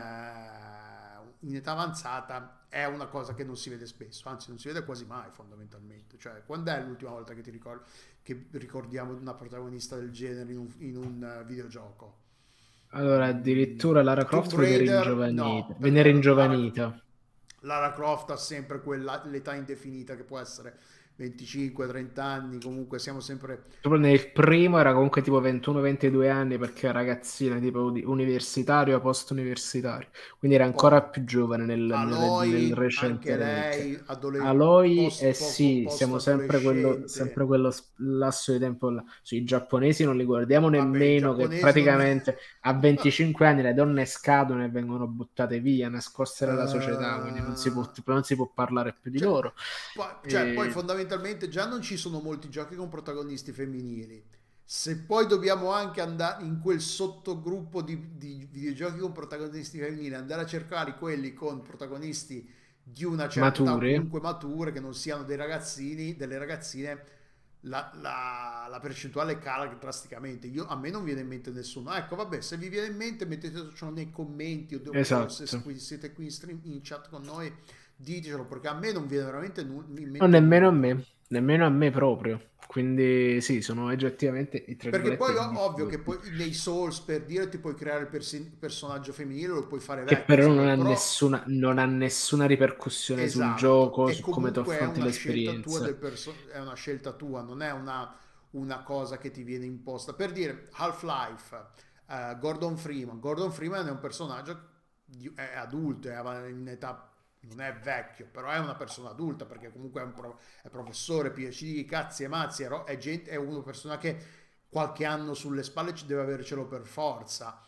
[SPEAKER 2] eh, in età avanzata è una cosa che non si vede spesso, anzi non si vede quasi mai fondamentalmente. Cioè, quando è l'ultima volta che ti ricordi che ricordiamo una protagonista del genere in un, in un eh, videogioco?
[SPEAKER 3] allora,
[SPEAKER 2] Mm,
[SPEAKER 3] addirittura Lara
[SPEAKER 2] Tomb
[SPEAKER 3] Croft venne
[SPEAKER 2] Raider,
[SPEAKER 3] ringiovanita.
[SPEAKER 2] no,
[SPEAKER 3] Venne
[SPEAKER 2] perché Lara,
[SPEAKER 3] ringiovanita.
[SPEAKER 2] Lara Croft ha sempre quella, l'età indefinita che può essere venticinque trenta anni, comunque siamo sempre.
[SPEAKER 3] Proprio nel primo era comunque tipo ventuno ventidue anni perché era ragazzina, tipo uni- universitario o post-universitario. Quindi era
[SPEAKER 2] Poi
[SPEAKER 3] ancora più giovane nel, nel- nel
[SPEAKER 2] Aloy,
[SPEAKER 3] recente
[SPEAKER 2] anche
[SPEAKER 3] remake.
[SPEAKER 2] lei, adole-
[SPEAKER 3] Aloy,
[SPEAKER 2] post,
[SPEAKER 3] eh
[SPEAKER 2] poco
[SPEAKER 3] sì,
[SPEAKER 2] post
[SPEAKER 3] siamo sempre quello,
[SPEAKER 2] adolescente.
[SPEAKER 3] sempre quello s- lasso di tempo là. Sui giapponesi non li guardiamo
[SPEAKER 2] Vabbè, i
[SPEAKER 3] nemmeno, che
[SPEAKER 2] giapponesi non.
[SPEAKER 3] praticamente a venticinque anni le donne scadono e vengono buttate via, nascoste dalla società, quindi non si può,
[SPEAKER 2] Eh,
[SPEAKER 3] non si può parlare più di
[SPEAKER 2] cioè,
[SPEAKER 3] loro.
[SPEAKER 2] poi, cioè, poi
[SPEAKER 3] E-
[SPEAKER 2] fondamentalmente già non ci sono molti giochi con protagonisti femminili. Se poi dobbiamo anche andare in quel sottogruppo di, di videogiochi con protagonisti femminili, andare a cercare quelli con protagonisti di una certa età, o
[SPEAKER 3] mature,
[SPEAKER 2] comunque mature, che non siano dei ragazzini, delle ragazzine, la, la- la percentuale cala drasticamente. Io, a me non viene in mente nessuno. Ecco, vabbè, se vi viene in mente, mettetelo nei commenti o, o se
[SPEAKER 3] esatto.
[SPEAKER 2] qui- siete qui in, stream- in chat con noi, ditecelo perché a me non viene veramente nu- in
[SPEAKER 3] Non
[SPEAKER 2] mente
[SPEAKER 3] nemmeno a
[SPEAKER 2] nulla.
[SPEAKER 3] me, nemmeno a me proprio. Quindi sì, sono oggettivamente, tra
[SPEAKER 2] Perché poi
[SPEAKER 3] virgolette,
[SPEAKER 2] ov- ovvio che
[SPEAKER 3] difformi.
[SPEAKER 2] poi nei Souls per dire ti puoi creare il persi- personaggio femminile, lo puoi fare
[SPEAKER 3] Che
[SPEAKER 2] vecchio
[SPEAKER 3] però
[SPEAKER 2] se
[SPEAKER 3] non
[SPEAKER 2] vuoi,
[SPEAKER 3] ha
[SPEAKER 2] però
[SPEAKER 3] nessuna, non ha nessuna ripercussione sul
[SPEAKER 2] esatto,
[SPEAKER 3] gioco,
[SPEAKER 2] e
[SPEAKER 3] su come tu
[SPEAKER 2] comunque è
[SPEAKER 3] affronti
[SPEAKER 2] una scelta tua
[SPEAKER 3] l'esperienza.
[SPEAKER 2] del perso- è una scelta tua, non è una, una cosa che ti viene imposta. Per dire Half-Life, eh, Gordon Freeman. Gordon Freeman è un personaggio di- è adulto, è av- in età non è vecchio, però è una persona adulta perché comunque è, un pro- è professore, PhD, cazzi e mazzi, è, ro- è gente- è una persona che qualche anno sulle spalle ci deve avercelo per forza.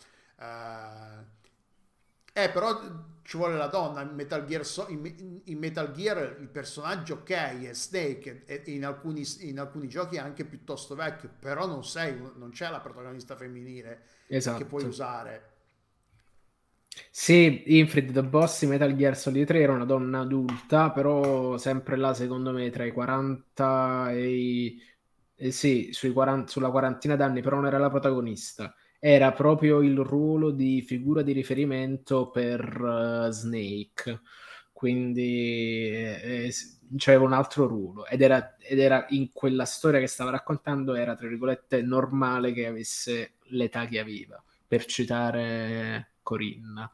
[SPEAKER 2] Eh, eh, però ci vuole la donna. In Metal Gear, So- in, in Metal Gear il personaggio ok è Snake e e in alcuni, in alcuni giochi è anche piuttosto vecchio, però non sei, non c'è la protagonista femminile che puoi
[SPEAKER 3] Esatto.
[SPEAKER 2] usare.
[SPEAKER 3] Sì, Infrid The Boss in Metal Gear Solid tre era una donna adulta, però sempre là, secondo me, tra i quaranta e i... eh sì, sui quaranta sulla quarantina d'anni, però non era la protagonista. Era proprio il ruolo di figura di riferimento per eh, Snake. Quindi eh, eh, s- c'aveva un altro ruolo. Ed era, ed era in quella storia che stava raccontando, era, tra virgolette, normale che avesse l'età che aveva per citare Corinna.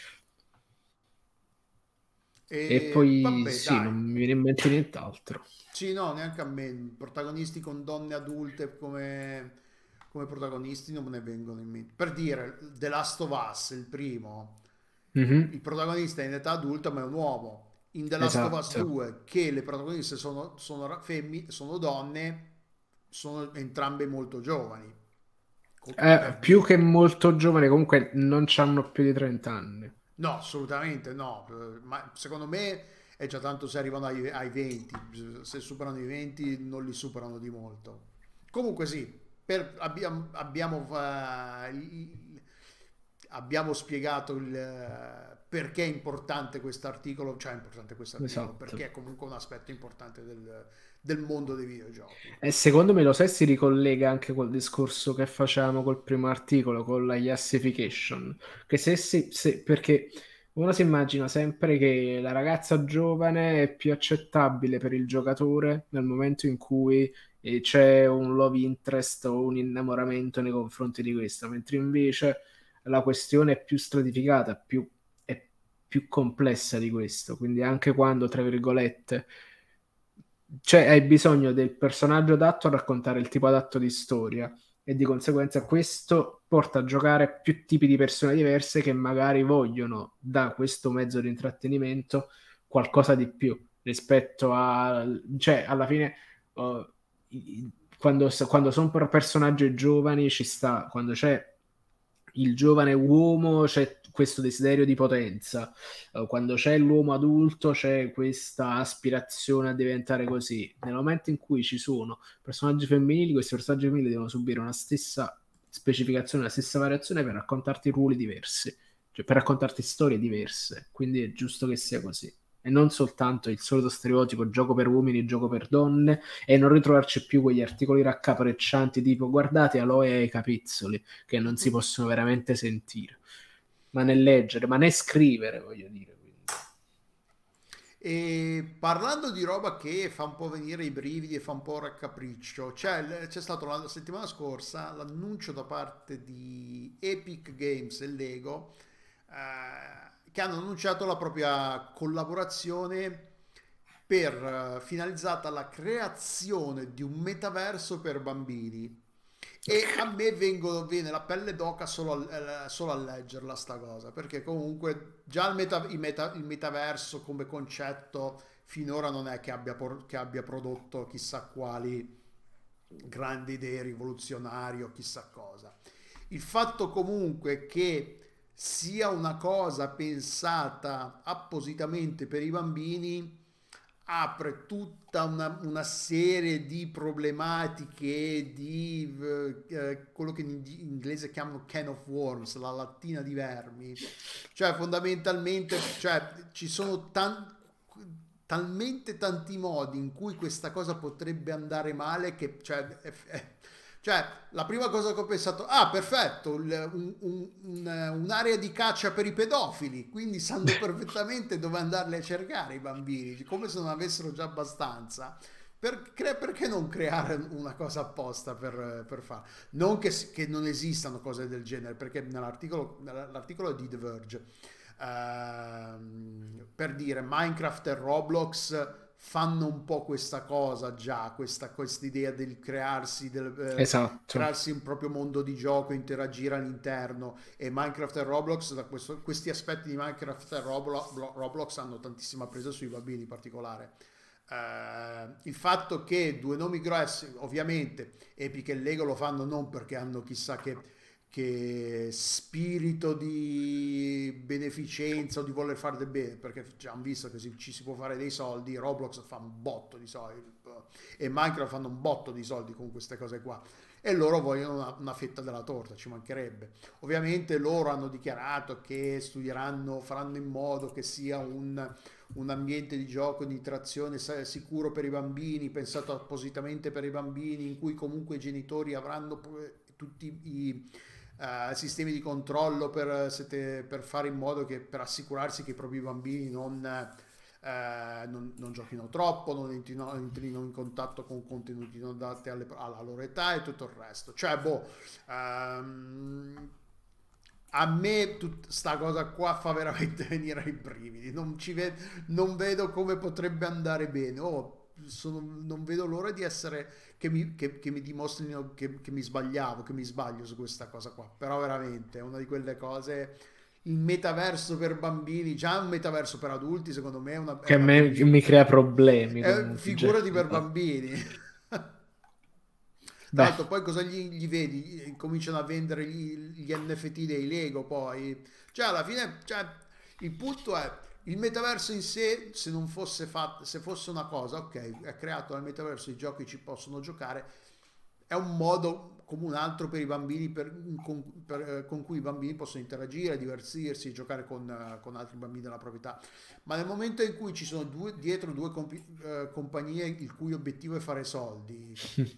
[SPEAKER 3] E
[SPEAKER 2] E
[SPEAKER 3] poi
[SPEAKER 2] vabbè,
[SPEAKER 3] sì,
[SPEAKER 2] dai.
[SPEAKER 3] non mi viene in mente nient'altro.
[SPEAKER 2] Sì, no, neanche a me. Protagonisti con donne adulte come, come protagonisti non me ne vengono in mente. Per dire, The Last of Us, il primo,
[SPEAKER 3] Mhm.
[SPEAKER 2] il protagonista è in età adulta ma è un uomo. In The Last of Us
[SPEAKER 3] Esatto.
[SPEAKER 2] due, che le protagoniste sono, sono, ra- femmi- sono donne, sono entrambe molto giovani. Co-
[SPEAKER 3] Eh,
[SPEAKER 2] Per
[SPEAKER 3] più che
[SPEAKER 2] dire.
[SPEAKER 3] molto giovane, comunque non c'hanno più di trenta anni.
[SPEAKER 2] No, assolutamente no. Eh, Ma secondo me è già tanto se arrivano ai, ai venti. Se superano i venti non li superano di molto. Comunque sì, per- abbiamo, abbiamo, eh, il- abbiamo spiegato il, eh, perché è importante questo articolo, cioè è importante questo articolo,
[SPEAKER 3] Esatto.
[SPEAKER 2] perché è comunque un aspetto importante del, del mondo dei videogiochi.
[SPEAKER 3] E secondo me lo sai si ricollega anche col discorso che facevamo col primo articolo, con la yassification, che se si, se- perché uno si immagina sempre che la ragazza giovane è più accettabile per il giocatore nel momento in cui eh, c'è un love interest o un innamoramento nei confronti di questa, mentre invece la questione è più stratificata, più, è più complessa di questo, quindi anche quando, tra virgolette, cioè hai bisogno del personaggio adatto a raccontare il tipo adatto di storia e di conseguenza questo porta a giocare più tipi di persone diverse che magari vogliono da questo mezzo di intrattenimento qualcosa di più rispetto a, cioè alla fine uh, quando, quando sono personaggi giovani ci sta, quando c'è il giovane uomo c'è questo desiderio di potenza, uh, quando c'è l'uomo adulto c'è questa aspirazione a diventare così. Nel momento in cui ci sono personaggi femminili, questi personaggi femminili devono subire una stessa specificazione, una stessa variazione per raccontarti ruoli diversi, cioè per raccontarti storie diverse, quindi è giusto che sia così. E non soltanto il solito stereotipo gioco per uomini, gioco per donne, e non ritrovarci più quegli articoli raccapriccianti tipo guardate Aloe e i capizzoli, che non si possono veramente sentire, ma nel leggere, ma né scrivere, voglio dire. Quindi.
[SPEAKER 2] E parlando di roba che fa un po' venire i brividi e fa un po' raccapriccio, c'è, c'è stato la settimana scorsa l'annuncio da parte di Epic Games e Lego, eh, che hanno annunciato la propria collaborazione per eh, finalizzata alla creazione di un metaverso per bambini. E a me vengono, viene la pelle d'oca solo, al- eh, solo a leggerla sta cosa, perché comunque già il, meta- il meta- il metaverso come concetto finora non è che abbia, por- che abbia prodotto chissà quali grandi idee rivoluzionarie o chissà cosa. Il fatto comunque che sia una cosa pensata appositamente per i bambini apre tutta una, una serie di problematiche, di eh, eh, quello che in ing- inglese chiamano can of worms, la lattina di vermi. Cioè fondamentalmente, cioè, ci sono tan- talmente tanti modi in cui questa cosa potrebbe andare male che, cioè, è- è- cioè, la prima cosa che ho pensato, ah, perfetto, il- un- un- un- un'area di caccia per i pedofili, quindi sanno perfettamente dove andarli a cercare i bambini, come se non avessero già abbastanza. Per- cre- perché non creare una cosa apposta per, per fare? Non che, si- che non esistano cose del genere, perché nell'articolo, nell'articolo di The Verge, ehm, per dire Minecraft e Roblox fanno un po' questa cosa già, questa questa idea del crearsi, del, eh,
[SPEAKER 3] Esatto.
[SPEAKER 2] crearsi un proprio mondo di gioco, interagire all'interno, e Minecraft e Roblox, da questo- questi aspetti di Minecraft e Roblo- Roblox hanno tantissima presa sui bambini in particolare. Eh, il fatto che due nomi grossi, ovviamente Epic e Lego lo fanno non perché hanno chissà che, che spirito di beneficenza o di voler fare del bene, perché già hanno visto che si- ci si può fare dei soldi. Roblox fa un botto di soldi e Minecraft fanno un botto di soldi con queste cose qua, e loro vogliono una, una fetta della torta, ci mancherebbe. Ovviamente loro hanno dichiarato che studieranno, faranno in modo che sia un, un ambiente di gioco di interazione sa- sicuro per i bambini, pensato appositamente per i bambini, in cui comunque i genitori avranno pu- tutti i eh, sistemi di controllo per, sete- per fare in modo che, per assicurarsi che i propri bambini non, eh, non, non giochino troppo, non entrino, entrino in contatto con contenuti non adatti alle- alla loro età e tutto il resto. Cioè, boh, ehm, a me tutta sta cosa qua fa veramente venire i brividi. Non, ci ve- non vedo come potrebbe andare bene. Oh, sono- non vedo l'ora di essere che mi, che- che mi dimostrino che, che mi sbagliavo, che mi sbaglio su questa cosa qua. Però veramente è una di quelle cose. Il metaverso per bambini, già un metaverso per adulti, secondo me è una, è
[SPEAKER 3] Che a
[SPEAKER 2] una
[SPEAKER 3] me che
[SPEAKER 2] benef-
[SPEAKER 3] mi crea problemi
[SPEAKER 2] è-
[SPEAKER 3] comunque già.
[SPEAKER 2] figurati per bambini. Tra
[SPEAKER 3] Beh,
[SPEAKER 2] l'altro, poi cosa gli, gli vedi? Cominciano a vendere gli, gli N F T dei Lego, poi. Cioè, alla fine, cioè, il punto è, il metaverso in sé, se non fosse fatto, se fosse una cosa, ok, è creato nel metaverso, i giochi ci possono giocare, è un modo come un altro per i bambini, per- con, per- eh, con cui i bambini possono interagire, divertirsi, giocare con, eh, con altri bambini della propria età. Ma nel momento in cui ci sono due, dietro due compi- eh, compagnie il cui obiettivo è fare soldi,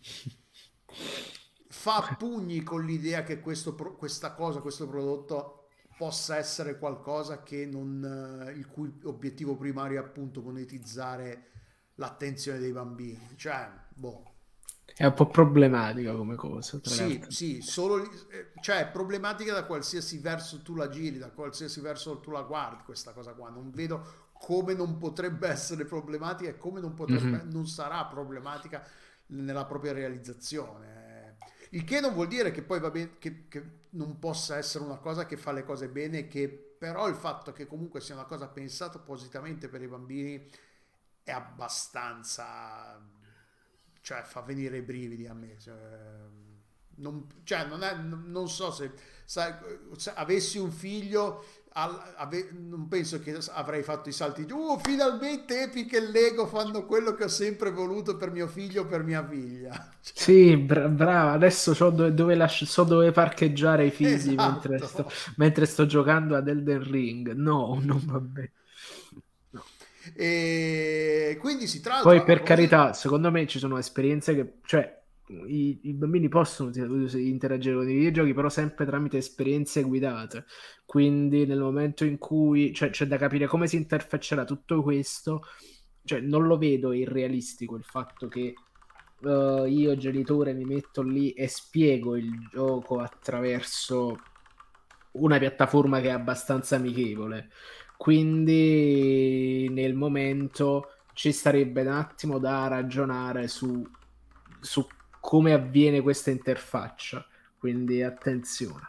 [SPEAKER 2] fa a pugni con l'idea che questo pro- questa cosa, questo prodotto possa essere qualcosa che non, eh, il cui obiettivo primario è appunto monetizzare l'attenzione dei bambini. Cioè, boh.
[SPEAKER 3] è un po' problematica come cosa, tra
[SPEAKER 2] Sì,
[SPEAKER 3] l'altro.
[SPEAKER 2] sì, solo, lì- eh, cioè è problematica da qualsiasi verso tu la giri, da qualsiasi verso tu la guardi questa cosa qua. Non vedo come non potrebbe essere problematica e come non potrebbe,
[SPEAKER 3] Mhm.
[SPEAKER 2] non sarà problematica nella propria realizzazione. Il che non vuol dire che poi va bene, che, che non possa essere una cosa che fa le cose bene, che però il fatto che comunque sia una cosa pensata appositamente per i bambini è abbastanza, cioè, fa venire i brividi a me. Cioè, non, cioè, non, è, non so se, sai, se avessi un figlio, al- ave- non penso che avrei fatto i salti giù. Uh, finalmente Epic e Lego fanno quello che ho sempre voluto per mio figlio o per mia figlia. Cioè,
[SPEAKER 3] Sì, bra- brava, adesso so dove, dove lasci- so dove parcheggiare i figli mentre sto,
[SPEAKER 2] esatto.
[SPEAKER 3] mentre sto giocando ad Elden Ring. No, non va bene. No.
[SPEAKER 2] E quindi sì, tra l'altro,
[SPEAKER 3] Poi,
[SPEAKER 2] a a
[SPEAKER 3] per
[SPEAKER 2] proposito...
[SPEAKER 3] carità, secondo me ci sono esperienze che, cioè, i, i bambini possono uti- interagire con i videogiochi, però sempre tramite esperienze guidate. Quindi, nel momento in cui, cioè, c'è da capire come si interfaccerà tutto questo, cioè, non lo vedo irrealistico il fatto che eh, io, genitore, mi metto lì e spiego il gioco attraverso una piattaforma che è abbastanza amichevole. Quindi nel momento ci starebbe un attimo da ragionare su, su come avviene questa interfaccia. Quindi attenzione.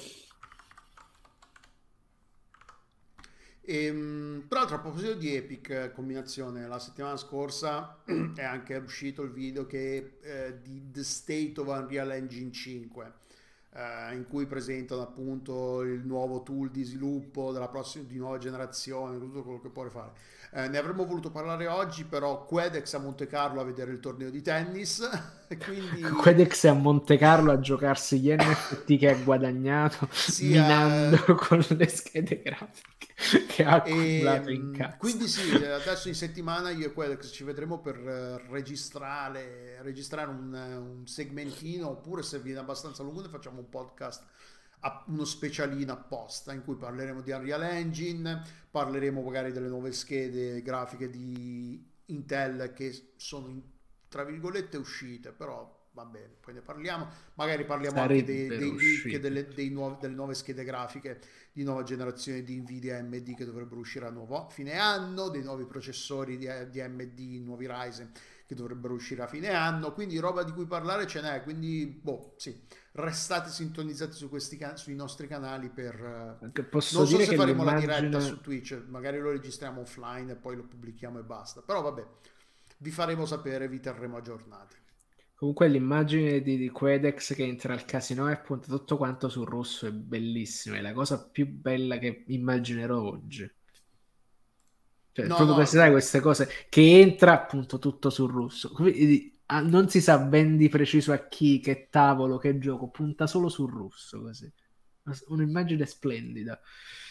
[SPEAKER 2] Ehm, tra l'altro, a proposito di Epic eh, combinazione, la settimana scorsa è anche uscito il video che, eh, di The State of Unreal Engine cinque, eh, in cui presentano appunto il nuovo tool di sviluppo della prossima, di nuova generazione, tutto quello che può fare. Eh, ne avremmo voluto parlare oggi, però Quedex a Monte Carlo a vedere il torneo di tennis, e quindi
[SPEAKER 3] Quedex è a Monte Carlo a giocarsi gli N F T che ha guadagnato minando
[SPEAKER 2] sia...
[SPEAKER 3] con le schede grafiche che ha
[SPEAKER 2] E
[SPEAKER 3] accumulato in
[SPEAKER 2] mh,
[SPEAKER 3] cassa.
[SPEAKER 2] quindi sì, adesso in settimana io e Quellex ci vedremo per eh, registrare, registrare un, eh, un segmentino, oppure se viene abbastanza lungo ne facciamo un podcast, a- uno specialino apposta in cui parleremo di Unreal Engine, parleremo magari delle nuove schede grafiche di Intel che sono in- tra virgolette uscite, però va bene, poi ne parliamo, magari parliamo anche dei,
[SPEAKER 3] Sarebbero
[SPEAKER 2] dei leak
[SPEAKER 3] usciti.
[SPEAKER 2] delle, dei nuovi- delle nuove schede grafiche di nuova generazione di Nvidia A M D che dovrebbero uscire a nuovo fine anno, dei nuovi processori di, di A M D, nuovi Ryzen che dovrebbero uscire a fine anno, quindi roba di cui parlare ce n'è, quindi boh, sì, restate sintonizzati su questi can- sui nostri canali per... eh,
[SPEAKER 3] Anche posso
[SPEAKER 2] non so
[SPEAKER 3] dire
[SPEAKER 2] se
[SPEAKER 3] che
[SPEAKER 2] faremo la diretta
[SPEAKER 3] l'immagine,
[SPEAKER 2] su Twitch, magari lo registriamo offline e poi lo pubblichiamo e basta, però vabbè, vi faremo sapere, vi terremo aggiornati.
[SPEAKER 3] comunque l'immagine di, di Quedex che entra al casino e appunto tutto quanto sul rosso è bellissima, è la cosa più bella che immaginerò oggi. Cioè,
[SPEAKER 2] No,
[SPEAKER 3] proprio
[SPEAKER 2] no,
[SPEAKER 3] queste, sai, queste cose che entra appunto tutto sul rosso. Quindi, ah, non si sa ben di preciso a chi, che tavolo, che gioco, punta solo sul rosso così. Un'immagine splendida.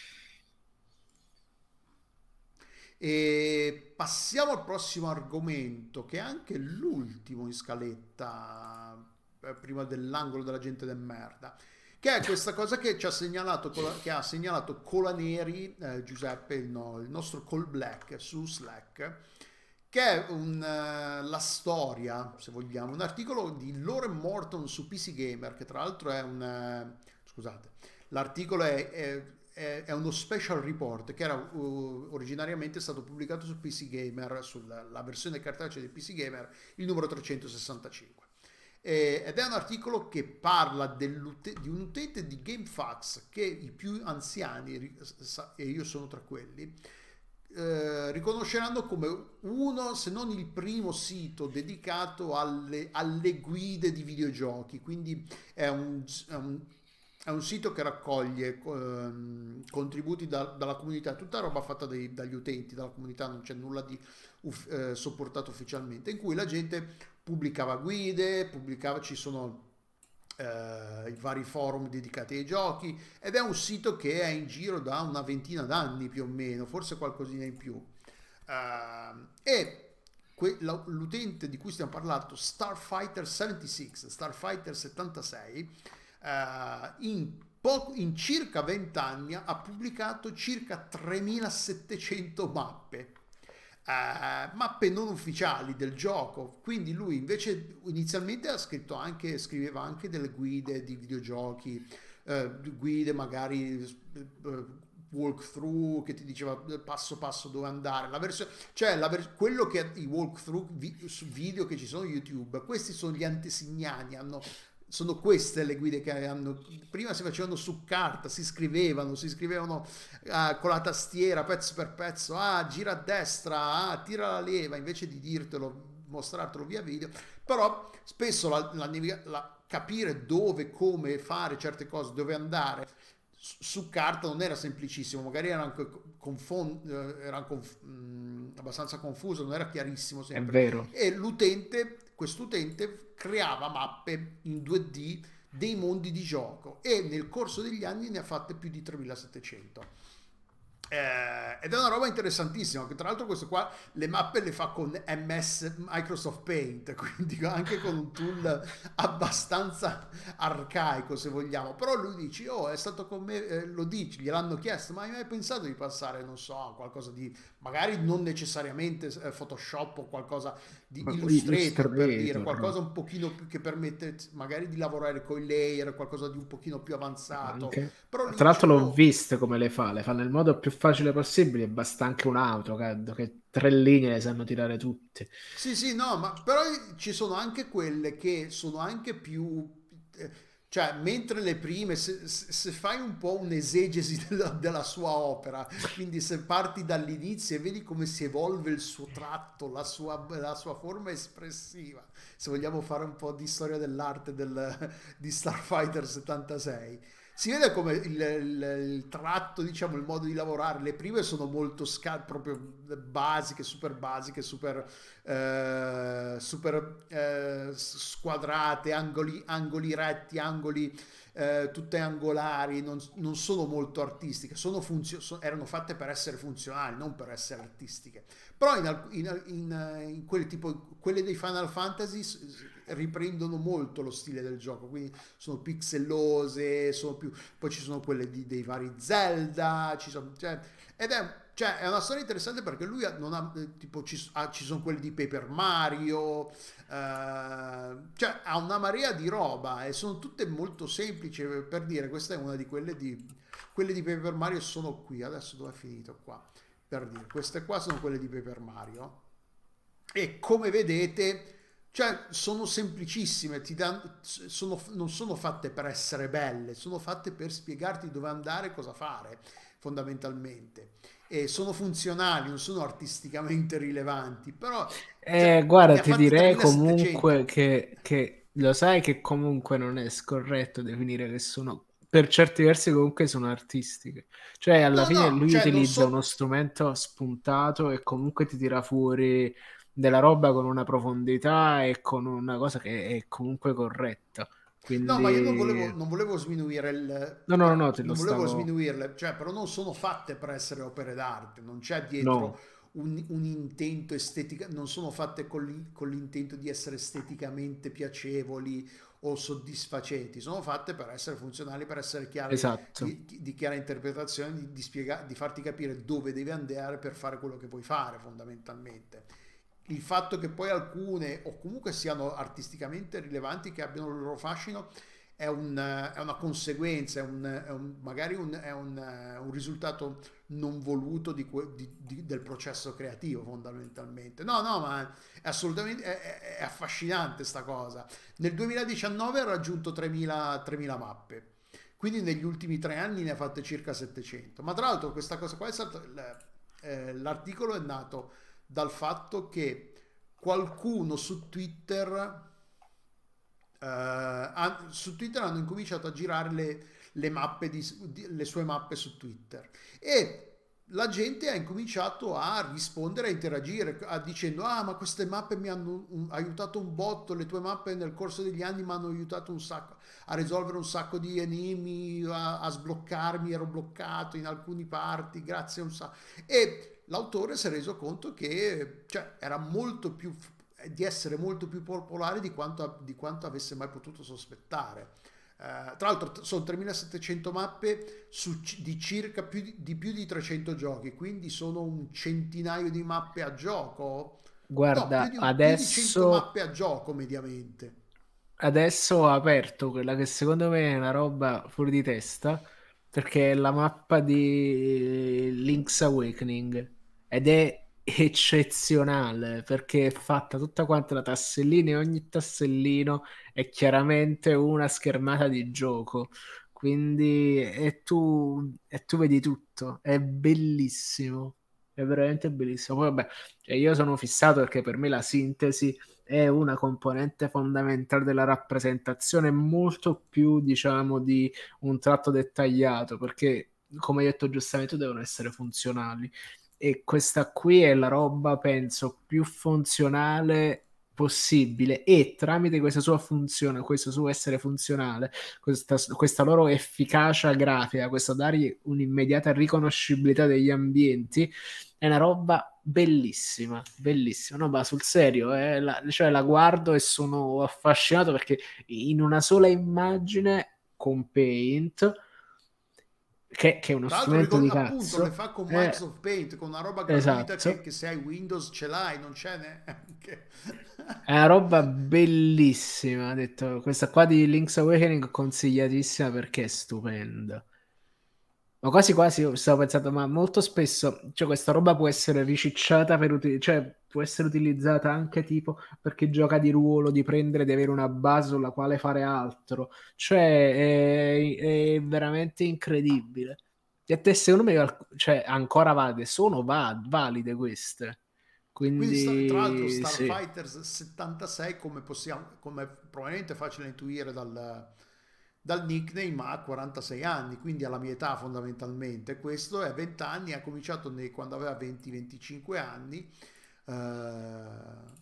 [SPEAKER 2] e passiamo al prossimo argomento, che è anche l'ultimo in scaletta, eh, prima dell'angolo della gente del merda, che è questa cosa che ci ha segnalato, Cola- che ha segnalato Colaneri, eh, Giuseppe, il, no- il nostro Call Black su Slack, che è un, eh, la storia, se vogliamo, un articolo di Lauren Morton su P C Gamer, che tra l'altro è un... eh, scusate, l'articolo è, è- è- è uno special report che era uh, originariamente stato pubblicato su P C Gamer, sulla la versione cartacea di P C Gamer, il numero trecentosessantacinque. Eh, ed è un articolo che parla dell'ute- di un utente di GameFAQs che i più anziani, ri- sa- e io sono tra quelli, eh, riconosceranno come uno, se non il primo sito dedicato alle, alle guide di videogiochi. Quindi è un, è un- è un sito che raccoglie ehm, contributi da- dalla comunità, tutta roba fatta dai- dagli utenti, dalla comunità, non c'è nulla di uff- eh, sopportato ufficialmente, in cui la gente pubblicava guide, pubblicava, ci sono eh, i vari forum dedicati ai giochi, ed è un sito che è in giro da una ventina d'anni più o meno, forse qualcosina in più. Eh, e que- la- l'utente di cui stiamo parlando, Starfighter settantasei, Starfighter settantasei, eh, in, po- in circa venti anni ha pubblicato circa tremilasettecento mappe, eh, mappe non ufficiali del gioco. Quindi lui invece inizialmente ha scritto anche, scriveva anche delle guide di videogiochi, eh, guide magari eh, walkthrough che ti diceva eh, passo passo dove andare, la versione, cioè la vers- quello che i walkthrough vi- su video che ci sono su YouTube, questi sono gli antesignani, hanno sono queste le guide che hanno. Prima si facevano su carta, si scrivevano, si scrivevano ah, con la tastiera pezzo per pezzo, ah, gira a destra, ah, tira la leva, invece di dirtelo mostrartelo via video, però spesso la, la naviga- la- capire dove, come fare certe cose, dove andare su su carta non era semplicissimo, magari era anche confon- eh, era conf- mh, abbastanza confuso, non era chiarissimo
[SPEAKER 3] È
[SPEAKER 2] sempre.
[SPEAKER 3] vero.
[SPEAKER 2] E l'utente, quest'utente creava mappe in due D dei mondi di gioco e nel corso degli anni ne ha fatte più di tremilasettecento. Eh, ed è una roba interessantissima, che tra l'altro questo qua le mappe le fa con M S Microsoft Paint, quindi anche con un tool abbastanza arcaico se vogliamo, però lui dice, oh è stato con me, eh, lo dici, gliel'hanno chiesto, ma hai mai pensato di passare, non so, a qualcosa di, magari non necessariamente eh, Photoshop o qualcosa di Illustrator per dire,
[SPEAKER 3] Illustrator
[SPEAKER 2] qualcosa un pochino più che permette magari di lavorare con i layer, qualcosa di un pochino più avanzato,
[SPEAKER 3] anche.
[SPEAKER 2] però lui
[SPEAKER 3] Tra
[SPEAKER 2] dice,
[SPEAKER 3] l'altro l'ho
[SPEAKER 2] oh.
[SPEAKER 3] viste come le fa, le fa nel modo più facile possibile, basta anche un AutoCAD che tre linee le sanno tirare tutte.
[SPEAKER 2] Sì, sì, no, ma però ci sono anche quelle che sono anche più, eh, cioè, mentre le prime, se, se- se fai un po' un'esegesi della, della sua opera, quindi se parti dall'inizio e vedi come si evolve il suo tratto, la sua, la sua forma espressiva, se vogliamo fare un po' di storia dell'arte del- di Starfighter settantasei. Si vede come il, il- il tratto, diciamo, il modo di lavorare. Le prime sono molto sca- proprio basiche, super basiche, super, eh, super eh, squadrate, angoli, angoli retti, angoli eh, tutte angolari, non, non sono molto artistiche, sono funzio- so- erano fatte per essere funzionali, non per essere artistiche. Però in, alc- in, in, in quelle, tipo, quelle dei Final Fantasy s- s- riprendono molto lo stile del gioco, quindi sono pixellose, sono più, poi ci sono quelle di- dei vari Zelda, ci sono, cioè, ed è, cioè, è una storia interessante perché lui ha- non ha, eh, tipo, ci, ha- ci sono quelli di Paper Mario, eh, cioè ha una marea di roba e sono tutte molto semplici, per dire, questa è una di quelle di, quelle di Paper Mario sono qui, adesso dove è finito qua, per dire, queste qua sono quelle di Paper Mario e come vedete, cioè, sono semplicissime, ti dan- sono- non sono fatte per essere belle, sono fatte per spiegarti dove andare e cosa fare, fondamentalmente. E sono funzionali, non sono artisticamente rilevanti, però cioè,
[SPEAKER 3] Eh, guarda,
[SPEAKER 2] ne ha
[SPEAKER 3] ti
[SPEAKER 2] fatti
[SPEAKER 3] direi comunque
[SPEAKER 2] tremilasettecento.
[SPEAKER 3] che, che lo sai che comunque non è scorretto definire che sono, per certi versi comunque sono artistiche. Cioè, alla
[SPEAKER 2] No,
[SPEAKER 3] fine
[SPEAKER 2] no,
[SPEAKER 3] lui
[SPEAKER 2] cioè non
[SPEAKER 3] utilizza uno
[SPEAKER 2] so.
[SPEAKER 3] strumento spuntato e comunque ti tira fuori della roba con una profondità e con una cosa che è comunque corretta.
[SPEAKER 2] No, ma io non volevo,
[SPEAKER 3] Quindi,
[SPEAKER 2] non volevo sminuire il,
[SPEAKER 3] no, no, no,
[SPEAKER 2] però
[SPEAKER 3] no, te lo
[SPEAKER 2] non volevo
[SPEAKER 3] stavo...
[SPEAKER 2] sminuirle, cioè, però non sono fatte per essere opere d'arte, non c'è dietro
[SPEAKER 3] No,
[SPEAKER 2] un, un intento estetica, non sono fatte con, l'i- con l'intento di essere esteticamente piacevoli o soddisfacenti, sono fatte per essere funzionali, per essere chiare,
[SPEAKER 3] esatto,
[SPEAKER 2] di, di chiara interpretazione, di, di spiega- di farti capire dove devi andare per fare quello che vuoi fare, fondamentalmente. Il fatto che poi alcune, o comunque siano artisticamente rilevanti, che abbiano il loro fascino, è, un, eh, è una conseguenza, è un, è un- magari un, è un, eh, un risultato non voluto di que- di- di- del processo creativo, fondamentalmente. No, no, ma è assolutamente è, è- è affascinante sta cosa. Nel duemiladiciannove ha raggiunto tremila, tremila mappe, quindi negli ultimi tre anni ne ha fatte circa settecento. Ma tra l'altro questa cosa qua è stata, l- eh, l'articolo è nato dal fatto che qualcuno su Twitter, eh, ha- su Twitter hanno incominciato a girare le, le mappe di, di- le sue mappe su Twitter e la gente ha incominciato a rispondere, a interagire, a, dicendo ah ma queste mappe mi hanno un- aiutato un botto, le tue mappe nel corso degli anni mi hanno aiutato un sacco a risolvere un sacco di enigmi, a, a sbloccarmi, ero bloccato in alcuni parti, grazie a un sacco. E l'autore si è reso conto che cioè, era molto più di essere molto più popolare di quanto, di quanto avesse mai potuto sospettare. Eh, tra l'altro sono tremilasettecento mappe su, di circa più di, di più di trecento giochi, quindi sono un centinaio di mappe a gioco. No, più
[SPEAKER 3] guarda,
[SPEAKER 2] di, un- più di cento
[SPEAKER 3] adesso
[SPEAKER 2] mappe a gioco mediamente.
[SPEAKER 3] Adesso ho aperto quella che secondo me è una roba fuori di testa, perché è la mappa di Link's Awakening ed è eccezionale perché è fatta tutta quanta da tassellini e ogni tassellino è chiaramente una schermata di gioco. Quindi e tu, e tu vedi tutto, è bellissimo, è veramente bellissimo. Poi vabbè, cioè io sono fissato perché per me la sintesi è una componente fondamentale della rappresentazione, molto più, diciamo, di un tratto dettagliato, perché come hai detto giustamente devono essere funzionali. E questa qui è la roba, penso, più funzionale possibile, e tramite questa sua funzione, questo suo essere funzionale, questa, questa loro efficacia grafica, questo dargli un'immediata riconoscibilità degli ambienti, è una roba bellissima, bellissima. No, ma sul serio, eh, la, cioè, la guardo e sono affascinato perché in una sola immagine con Paint, che, che è uno
[SPEAKER 2] Tra l'altro,
[SPEAKER 3] strumento
[SPEAKER 2] ricor-
[SPEAKER 3] di
[SPEAKER 2] appunto, le
[SPEAKER 3] cazzo,
[SPEAKER 2] fa con
[SPEAKER 3] è
[SPEAKER 2] Microsoft Paint, con una roba gratuita che,
[SPEAKER 3] esatto.
[SPEAKER 2] che se hai Windows ce l'hai, non c'è neanche.
[SPEAKER 3] È una roba bellissima, ha detto. Questa qua di Link's Awakening consigliatissima perché è stupenda. Ma quasi quasi io stavo pensando, ma molto spesso, cioè, questa roba può essere ricicciata per utili- cioè può essere utilizzata anche tipo perché gioca di ruolo, di prendere, di avere una base sulla quale fare altro. Cioè, è, è veramente incredibile. E a te, secondo me, alc- cioè, ancora valide, sono va- valide queste.
[SPEAKER 2] Quindi, sta- tra l'altro,
[SPEAKER 3] Quindi, sì.
[SPEAKER 2] Starfighters settantasei, come possiamo, come probabilmente è facile intuire dal, dal nickname, ha quarantasei anni, quindi alla mia età fondamentalmente. Questo è venti anni, ha cominciato nei- quando aveva venti venticinque anni, eh,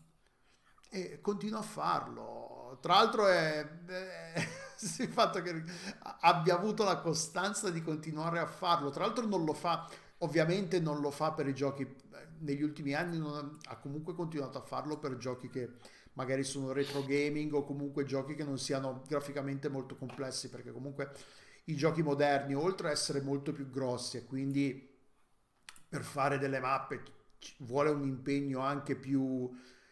[SPEAKER 2] e continua a farlo. Tra l'altro è, è- il fatto che abbia avuto la costanza di continuare a farlo. Tra l'altro non lo fa, ovviamente non lo fa per i giochi, negli ultimi anni non ha, ha comunque continuato a farlo per giochi che magari sono retro gaming o comunque giochi che non siano graficamente molto complessi, perché comunque i giochi moderni, oltre a essere molto più grossi e quindi per fare delle mappe ci vuole un impegno anche più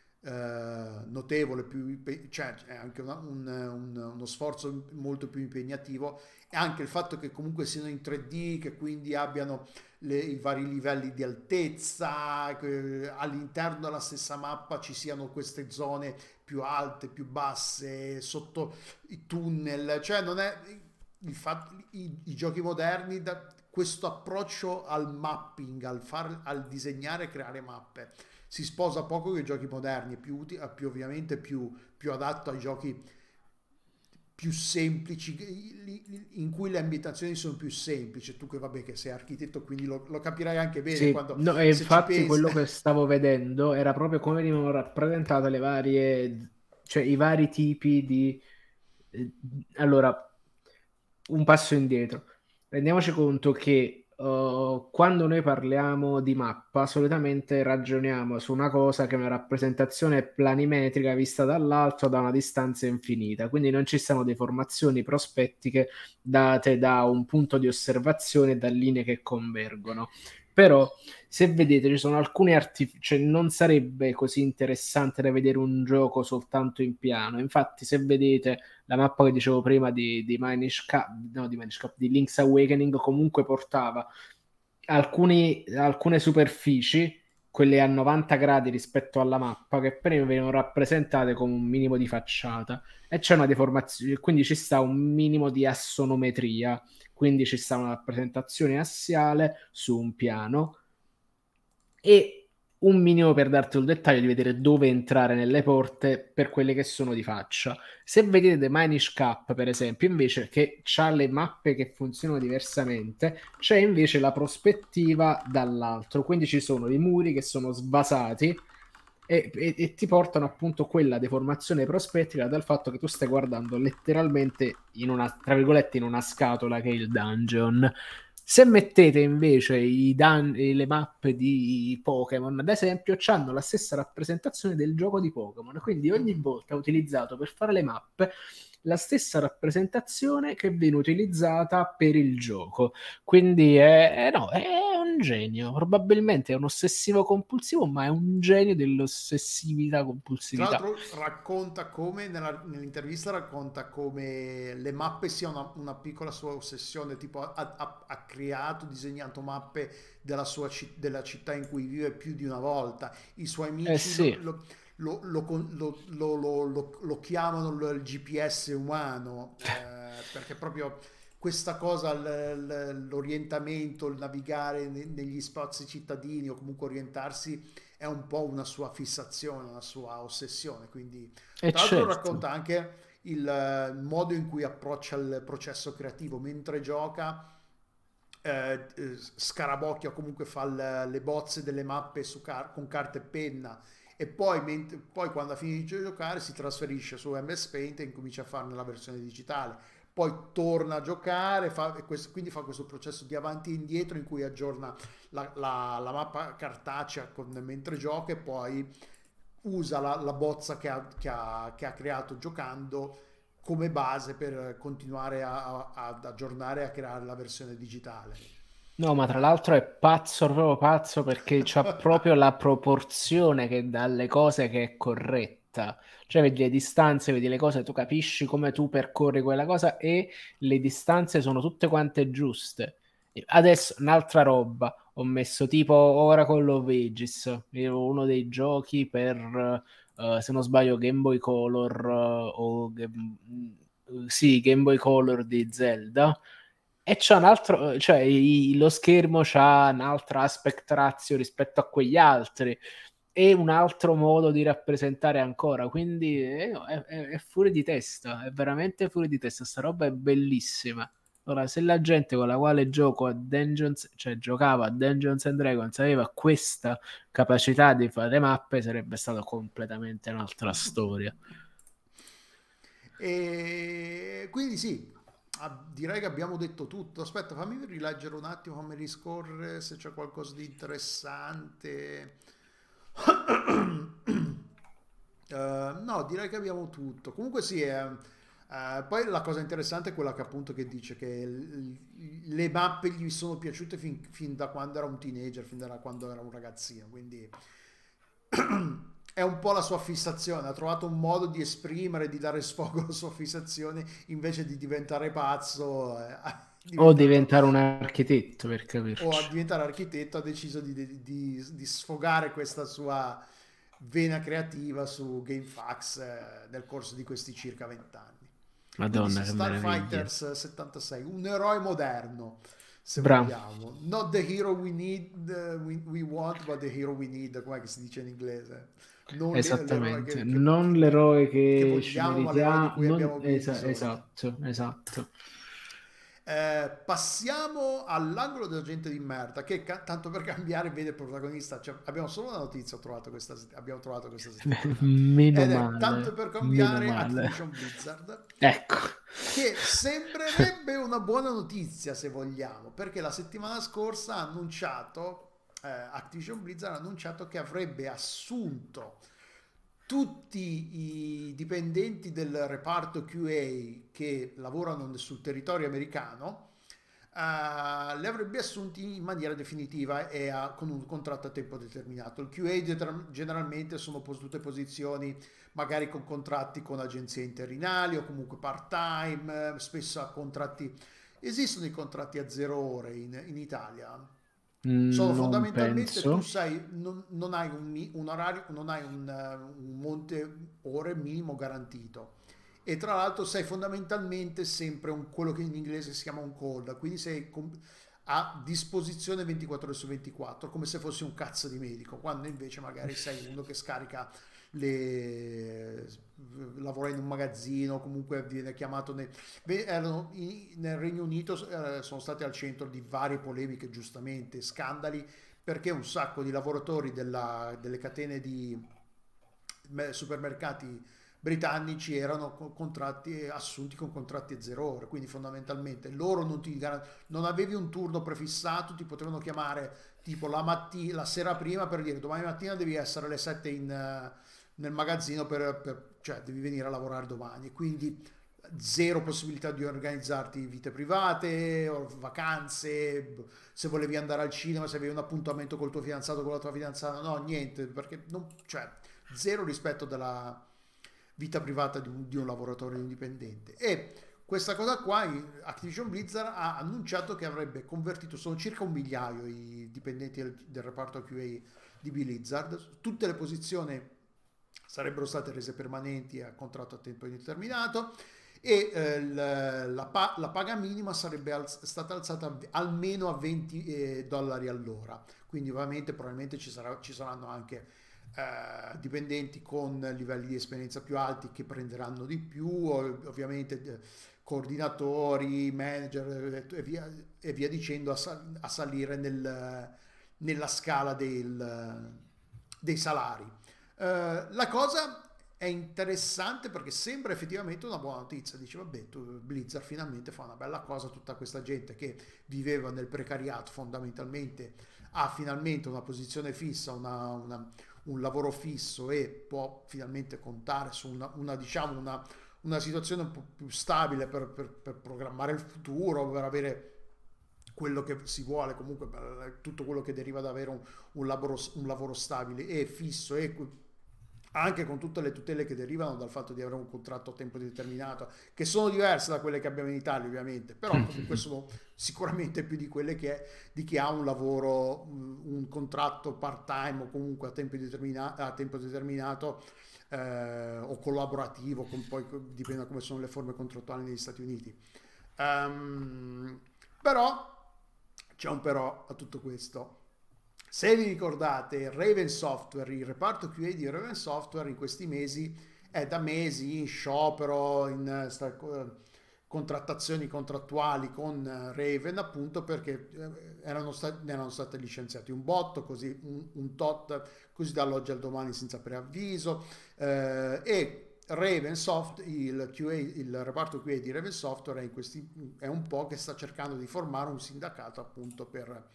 [SPEAKER 2] eh, notevole, più, impe- cioè è anche una- un- un- uno sforzo molto più impegnativo, e anche il fatto che comunque siano in tre D, che quindi abbiano le- i vari livelli di altezza, che all'interno della stessa mappa ci siano queste zone più alte, più basse, sotto i tunnel, cioè non è il fatto, i, i giochi moderni da questo approccio al mapping, al, far, al disegnare e creare mappe si sposa poco con i giochi moderni, è più, uti- più ovviamente più, più adatto ai giochi più semplici, in cui le ambientazioni sono più semplici. Tu che vabbè che sei architetto, quindi lo, lo capirai anche bene
[SPEAKER 3] Sì,
[SPEAKER 2] quando
[SPEAKER 3] no, e
[SPEAKER 2] se ci
[SPEAKER 3] infatti
[SPEAKER 2] pensi.
[SPEAKER 3] quello che stavo vedendo era proprio come venivano rappresentate le varie, cioè i vari tipi di... eh, Allora, un passo indietro. Rendiamoci conto che uh, quando noi parliamo di mappa, solitamente ragioniamo su una cosa che è una rappresentazione planimetrica vista dall'alto da una distanza infinita, quindi non ci sono deformazioni prospettiche date da un punto di osservazione e da linee che convergono. Però, se vedete, ci sono alcuni artifici, cioè non sarebbe così interessante da vedere un gioco soltanto in piano. Infatti, se vedete la mappa che dicevo prima di, di Minish Cap, no, di Minish Cap, di Link's Awakening, comunque portava alcuni, alcune superfici, quelle a novanta gradi rispetto alla mappa, che prima venivano rappresentate come un minimo di facciata, e c'è una deformazione, quindi ci sta un minimo di assonometria, quindi ci sta una rappresentazione assiale su un piano e un minimo per darti il dettaglio di vedere dove entrare nelle porte per quelle che sono di faccia. Se vedete The Minish Cap, per esempio, invece che ha le mappe che funzionano diversamente, c'è invece la prospettiva dall'altro, quindi ci sono i muri che sono svasati e, e- e ti portano appunto quella deformazione prospettica dal fatto che tu stai guardando letteralmente in una, tra virgolette, in una scatola che è il dungeon. Se mettete invece i dan- le mappe di Pokémon, ad esempio, hanno la stessa rappresentazione del gioco di Pokémon, quindi ogni volta è utilizzato per fare le mappe la stessa rappresentazione che viene utilizzata per il gioco. Quindi è, è- no, è un genio, probabilmente è un ossessivo compulsivo, ma è un genio dell'ossessività
[SPEAKER 2] Tra
[SPEAKER 3] compulsività.
[SPEAKER 2] l'altro racconta come, nella- nell'intervista racconta come le mappe sia una, una piccola sua ossessione, tipo ha, ha- ha creato, disegnato mappe della sua ci- della città in cui vive più di una volta. I suoi
[SPEAKER 3] Eh
[SPEAKER 2] amici lo,
[SPEAKER 3] sì,
[SPEAKER 2] lo- lo- lo con- lo- lo- lo- lo- lo chiamano il G P S umano, eh, perché proprio questa cosa, l- l- l'orientamento, il navigare ne- negli spazi cittadini o comunque orientarsi è un po' una sua fissazione, una sua ossessione. Quindi,
[SPEAKER 3] E
[SPEAKER 2] tra l'altro,
[SPEAKER 3] certo.
[SPEAKER 2] racconta anche il eh, modo in cui approccia il processo creativo mentre gioca. eh, eh, Scarabocchia comunque fa l- le bozze delle mappe su car- con carta e penna e poi, ment- poi quando finisce di giocare si trasferisce su M S Paint e incomincia a farne la versione digitale. Poi torna a giocare, fa, e questo- quindi fa questo processo di avanti e indietro in cui aggiorna la, la- la mappa cartacea con- mentre gioca e poi usa la, la bozza che ha, che ha- che ha creato giocando come base per continuare a- a- ad aggiornare e a creare la versione digitale.
[SPEAKER 3] No, ma tra l'altro è pazzo, proprio pazzo, perché c'ha proprio la proporzione che dà alle cose che è corretta. Cioè, vedi le distanze, vedi le cose, tu capisci come tu percorri quella cosa e le distanze sono tutte quante giuste. E adesso, un'altra roba, ho messo tipo Oracle of Ages, uno dei giochi per, eh, se non sbaglio, Game Boy Color, eh, o Game- mm, sì, Game Boy Color di Zelda. E c'è un altro, cioè i- lo schermo c'ha un'altra aspect ratio rispetto a quegli altri e un altro modo di rappresentare ancora, quindi è, è- è fuori di testa, è veramente fuori di testa, sta roba è bellissima. Ora, se la gente con la quale gioco a Dungeons, cioè giocava a Dungeons and Dragons, aveva questa capacità di fare mappe, sarebbe stato completamente un'altra storia.
[SPEAKER 2] E quindi sì, ah, direi che abbiamo detto tutto. Aspetta, fammi rileggere un attimo, fammi riscorrere se c'è qualcosa di interessante. Eh, no, direi che abbiamo tutto. Comunque sì, eh, eh, poi la cosa interessante è quella che appunto che dice che l- le mappe gli sono piaciute fin, fin da quando era un teenager, fin da quando era un ragazzino, quindi è un po' la sua fissazione, ha trovato un modo di esprimere, di dare sfogo alla sua fissazione invece di diventare pazzo, eh, è
[SPEAKER 3] O
[SPEAKER 2] diventato
[SPEAKER 3] diventare un architetto, per
[SPEAKER 2] o a
[SPEAKER 3] capirci.
[SPEAKER 2] diventare architetto, ha deciso di, di- di- di sfogare questa sua vena creativa su GameFAQs eh, nel corso di questi circa vent'anni. Quindi
[SPEAKER 3] Madonna,
[SPEAKER 2] sì,
[SPEAKER 3] che meraviglia.
[SPEAKER 2] Starfighters settantasei, un eroe moderno, se
[SPEAKER 3] Bravo.
[SPEAKER 2] vogliamo. Not the hero we need, eh, we, we want, but the hero we need, come che si dice in inglese. Non l'e- l'eroe
[SPEAKER 3] Esattamente,
[SPEAKER 2] che, che-
[SPEAKER 3] non
[SPEAKER 2] che-
[SPEAKER 3] l'eroe
[SPEAKER 2] che
[SPEAKER 3] che ci
[SPEAKER 2] vogliamo, ma l'eroe di
[SPEAKER 3] meritiamo,
[SPEAKER 2] cui
[SPEAKER 3] non...
[SPEAKER 2] abbiamo
[SPEAKER 3] esa-
[SPEAKER 2] bisogno.
[SPEAKER 3] esatto, esatto.
[SPEAKER 2] Eh, passiamo all'angolo della gente di merda che ca- tanto per cambiare vede il protagonista, cioè, abbiamo solo una notizia ho trovato questa, sett- abbiamo trovato questa settimana
[SPEAKER 3] Meno
[SPEAKER 2] ed è tanto
[SPEAKER 3] male,
[SPEAKER 2] per
[SPEAKER 3] meno
[SPEAKER 2] cambiare
[SPEAKER 3] male.
[SPEAKER 2] Activision Blizzard,
[SPEAKER 3] Ecco.
[SPEAKER 2] che sembrerebbe una buona notizia se vogliamo, perché la settimana scorsa ha annunciato, eh, Activision Blizzard ha annunciato che avrebbe assunto tutti i dipendenti del reparto Q A che lavorano sul territorio americano, eh, li avrebbe assunti in maniera definitiva e a- con un contratto a tempo determinato. Il Q A gener- generalmente sono pos- tutte posizioni magari con contratti con agenzie interinali o comunque part-time, eh, spesso a contratti. Esistono i contratti a zero ore in, in Italia? Sono
[SPEAKER 3] Non
[SPEAKER 2] fondamentalmente tu
[SPEAKER 3] penso.
[SPEAKER 2] sai, non, non hai un, mi- un orario, non hai un, eh, un monte ore minimo garantito. E tra l'altro sei fondamentalmente sempre un, quello che in inglese si chiama un cold, quindi sei com- a disposizione ventiquattro ore su ventiquattro, come se fossi un cazzo di medico, quando invece magari sei uno che scarica le... lavora in un magazzino, comunque viene chiamato nei... Beh, erano in- nel Regno Unito eh, sono stati al centro di varie polemiche, giustamente, scandali, perché un sacco di lavoratori della- delle catene di me- supermercati britannici erano co- contratti assunti con contratti a zero ore, quindi fondamentalmente loro non ti garan- non avevi un turno prefissato, ti potevano chiamare tipo la mattina, la sera prima per dire domani mattina devi essere alle sette in, eh, nel magazzino per, per- cioè devi venire a lavorare domani, quindi zero possibilità di organizzarti vite private o vacanze, b- se volevi andare al cinema, se avevi un appuntamento col tuo fidanzato, con la tua fidanzata, no, niente, perché non, cioè, zero rispetto della vita privata di un, di un lavoratore indipendente. E questa cosa qua, Activision Blizzard ha annunciato che avrebbe convertito, sono circa un migliaio i dipendenti del, del reparto Q A di Blizzard, tutte le posizioni sarebbero state rese permanenti a contratto a tempo indeterminato e eh, l- la, pa- la paga minima sarebbe alz- stata alzata a- almeno a venti eh, dollari all'ora. Quindi ovviamente probabilmente ci, sarà- ci saranno anche eh, dipendenti con livelli di esperienza più alti che prenderanno di più, o- ovviamente eh, coordinatori, manager eh, e via, e via dicendo a, sal- a salire nel- nella scala del- dei salari. Eh, la cosa è interessante perché sembra effettivamente una buona notizia. Dice, vabbè, tu, Blizzard finalmente fa una bella cosa, tutta questa gente che viveva nel precariato fondamentalmente ha finalmente una posizione fissa, una, una- un lavoro fisso e può finalmente contare su una, una, diciamo, una, una situazione un po' più stabile per, per- per programmare il futuro, per avere quello che si vuole, comunque per tutto quello che deriva da avere un, un lavoro, un lavoro stabile e fisso e anche con tutte le tutele che derivano dal fatto di avere un contratto a tempo determinato, che sono diverse da quelle che abbiamo in Italia ovviamente, però comunque sono sicuramente più di quelle che di chi ha un lavoro, un contratto part-time o comunque a tempo determinato, a tempo determinato eh, o collaborativo, con, poi dipende da come sono le forme contrattuali negli Stati Uniti. Um, però c'è un però a tutto questo. Se vi ricordate, Raven Software, il reparto Q A di Raven Software in questi mesi è da mesi in sciopero, in eh, sta- eh, contrattazioni contrattuali con eh, Raven, appunto perché eh, erano, sta- ne erano stati licenziati un botto, così un, un tot, così dall'oggi al domani senza preavviso, eh, e Raven Soft, il, Q A, il reparto Q A di Raven Software è, in questi, è un po' che sta cercando di formare un sindacato appunto per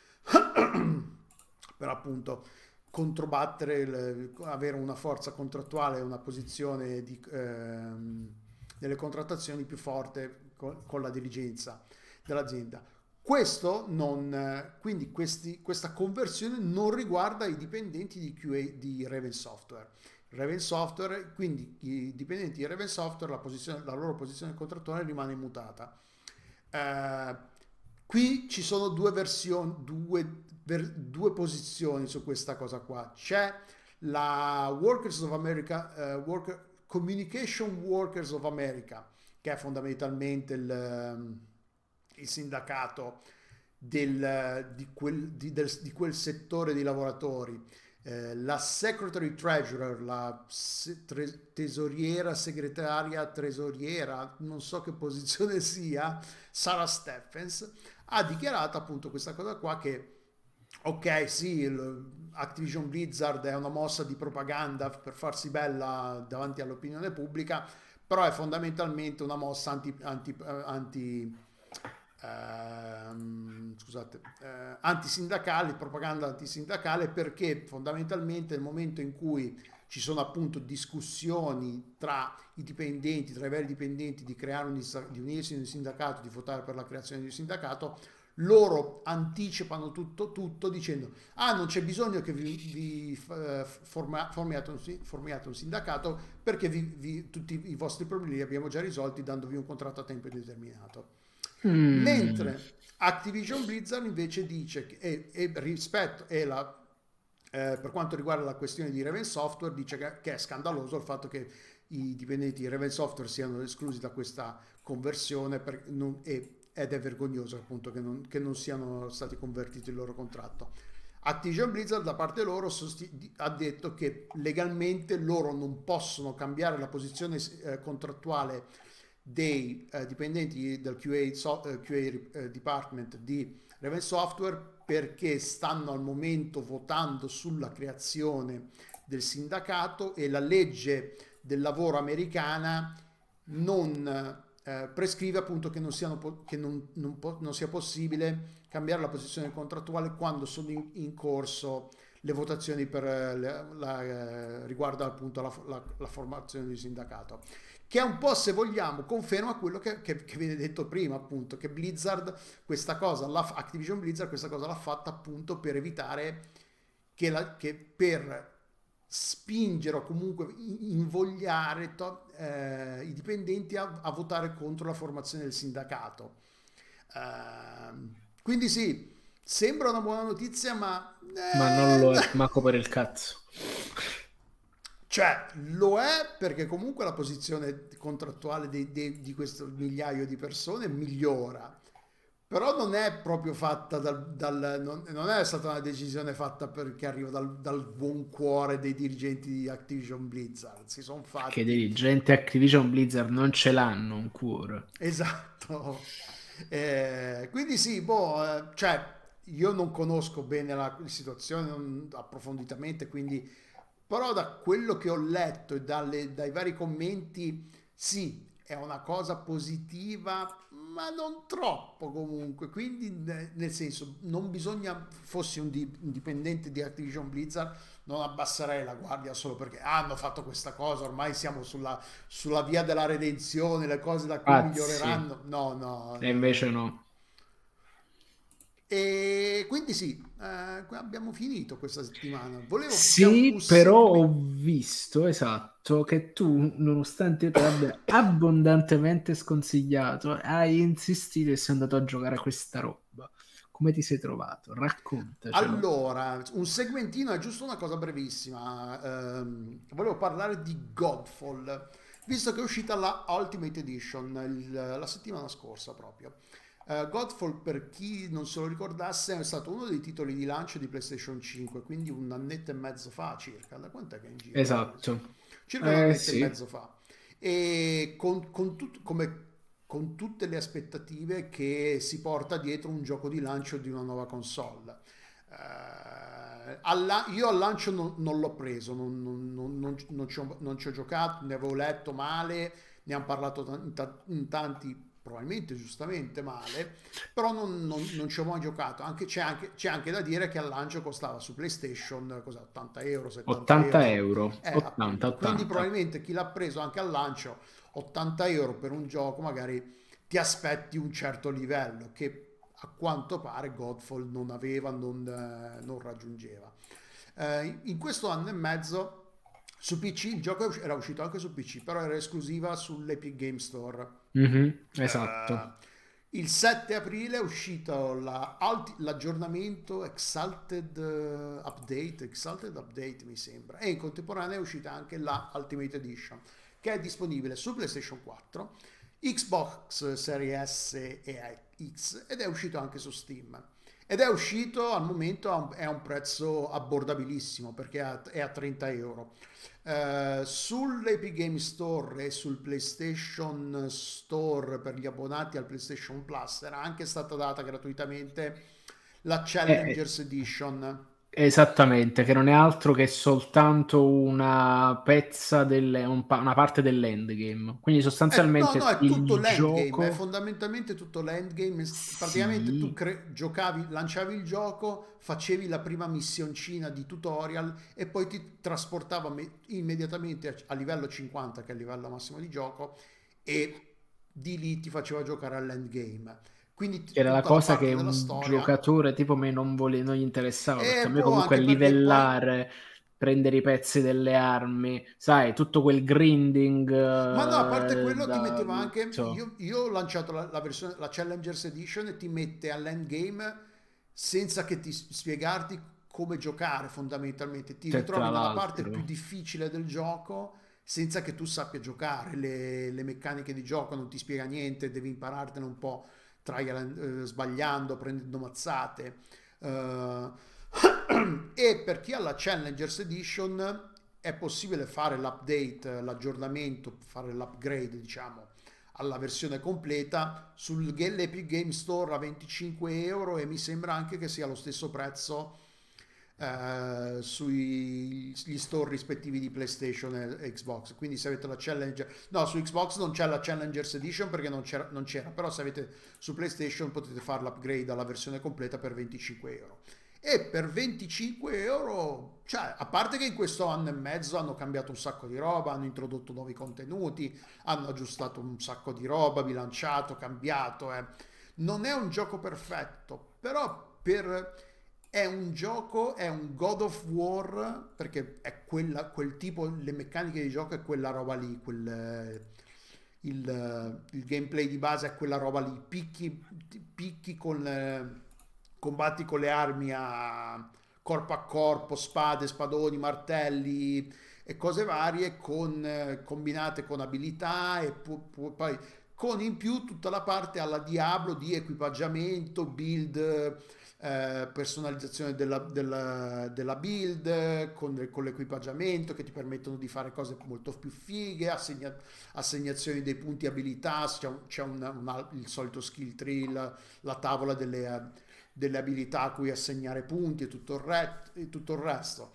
[SPEAKER 2] per appunto controbattere, il- avere una forza contrattuale, una posizione di, ehm, nelle contrattazioni più forte con, con la dirigenza dell'azienda. Questo non, eh, quindi questi, questa conversione non riguarda i dipendenti di Q A di Raven Software. Raven Software, quindi i dipendenti di Raven Software, la, posizione, la loro posizione contrattuale rimane immutata. Eh, Qui ci sono due versioni, due, ver- due posizioni su questa cosa qua. C'è la Workers of America, eh, Worker- Communication Workers of America, che è fondamentalmente il, ehm, il sindacato del, di, quel, di- del- di quel settore di lavoratori. Eh, la Secretary Treasurer, la se- tre- tesoriera, segretaria, tesoriera, non so che posizione sia, Sarah Stephens, ha dichiarato appunto questa cosa qua che ok, sì, il- Activision Blizzard è una mossa di propaganda per farsi bella davanti all'opinione pubblica, però è fondamentalmente una mossa anti, anti, eh, anti- ehm, scusate, eh, antisindacale, propaganda antisindacale, perché fondamentalmente nel momento in cui ci sono appunto discussioni tra i dipendenti, tra i vari dipendenti di creare un, di unirsi in un sindacato, di votare per la creazione di un sindacato, loro anticipano tutto, tutto dicendo ah non c'è bisogno che vi, vi eh, forma, formiate, un, formiate un sindacato perché vi, vi, tutti i vostri problemi li abbiamo già risolti dandovi un contratto a tempo indeterminato.
[SPEAKER 3] Mm.
[SPEAKER 2] Mentre Activision Blizzard invece dice che e, e rispetto e la eh, per quanto riguarda la questione di Raven Software dice che, che è scandaloso il fatto che i dipendenti di Raven Software siano esclusi da questa conversione per, non, e, ed è vergognoso appunto che non, che non siano stati convertiti il loro contratto. Activision Blizzard da parte loro sosti- ha detto che legalmente loro non possono cambiare la posizione eh, contrattuale dei eh, dipendenti del Q A, so, eh, Q A eh, Department di Raven Software perché stanno al momento votando sulla creazione del sindacato e la legge del lavoro americana non eh, prescrive appunto che non, siano, che non, non, non sia possibile cambiare la posizione contrattuale quando sono in, in corso le votazioni per eh, la, la, eh, riguardo appunto la, la, la formazione di sindacato, che è un po', se vogliamo, conferma quello che, che, che viene detto prima, appunto, che Blizzard questa cosa, la, Activision Blizzard questa cosa l'ha fatta appunto per evitare che, la, che per spingere o comunque invogliare to, eh, i dipendenti a, a, votare contro la formazione del sindacato. Uh, quindi sì, sembra una buona notizia, ma...
[SPEAKER 3] Ma non lo è
[SPEAKER 2] Eh,
[SPEAKER 3] manco per il cazzo.
[SPEAKER 2] Cioè, lo è perché comunque la posizione contrattuale dei- dei- di questo migliaio di persone migliora, però non è proprio fatta dal, dal- non, non è stata una decisione fatta perché arriva dal, dal buon cuore dei dirigenti di Activision Blizzard. Si sono
[SPEAKER 3] Perché i
[SPEAKER 2] fatti.
[SPEAKER 3] dirigenti Activision Blizzard non ce l'hanno un cuore.
[SPEAKER 2] Esatto. Eh, quindi sì, boh, eh, cioè io non conosco bene la situazione non- approfonditamente, quindi però da quello che ho letto e dalle- dai vari commenti, sì, è una cosa positiva, ma non troppo comunque. Quindi, ne- nel senso, non bisogna, fossi un, di- un dipendente di Activision Blizzard, non abbasserei la guardia solo perché "Ah, hanno fatto questa cosa, ormai siamo sulla, sulla via della redenzione, le cose da qui
[SPEAKER 3] Pazzi.
[SPEAKER 2] miglioreranno". No, no.
[SPEAKER 3] E
[SPEAKER 2] eh,
[SPEAKER 3] invece no.
[SPEAKER 2] e quindi sì, eh, abbiamo finito questa settimana. Volevo, c'è un, un
[SPEAKER 3] Sì, però ho
[SPEAKER 2] segmento.
[SPEAKER 3] visto, esatto, che tu, nonostante io te l'abbia abbondantemente sconsigliato, hai insistito e sei andato a giocare a questa roba. Come ti sei trovato? Raccontacelo.
[SPEAKER 2] Allora, un segmentino è giusto una cosa brevissima. Ehm, volevo parlare di Godfall, visto che è uscita la Ultimate Edition il- la settimana scorsa proprio. Eh, Godfall, per chi non se lo ricordasse, è stato uno dei titoli di lancio di PlayStation cinque, quindi un annetto e mezzo fa circa. Da quant'è che è in giro ormai questo?
[SPEAKER 3] Esatto.
[SPEAKER 2] Circa un
[SPEAKER 3] Eh
[SPEAKER 2] annetto e
[SPEAKER 3] sì,
[SPEAKER 2] mezzo fa. E con, con tut- come con tutte le aspettative che si porta dietro un gioco di lancio di una nuova console. Eh, alla- io al lancio non, non l'ho preso, non, non- non- non ci non ci ho, non ci ho giocato, ne avevo letto male, ne hanno parlato ta- in, ta- in tanti, probabilmente giustamente male, però non, non- non ci ho mai giocato. Anche, c'è, anche, c'è anche da dire che al lancio costava su PlayStation cosa, ottanta euro, settanta
[SPEAKER 3] ottanta
[SPEAKER 2] euro.
[SPEAKER 3] euro,
[SPEAKER 2] Eh,
[SPEAKER 3] ottanta,
[SPEAKER 2] appunto, quindi
[SPEAKER 3] ottanta.
[SPEAKER 2] probabilmente chi l'ha preso anche al lancio ottanta euro per un gioco, magari ti aspetti un certo livello che a quanto pare Godfall non aveva, non, eh, non raggiungeva. Eh, in questo anno e mezzo su P C il gioco è usci- era uscito anche su P C, però era esclusiva sull'Epic Game Store.
[SPEAKER 3] Mhm, esatto.
[SPEAKER 2] Eh, il sette aprile è uscito la alti- l'aggiornamento Exalted eh, Update, Exalted Update mi sembra, e in contemporanea è uscita anche la Ultimate Edition, che è disponibile su PlayStation quattro, Xbox Series S e X ed è uscito anche su Steam. Ed è uscito al momento a un, è a un prezzo abbordabilissimo perché è a, è a trenta euro. Eh, sull'Epic Game Store e sul PlayStation Store per gli abbonati al PlayStation Plus era anche stata data gratuitamente la
[SPEAKER 3] Eh,
[SPEAKER 2] Challengers Edition.
[SPEAKER 3] Esattamente, che non è altro che soltanto una pezza del, un pa- una parte dell'endgame. Quindi
[SPEAKER 2] Eh, no, no,
[SPEAKER 3] sostanzialmente
[SPEAKER 2] è tutto
[SPEAKER 3] il
[SPEAKER 2] l'endgame, è
[SPEAKER 3] gioco,
[SPEAKER 2] fondamentalmente tutto l'endgame. Praticamente tu
[SPEAKER 3] sì,
[SPEAKER 2] cre- giocavi, lanciavi il gioco, facevi la prima missioncina di tutorial e poi ti trasportava me- immediatamente a, a livello cinquanta, che è il livello massimo di gioco, e di lì ti faceva giocare all'endgame. Quindi
[SPEAKER 3] che
[SPEAKER 2] t-
[SPEAKER 3] era la
[SPEAKER 2] tutta la
[SPEAKER 3] cosa che
[SPEAKER 2] parte della
[SPEAKER 3] un
[SPEAKER 2] storia.
[SPEAKER 3] giocatore tipo me non, vole- non gli interessava, perché
[SPEAKER 2] E
[SPEAKER 3] a me
[SPEAKER 2] boh,
[SPEAKER 3] comunque
[SPEAKER 2] anche perché poi.
[SPEAKER 3] livellare, prendere i pezzi delle armi, sai, tutto quel grinding
[SPEAKER 2] Ma no, a parte
[SPEAKER 3] eh,
[SPEAKER 2] quello ti
[SPEAKER 3] da...
[SPEAKER 2] metteva anche,
[SPEAKER 3] so,
[SPEAKER 2] io, io ho lanciato la, la versione, la Challengers Edition e ti mette all'endgame senza che ti spiegarti come giocare fondamentalmente. Ti
[SPEAKER 3] cioè,
[SPEAKER 2] ritrovi
[SPEAKER 3] tra
[SPEAKER 2] nella parte più
[SPEAKER 3] l'altro.
[SPEAKER 2] difficile del gioco senza che tu sappia giocare. Le, le meccaniche di gioco non ti spiega niente, devi imparartene un po' trial and- eh, sbagliando, prendendo mazzate. Eh, e per chi ha la Challengers Edition è possibile fare l'update, l'aggiornamento, fare l'upgrade, diciamo, alla versione completa sull'Epic Game Store a venticinque euro e mi sembra anche che sia lo stesso prezzo eh, sugli store rispettivi di PlayStation e Xbox. Quindi se avete la Challenger, no, su Xbox non c'è la Challengers Edition perché non c'era, non c'era, però se avete su PlayStation potete fare l'upgrade alla versione completa per venticinque euro. E per venticinque euro, cioè, a parte che in questo anno e mezzo hanno cambiato un sacco di roba, hanno introdotto nuovi contenuti, hanno aggiustato un sacco di roba, bilanciato, cambiato. eh. Non è un gioco perfetto, però per, è un gioco, è un God of War, perché è quella, quel tipo, le meccaniche di gioco è quella roba lì, quel, eh, il, eh, il gameplay di base è quella roba lì, picchi, picchi con... eh, combatti con le armi a corpo a corpo, spade, spadoni, martelli, e cose varie con, eh, combinate con abilità e pu- pu- poi con in più tutta la parte alla Diablo di equipaggiamento, build, eh, personalizzazione della, della- della build, eh, con, con l'equipaggiamento che ti permettono di fare cose molto più fighe, assegna- assegnazioni dei punti abilità, c'è, un- c'è una- una- il solito skill tree, la, la tavola delle, eh, delle abilità a cui assegnare punti e tutto il, re- e tutto il resto.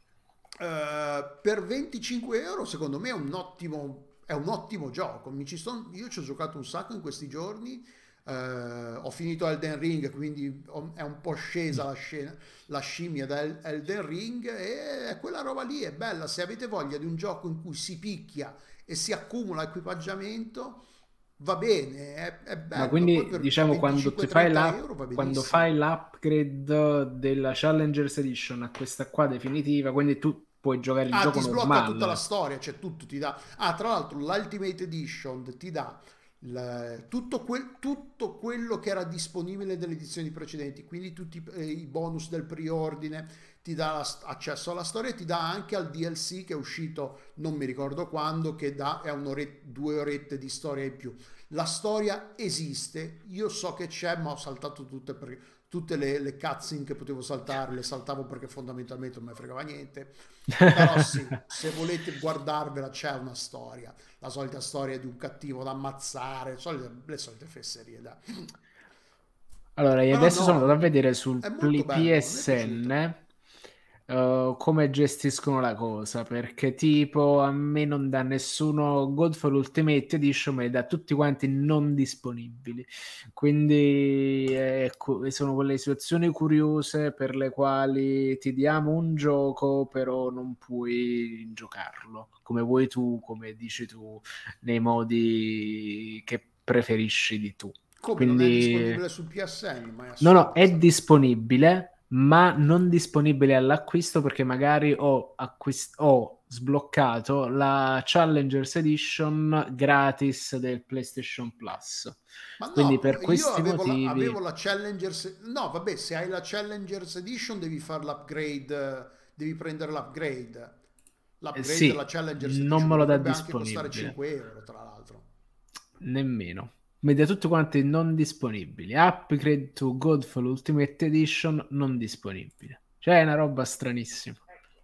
[SPEAKER 2] Eh, per venticinque euro secondo me è un ottimo, è un ottimo gioco. Mi ci son- io ci ho giocato un sacco in questi giorni. Eh, ho finito Elden Ring, quindi ho- è un po' scesa la, scena, la scimmia da El- Elden Ring e quella roba lì è bella. Se avete voglia di un gioco in cui si picchia e si accumula equipaggiamento, va bene, è, è
[SPEAKER 3] Ma
[SPEAKER 2] bello. Poi
[SPEAKER 3] quindi
[SPEAKER 2] per
[SPEAKER 3] diciamo quando ti fai
[SPEAKER 2] venticinque trenta
[SPEAKER 3] l'app,
[SPEAKER 2] euro va
[SPEAKER 3] quando
[SPEAKER 2] benissimo.
[SPEAKER 3] fai l'upgrade della Challengers Edition a questa qua definitiva, quindi tu puoi giocare il
[SPEAKER 2] Ah,
[SPEAKER 3] gioco
[SPEAKER 2] ti sblocca tutta la
[SPEAKER 3] normale.
[SPEAKER 2] storia, cioè tutto ti dà. Ah, tra l'altro l'Ultimate Edition ti dà il- tutto, quel- tutto quello che era disponibile nelle edizioni precedenti, quindi tutti eh, i bonus del preordine, ti dà la st- accesso alla storia e ti dà anche al D L C che è uscito non mi ricordo quando, che dà, è un'ore- due orette di storia in più. La storia esiste, io so che c'è, ma ho saltato tutte perché tutte le, le cutscene che potevo saltare, le saltavo perché fondamentalmente non mi fregava niente. Però sì, se volete guardarvela c'è una storia, la solita storia di un cattivo da ammazzare, solite- le solite fesserie, dai.
[SPEAKER 3] Allora, io
[SPEAKER 2] Però
[SPEAKER 3] adesso sono andato a
[SPEAKER 2] no,
[SPEAKER 3] vedere sul
[SPEAKER 2] è molto
[SPEAKER 3] Pl-
[SPEAKER 2] bello, mi è piaciuto.
[SPEAKER 3] P S N eh, come gestiscono la cosa, perché tipo a me non dà nessuno Godfall Ultimate Edition, ma li dà tutti quanti non disponibili. Quindi ecco, sono quelle situazioni curiose per le quali ti diamo un gioco, però non puoi giocarlo come vuoi tu, come dici tu, nei modi che preferisci di tu.
[SPEAKER 2] Come non è
[SPEAKER 3] Quindi
[SPEAKER 2] disponibile sul P S N, ma è
[SPEAKER 3] no, no,
[SPEAKER 2] assurda
[SPEAKER 3] è
[SPEAKER 2] sta cosa.
[SPEAKER 3] disponibile, ma non disponibile all'acquisto perché magari ho, acquist- ho sbloccato la Challengers Edition gratis del PlayStation Plus.
[SPEAKER 2] Ma
[SPEAKER 3] Quindi
[SPEAKER 2] no,
[SPEAKER 3] per
[SPEAKER 2] io
[SPEAKER 3] questi
[SPEAKER 2] avevo la,
[SPEAKER 3] motivi,
[SPEAKER 2] avevo la Challengers. No, vabbè, se hai la Challengers Edition devi fare l'upgrade, eh, devi prendere l'upgrade.
[SPEAKER 3] eh,
[SPEAKER 2] L'upgrade della
[SPEAKER 3] sì,
[SPEAKER 2] Challengers
[SPEAKER 3] non
[SPEAKER 2] Edition
[SPEAKER 3] me
[SPEAKER 2] che
[SPEAKER 3] lo dà
[SPEAKER 2] dovrebbe anche costare
[SPEAKER 3] disponibile,
[SPEAKER 2] cinque euro, tra l'altro.
[SPEAKER 3] nemmeno. Media tutti quanti non disponibili. Upgrade to Godfall Ultimate Edition non disponibile. Cioè è una roba stranissima.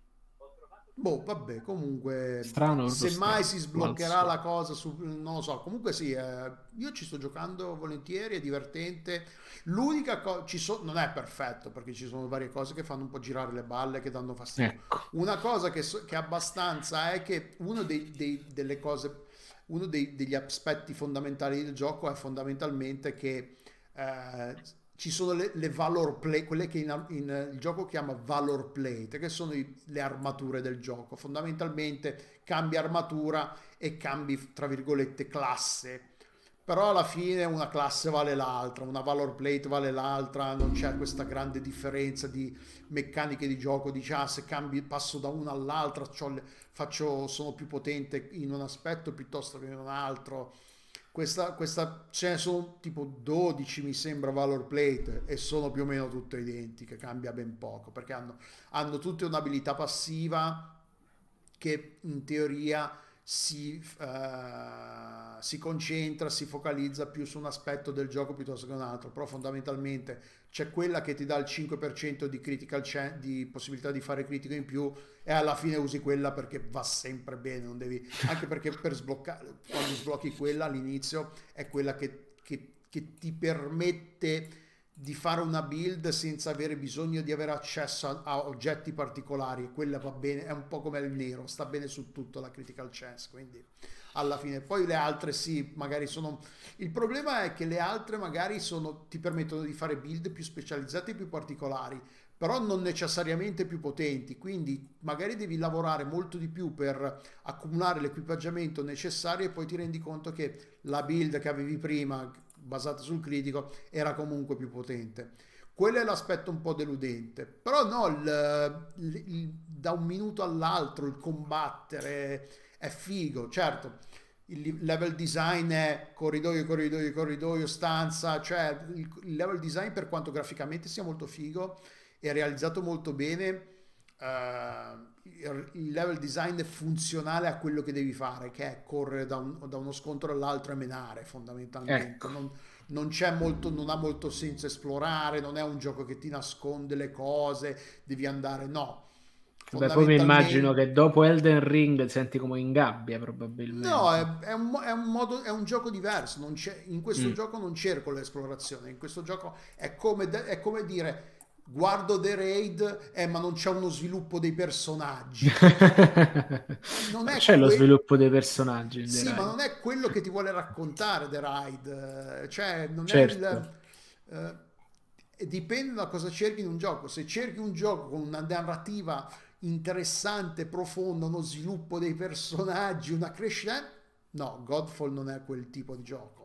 [SPEAKER 2] Boh, vabbè, comunque,
[SPEAKER 3] Strano, proprio
[SPEAKER 2] se mai
[SPEAKER 3] strano,
[SPEAKER 2] si
[SPEAKER 3] come al
[SPEAKER 2] sbloccherà la
[SPEAKER 3] solito.
[SPEAKER 2] cosa su, non lo so, comunque sì, eh, io ci sto giocando volentieri, è divertente. L'unica cosa, ci so- non è perfetto perché ci sono varie cose che fanno un po' girare le balle, che danno fastidio.
[SPEAKER 3] Ecco.
[SPEAKER 2] Una cosa che, so- che è abbastanza è che uno dei, dei- delle cose, uno dei- degli aspetti fondamentali del gioco è fondamentalmente che eh, ci sono le, le valor plate, quelle che in, in- il gioco chiama valor plate, che sono i- le armature del gioco. Fondamentalmente cambi armatura e cambi, tra virgolette, classe. Però alla fine una classe vale l'altra, una valor plate vale l'altra, non c'è questa grande differenza di meccaniche di gioco, dici ah se cambi passo da una all'altra, c'ho le- faccio, sono più potente in un aspetto piuttosto che in un altro. Questa, questa, ce ne sono tipo dodici mi sembra valor plate e sono più o meno tutte identiche, cambia ben poco perché hanno, hanno tutte un'abilità passiva che in teoria si, eh, si concentra, si focalizza più su un aspetto del gioco piuttosto che un altro, però fondamentalmente c'è quella che ti dà il cinque per cento di critical chance, di possibilità di fare critico in più e alla fine usi quella perché va sempre bene, non devi, anche perché per sbloccare, quando sblocchi quella all'inizio è quella che, che- che ti permette di fare una build senza avere bisogno di avere accesso a, a oggetti particolari e quella va bene, è un po' come il nero, sta bene su tutto la critical chance, quindi alla fine poi le altre sì, magari sono il problema è che le altre magari sono, ti permettono di fare build più specializzate e più particolari, però non necessariamente più potenti, quindi magari devi lavorare molto di più per accumulare l'equipaggiamento necessario e poi ti rendi conto che la build che avevi prima, basata sul critico, era comunque più potente. Quello è l'aspetto un po' deludente, però no, il- il- il- da un minuto all'altro il combattere è figo, certo. Il level design è corridoio, corridoio, corridoio, stanza, cioè il, il level design per quanto graficamente sia molto figo è realizzato molto bene, eh, il il level design è funzionale a quello che devi fare, che è correre da, un- da uno scontro all'altro e menare fondamentalmente.
[SPEAKER 3] Ecco.
[SPEAKER 2] Non, non c'è molto, non ha molto senso esplorare, non è un gioco che ti nasconde le cose, devi andare, no.
[SPEAKER 3] Beh, poi mi immagino
[SPEAKER 2] Fondamentalmente
[SPEAKER 3] che dopo Elden Ring ti senti come in gabbia,
[SPEAKER 2] no,
[SPEAKER 3] probabilmente.
[SPEAKER 2] è, è un, mo- è un modo, è un gioco diverso. Non c'è, in questo
[SPEAKER 3] Mm.
[SPEAKER 2] gioco non cerco l'esplorazione. In questo gioco è come, de- è come dire: guardo The Raid, eh, ma non c'è uno sviluppo dei personaggi. Non
[SPEAKER 3] Ma
[SPEAKER 2] è
[SPEAKER 3] c'è lo
[SPEAKER 2] quel.
[SPEAKER 3] sviluppo dei personaggi,
[SPEAKER 2] Sì, ma
[SPEAKER 3] direi.
[SPEAKER 2] non è quello che ti vuole raccontare The Raid. eh, Cioè, non è
[SPEAKER 3] Certo.
[SPEAKER 2] il. eh, e dipende da cosa cerchi in un gioco. Se cerchi un gioco con una narrativa interessante, profonda, uno sviluppo dei personaggi, una crescita, no, Godfall non è quel tipo di gioco.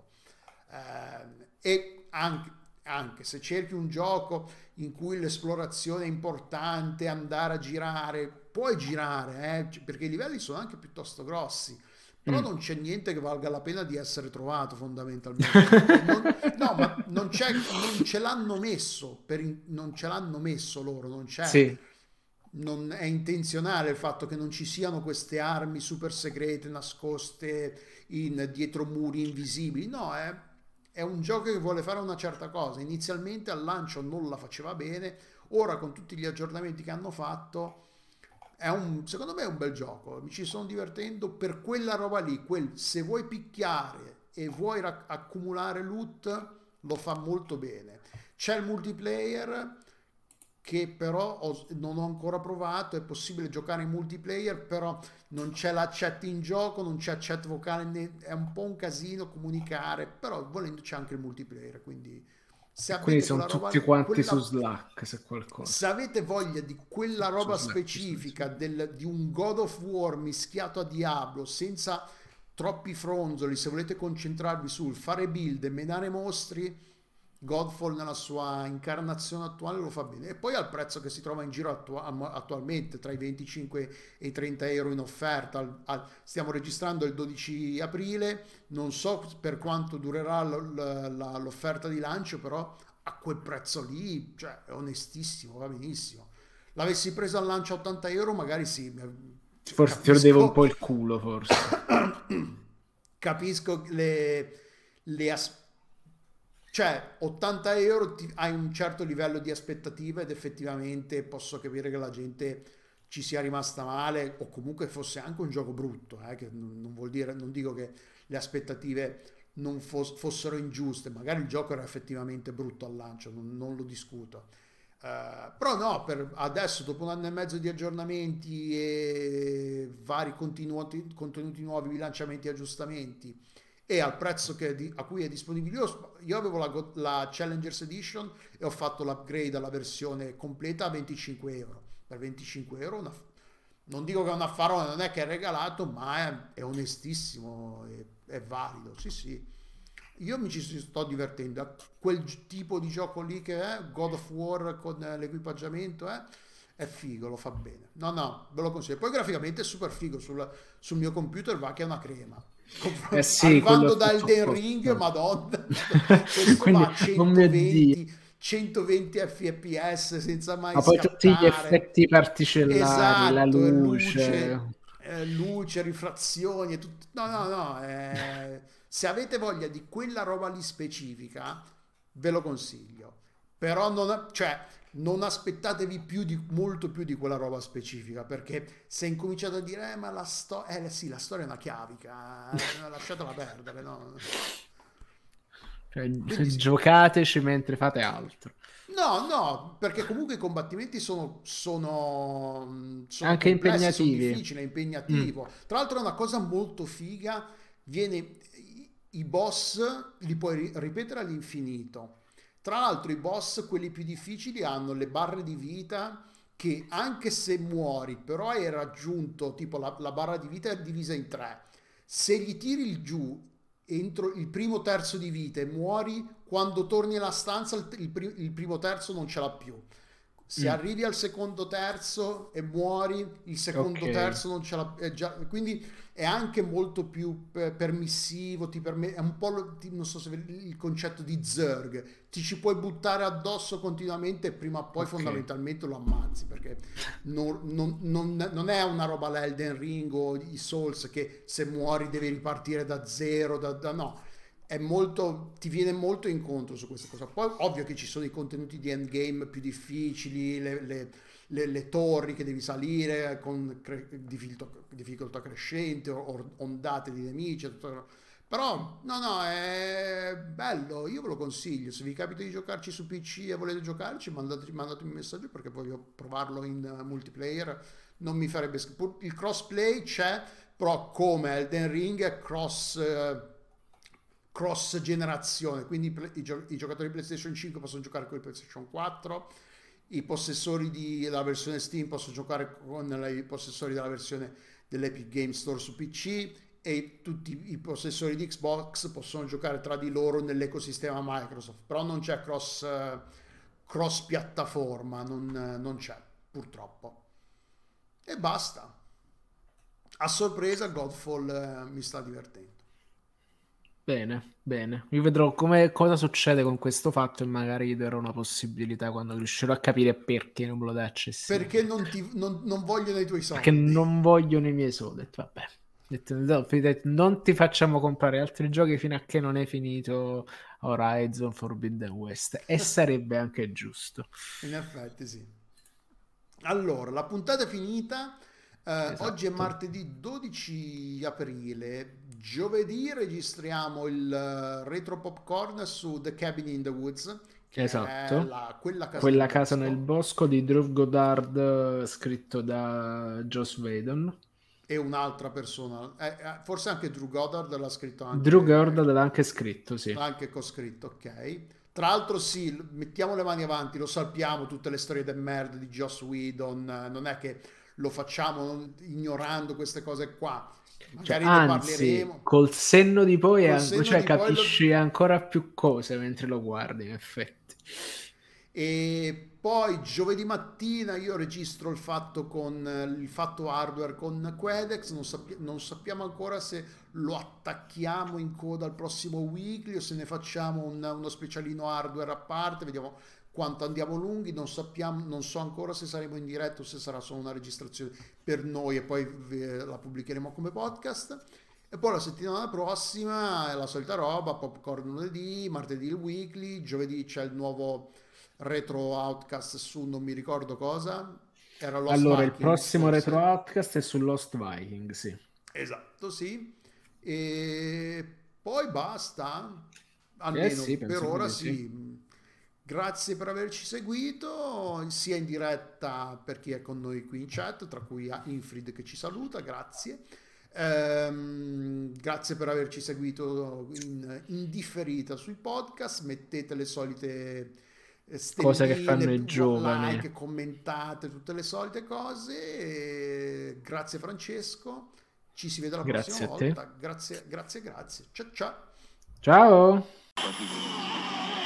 [SPEAKER 2] Eh, e anche, anche se cerchi un gioco in cui l'esplorazione è importante, andare a girare, puoi girare, eh, perché i livelli sono anche piuttosto grossi. Però
[SPEAKER 3] Mm.
[SPEAKER 2] non c'è niente che valga la pena di essere trovato fondamentalmente. Non- e non- no, ma non c'è, non ce l'hanno messo, per in- non ce l'hanno messo loro, non c'è.
[SPEAKER 3] Sì,
[SPEAKER 2] Non è intenzionale il fatto che non ci siano queste armi super segrete nascoste in- dietro muri invisibili. No, è, è un gioco che vuole fare una certa cosa. Inizialmente al lancio non la faceva bene, ora con tutti gli aggiornamenti che hanno fatto è un, secondo me è un bel gioco, mi ci sono divertendo per quella roba lì, quel, se vuoi picchiare e vuoi rac- accumulare loot, lo fa molto bene. C'è il multiplayer che però ho- non ho ancora provato, è possibile giocare in multiplayer, però non c'è la chat in gioco, non c'è chat vocale, né- è un po' un casino comunicare, però volendo c'è anche il multiplayer, quindi se
[SPEAKER 3] e quindi
[SPEAKER 2] avete
[SPEAKER 3] sono
[SPEAKER 2] quella
[SPEAKER 3] tutti
[SPEAKER 2] roba,
[SPEAKER 3] quanti su
[SPEAKER 2] quella
[SPEAKER 3] Slack, se qualcosa.
[SPEAKER 2] se avete voglia di quella
[SPEAKER 3] Su
[SPEAKER 2] roba
[SPEAKER 3] Slack ci sto
[SPEAKER 2] specifica
[SPEAKER 3] dicendo.
[SPEAKER 2] del- di un God of War mischiato a Diablo, senza troppi fronzoli, se volete concentrarvi sul fare build e menare mostri, Godfall nella sua incarnazione attuale lo fa bene. E poi al prezzo che si trova in giro attu- attualmente, tra i venticinque e i trenta euro in offerta. Al- al- stiamo registrando il dodici aprile, non so per quanto durerà l- l- la- l'offerta di lancio, però a quel prezzo lì, cioè, è onestissimo, va benissimo. L'avessi preso al lancio a ottanta euro, magari sì, mi- cioè,
[SPEAKER 3] Forse ti rodevo un
[SPEAKER 2] capisco,
[SPEAKER 3] po' il culo, forse.
[SPEAKER 2] capisco le, le as- cioè ottanta euro ti- hai un certo livello di aspettativa ed effettivamente posso capire che la gente ci sia rimasta male o comunque fosse anche un gioco brutto, eh, che non, non vuol dire, non dico che le aspettative non fos- fossero ingiuste, magari il gioco era effettivamente brutto al lancio, non, non lo discuto. Eh, però no, per adesso dopo un anno e mezzo di aggiornamenti e vari continuati- contenuti nuovi, bilanciamenti e aggiustamenti e al prezzo che è di- a cui è disponibile, io, io avevo la, Go- la Challengers Edition e ho fatto l'upgrade alla versione completa a venticinque euro. Per venticinque euro una- non dico che è un affarone, non è che è regalato, ma è, è onestissimo, è, è valido, sì sì. Io mi ci sto divertendo a quel gi- tipo di gioco lì che è God of War con eh, l'equipaggiamento, eh, è figo, lo fa bene. No, no, ve lo consiglio. Poi graficamente è super figo sul, sul mio computer, va che è una crema.
[SPEAKER 3] Eh
[SPEAKER 2] Confron-
[SPEAKER 3] sì, quello
[SPEAKER 2] Arrivando da
[SPEAKER 3] stesso
[SPEAKER 2] Elden Ring,
[SPEAKER 3] posto.
[SPEAKER 2] Madonna, questo va
[SPEAKER 3] Quindi,
[SPEAKER 2] a
[SPEAKER 3] oh mio Dio.
[SPEAKER 2] centoventi, centoventi F P S senza mai
[SPEAKER 3] Ma poi tutti gli
[SPEAKER 2] scattare.
[SPEAKER 3] effetti particellari, la
[SPEAKER 2] Esatto, e luce,
[SPEAKER 3] luce.
[SPEAKER 2] eh, luce, rifrazioni e tutto. No, no, no. eh, se avete voglia di quella roba lì specifica, ve lo consiglio. Però non, cioè, non aspettatevi più di, molto più di quella roba specifica, perché se incominciate a dire, eh, ma la storia, eh sì, la storia è una chiavica, eh, lasciatela perdere, no?
[SPEAKER 3] Cioè,
[SPEAKER 2] Quindi sì.
[SPEAKER 3] giocateci mentre fate altro.
[SPEAKER 2] No, no, perché comunque i combattimenti sono, sono, mh, sono
[SPEAKER 3] Anche
[SPEAKER 2] complessi, sono
[SPEAKER 3] impegnativi.
[SPEAKER 2] difficili, è
[SPEAKER 3] Mm.
[SPEAKER 2] impegnativo. Tra l'altro è una cosa molto figa, viene, i i boss li puoi ri- ripetere all'infinito. Tra l'altro i boss, quelli più difficili, hanno le barre di vita che anche se muori, però hai raggiunto, tipo la, la barra di vita è divisa in tre. Se gli tiri il giù entro il primo terzo di vita e muori, quando torni alla stanza il, il pri- il primo terzo non ce l'ha più. Se
[SPEAKER 3] Mm,
[SPEAKER 2] arrivi al secondo terzo e muori, il secondo
[SPEAKER 3] ok.
[SPEAKER 2] terzo non ce l'ha, è già, quindi è anche molto più pe- permissivo, ti perme- è un po', lo- ti- non so se vedi il concetto di Zerg, ti ci puoi buttare addosso continuamente e prima o poi
[SPEAKER 3] Ok.
[SPEAKER 2] fondamentalmente lo ammazzi, perché non, non- non- non è una roba l'Elden Ring o i Souls che se muori devi ripartire da zero, da, da- no, è molto, ti viene molto incontro su questa cosa. Poi ovvio che ci sono i contenuti di endgame più difficili, le, le- le- le torri che devi salire con cre- difficoltà, difficoltà crescente, o- ondate di nemici, tutto. Però no, no, è bello, io ve lo consiglio. Se vi capita di giocarci su P C e volete giocarci, mandate- mandatemi un messaggio perché voglio provarlo in eh, multiplayer. Non mi farebbe schifo. Il crossplay c'è, però come Elden Ring è cross, eh, cross generazione, quindi i, play- i gio- i giocatori PlayStation cinque possono giocare con il PlayStation quattro, i possessori di- della versione Steam possono giocare con la- i possessori della versione dell'Epic Game Store su P C, e tutti i possessori di Xbox possono giocare tra di loro nell'ecosistema Microsoft, però non c'è cross, eh, cross piattaforma, non, eh, non c'è purtroppo. E basta. A sorpresa Godfall eh, mi sta divertendo.
[SPEAKER 3] Bene, bene. Io vedrò come, cosa succede con questo fatto e magari gli darò una possibilità quando riuscirò a capire perché non me lo dà
[SPEAKER 2] Perché
[SPEAKER 3] accessibile.
[SPEAKER 2] non, ti, non, non vogliono i tuoi
[SPEAKER 3] Perché
[SPEAKER 2] soldi.
[SPEAKER 3] non vogliono i miei soldi. Ho detto, vabbè. Ho detto, no, ho detto, non ti facciamo comprare altri giochi fino a che non hai finito Horizon Forbidden West. E sarebbe anche giusto.
[SPEAKER 2] In effetti sì. Allora, la puntata è finita. Eh, oggi è
[SPEAKER 3] Esatto.
[SPEAKER 2] martedì dodici aprile. Giovedì registriamo il eh, retro popcorn su The Cabin in the Woods, che è
[SPEAKER 3] Esatto.
[SPEAKER 2] la- quella casa nel
[SPEAKER 3] Quella casa nel
[SPEAKER 2] bosco,
[SPEAKER 3] bosco di Drew Goddard, eh, scritto da Joss Whedon.
[SPEAKER 2] e un'altra persona, eh, eh, forse anche Drew Goddard l'ha scritto
[SPEAKER 3] Drew
[SPEAKER 2] anche,
[SPEAKER 3] Goddard l'ha anche scritto, sì.
[SPEAKER 2] l'ha anche coscritto, ok. Tra l'altro sì, l- mettiamo le mani avanti, lo sappiamo, tutte le storie del merda di Joss Whedon, eh, non è che lo facciamo ignorando queste cose qua,
[SPEAKER 3] Cioè,
[SPEAKER 2] magari ne
[SPEAKER 3] anzi,
[SPEAKER 2] parleremo.
[SPEAKER 3] col senno di poi, è
[SPEAKER 2] Col
[SPEAKER 3] an-
[SPEAKER 2] senno
[SPEAKER 3] cioè,
[SPEAKER 2] di poi lo-
[SPEAKER 3] capisci ancora più cose mentre lo guardi, in effetti.
[SPEAKER 2] E poi giovedì mattina io registro il fatto con eh, il fatto hardware con Quedex, non, sappi- non sappiamo ancora se lo attacchiamo in coda al prossimo weekly o se ne facciamo un- uno specialino hardware a parte, vediamo quanto andiamo lunghi, non sappiamo, non so ancora se saremo in diretta o se sarà solo una registrazione per noi e poi ve- la pubblicheremo come podcast. E poi la settimana prossima è la solita roba, popcorn lunedì, martedì il weekly, giovedì c'è il nuovo retro outcast su non mi ricordo cosa, era Lost
[SPEAKER 3] Allora, il
[SPEAKER 2] Vikings
[SPEAKER 3] prossimo retro
[SPEAKER 2] forse,
[SPEAKER 3] outcast è su Lost Viking, sì.
[SPEAKER 2] esatto sì, e poi basta,
[SPEAKER 3] Eh
[SPEAKER 2] almeno
[SPEAKER 3] sì,
[SPEAKER 2] per
[SPEAKER 3] penso
[SPEAKER 2] ora
[SPEAKER 3] proprio di sì.
[SPEAKER 2] sì. Grazie per averci seguito, sia in diretta per chi è con noi qui in chat, tra cui Infrid che ci saluta, grazie. Ehm, grazie per averci seguito in, in differita sui podcast, mettete le solite eh,
[SPEAKER 3] Cosa che
[SPEAKER 2] stelline,
[SPEAKER 3] fanno i giovani.
[SPEAKER 2] like, commentate tutte le solite cose. E grazie Francesco, ci si vede la prossima
[SPEAKER 3] Grazie a te.
[SPEAKER 2] volta. Grazie, grazie, grazie. Ciao ciao.
[SPEAKER 3] Ciao!